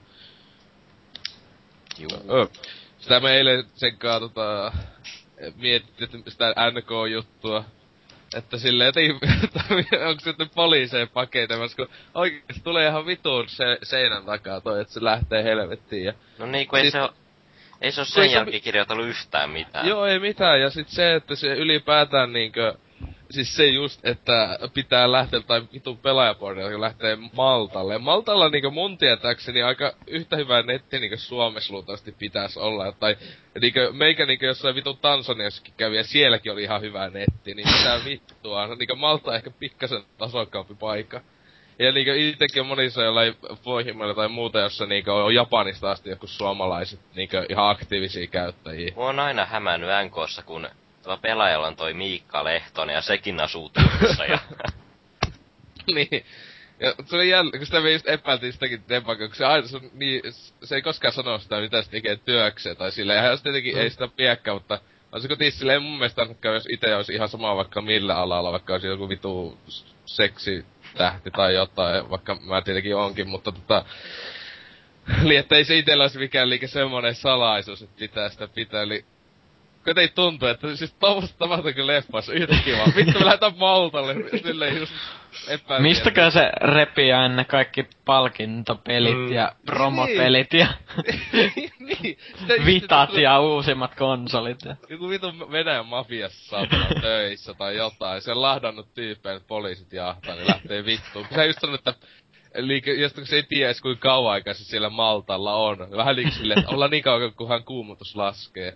S4: Juu.
S2: Sitä me eilen senkaan tota, mietittiin sitä N K-juttua. Että silleen jotenkin, onko se nyt poliiseen paketemassa, kun oikeesti tulee ihan vituun se, seinän takaa toi, että se lähtee helvettiin ja...
S4: No niin, kun ei
S2: sit,
S4: se oo, ei se oo sen
S2: ei
S4: jälkeen
S2: se...
S4: kirjoitellut yhtään mitään.
S2: Joo, ei mitään, ja sit se, että se ylipäätään niinkö... Siis se just, että pitää lähteä tai vitun pelaajapuolella, kun lähtee Maltalle. Ja Maltalla niinkö mun tietääkseni aika yhtä hyvä netti niinkö Suomessa luultavasti pitäis olla. Tai niinkö meikä niinkö jossain vitun Tansaniassakin kävi ja sielläkin oli ihan hyvä netti. Niin mitä vittua. No niinkö Malta on ehkä pikkasen tasokkaampi paikka. Ja niinkö itekin on monissa jollain Pohjimmailla tai muuta, jossa niinkö on Japanista asti joku suomalaiset niinkö ihan aktiivisia käyttäjiä.
S4: Mua on aina hämännyt N K:ssa, kun tuo pelaajalla on toi Miikka Lehtonen ja sekin asuu Turussa ja...
S2: Niin. Ja se oli jäl... kun sitä me just epäiltiin sitäkin tempakka, kun se aina se, on niin, se ei koskaan sano sitä, mitä se tekee työkseen tai silleen. Ja se tietenkin mm. ei sitä piekkää, mutta on se kuitenkin silleen mun mielestä, jos ite olisi ihan sama vaikka millä alalla, vaikka olisi joku vitu seksitähti tai jotain, vaikka mä tietenkin onkin, mutta tota... Eli ettei se itellä olisi mikään liike semmonen salaisuus, että pitää sitä pitää, eli... Kuitenkin tuntuu, että siis tommoista tapahtuu kyllä leffassa yhtäkin vaan. Vittu me lähdetään Maltalle, silleen just epäilijä.
S3: Mistäkö se repii aina kaikki palkintopelit mm. ja promopelit ja
S2: niin.
S3: vitat ja uusimmat konsolit. Ja.
S2: Joku vitun Venäjän mafiassa saatana töissä tai jotain. Se on lahdannut tyyppejä, että poliisit jahtaa, niin lähtee vittuun. Se just sanoo, että eli jos se ei tiedä edes kuinka kauan aikaa se siellä Maltalla on. Vähän liikaa silleen, että ollaan niin kauan kunhan kuumutus laskee.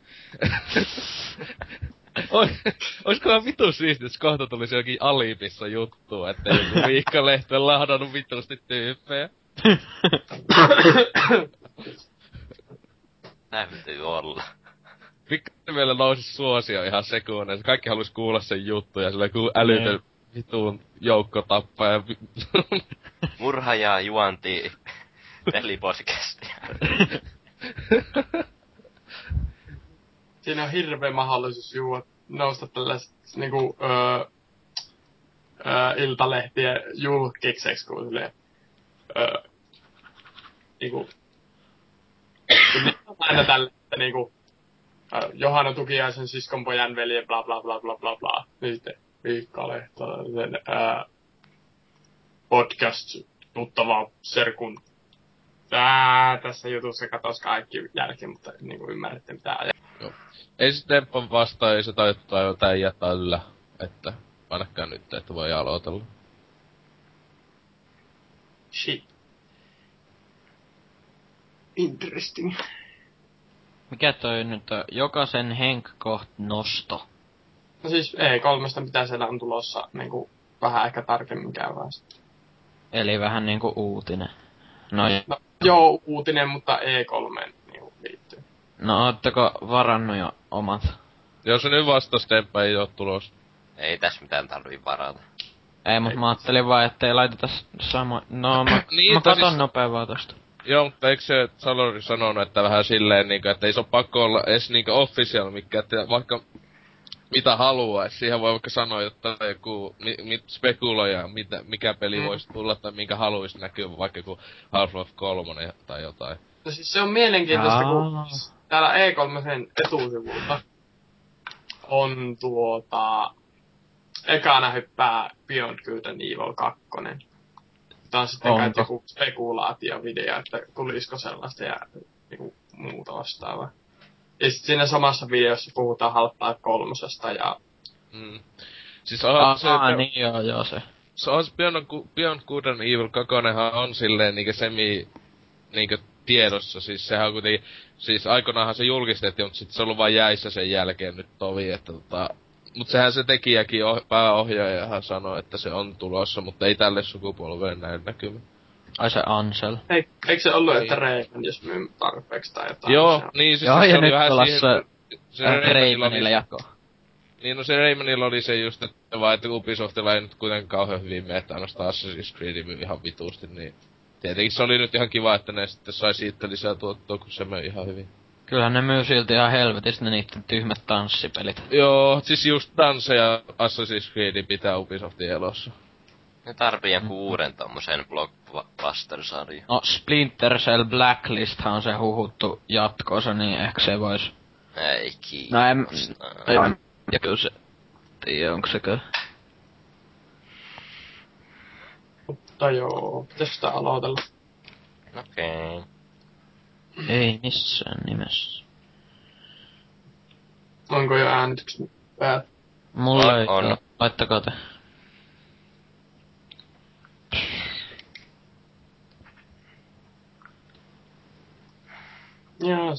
S2: Oiskohan vitu siistiä, jos kohta tulisi jokin Alipissa juttu, että joku Miikka Lehto on lahdannut vitusti tyyppejä.
S4: Täytyy olla.
S2: Pikkasen meillä nousi suosio ihan sekunneissa. Kaikki halus kuulla sen juttu ja sillä kun älytön vitun joukkotappaja.
S4: Murhaaja juonti pelipodcastia.
S1: Siinä on hirveä mahdollisuus juua, nousta tällaiset niinku öö, öö, iltalehtien julkikseksi, kun silleen öö, niinku kun ne on aina tällä, että niinku öö, Johanna Tukiaisen siskonpojan velje bla bla bla bla bla bla. Niin sitten Miikka Lehtonen öö, podcast tuttava serkun. Tää tässä jutussa katos kaikki jälkeen, mutta niinku ymmärrätte mitä ajaa.
S2: Joo. Ei se Temppan vastaan, ei se taittaa jotain jättää yllä, että ainakaan nyt, että voi aloitella.
S1: Shit. Interesting.
S3: Mikä toi nyt on? Jokaisen Henk-koht nosto.
S1: No siis E kolmesta mitä siellä on tulossa niinku vähän ehkä tarkemmin käydään sitten.
S3: Eli vähän niinku uutinen. No,
S1: no joo, uutinen, mutta E kolme niinku liittyy.
S3: No ootteko varannut jo omat?
S2: Jos se nyt vastas Temppa ei oo tulos.
S4: Ei tässä mitään tarvii varata.
S3: Ei, mut mä ajattelin vaan, ettei laiteta sama... No mä,
S2: niin,
S3: mä katon
S2: siis...
S3: nopea vaan tosta.
S2: Joo, mutta eikö se Salori sanonut, että vähän silleen niinku, että ei se oo pakko olla edes niinku official mikä, että vaikka mitä haluaa, et siihen voi vaikka sanoa, että joku mi, mi, spekuloja, mitä, mikä peli mm. voisi tulla tai minkä haluaisi näkyä, vaikka joku Half-Life kolme tai jotain.
S1: No siis se on mielenkiintoista, Aa. kun täällä E kolme etusivulta on tuota... Ekana hyppää Beyond Good and Evil kaksi. Tää on sitten kai joku spekulaatiovideo, että tulisiko sellaista ja niinku muuta vastaavaa. Ja sit siinä samassa videossa puhutaan Half-Life kolmosesta ja...
S2: Mm. Siis onhan
S3: Aa,
S2: se...
S3: Aa, niin joo, joo se.
S2: Se on se Beyond, Beyond Good and Evil kaksi on silleen niinkö semi... niinkö tiedossa, siis sehän on kuitenkin... Siis aikoinaanhan se julkistettiin, mutta sit se on ollut vaan jäissä sen jälkeen nyt tovi, että tota... Mut sehän se tekijäkin, oh, pääohjaajahan sanoi, että se on tulossa, mutta ei tälle sukupolveen näy näkymä.
S3: Ai se Ansel.
S1: Eik, eikö se ollut, että Rayman, jos myy tarpeeksi tai jotain?
S2: Joo, se niin siis
S3: joo,
S2: se,
S3: ja
S2: se oli
S3: nyt
S2: vähän
S3: siihen...
S2: Se, se
S3: Raymanilla jako.
S2: Niin no se Raymanilla oli se just, että vaan että Ubisoftilla ei nyt kuitenkaan kauhean hyvin mene, että ainoastaan Assassin's Creed myy ihan vituusti, niin... tietenkin se oli nyt ihan kiva, että ne sitten sai siitä lisää tuottoa, kun se möi ihan hyvin.
S3: Kyllähän ne myy silti ihan helvetistä ne niitten tyhmät tanssipelit.
S2: Joo, siis just Dance ja Assassin's Creed pitää Ubisoftin elossa.
S4: Ne tarvii jonkun uuden tommosen blockbuster-sarjan.
S3: No Splinter Cell Blacklisthan on se huhuttu jatkoosa, niin ehkä se vois...
S4: Ei kiinni.
S3: No en... en ja kyllä se... Tiedä, onko sekö...
S1: Mutta joo, pitäis sitä aloitella.
S4: Okei. Okay.
S3: Ei missään nimessä.
S1: Onko jo äänitykset päät?
S3: Mulla
S4: On,
S3: ei
S4: on.
S3: oo. Laittakaa te.
S1: Joo.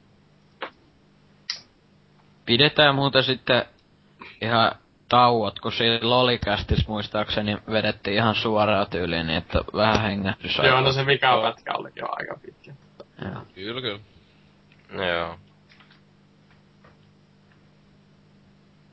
S3: Pidetään muuten sitten ihan tauot, kun siinä Lolikästis muistaakseni vedettiin ihan suoraan tyyliin, niin että vähän hengähdys.
S1: Joo, no se vikapätkä olikin jo aika pitkä.
S3: Joo.
S2: Kyllä, kyllä.
S4: No joo.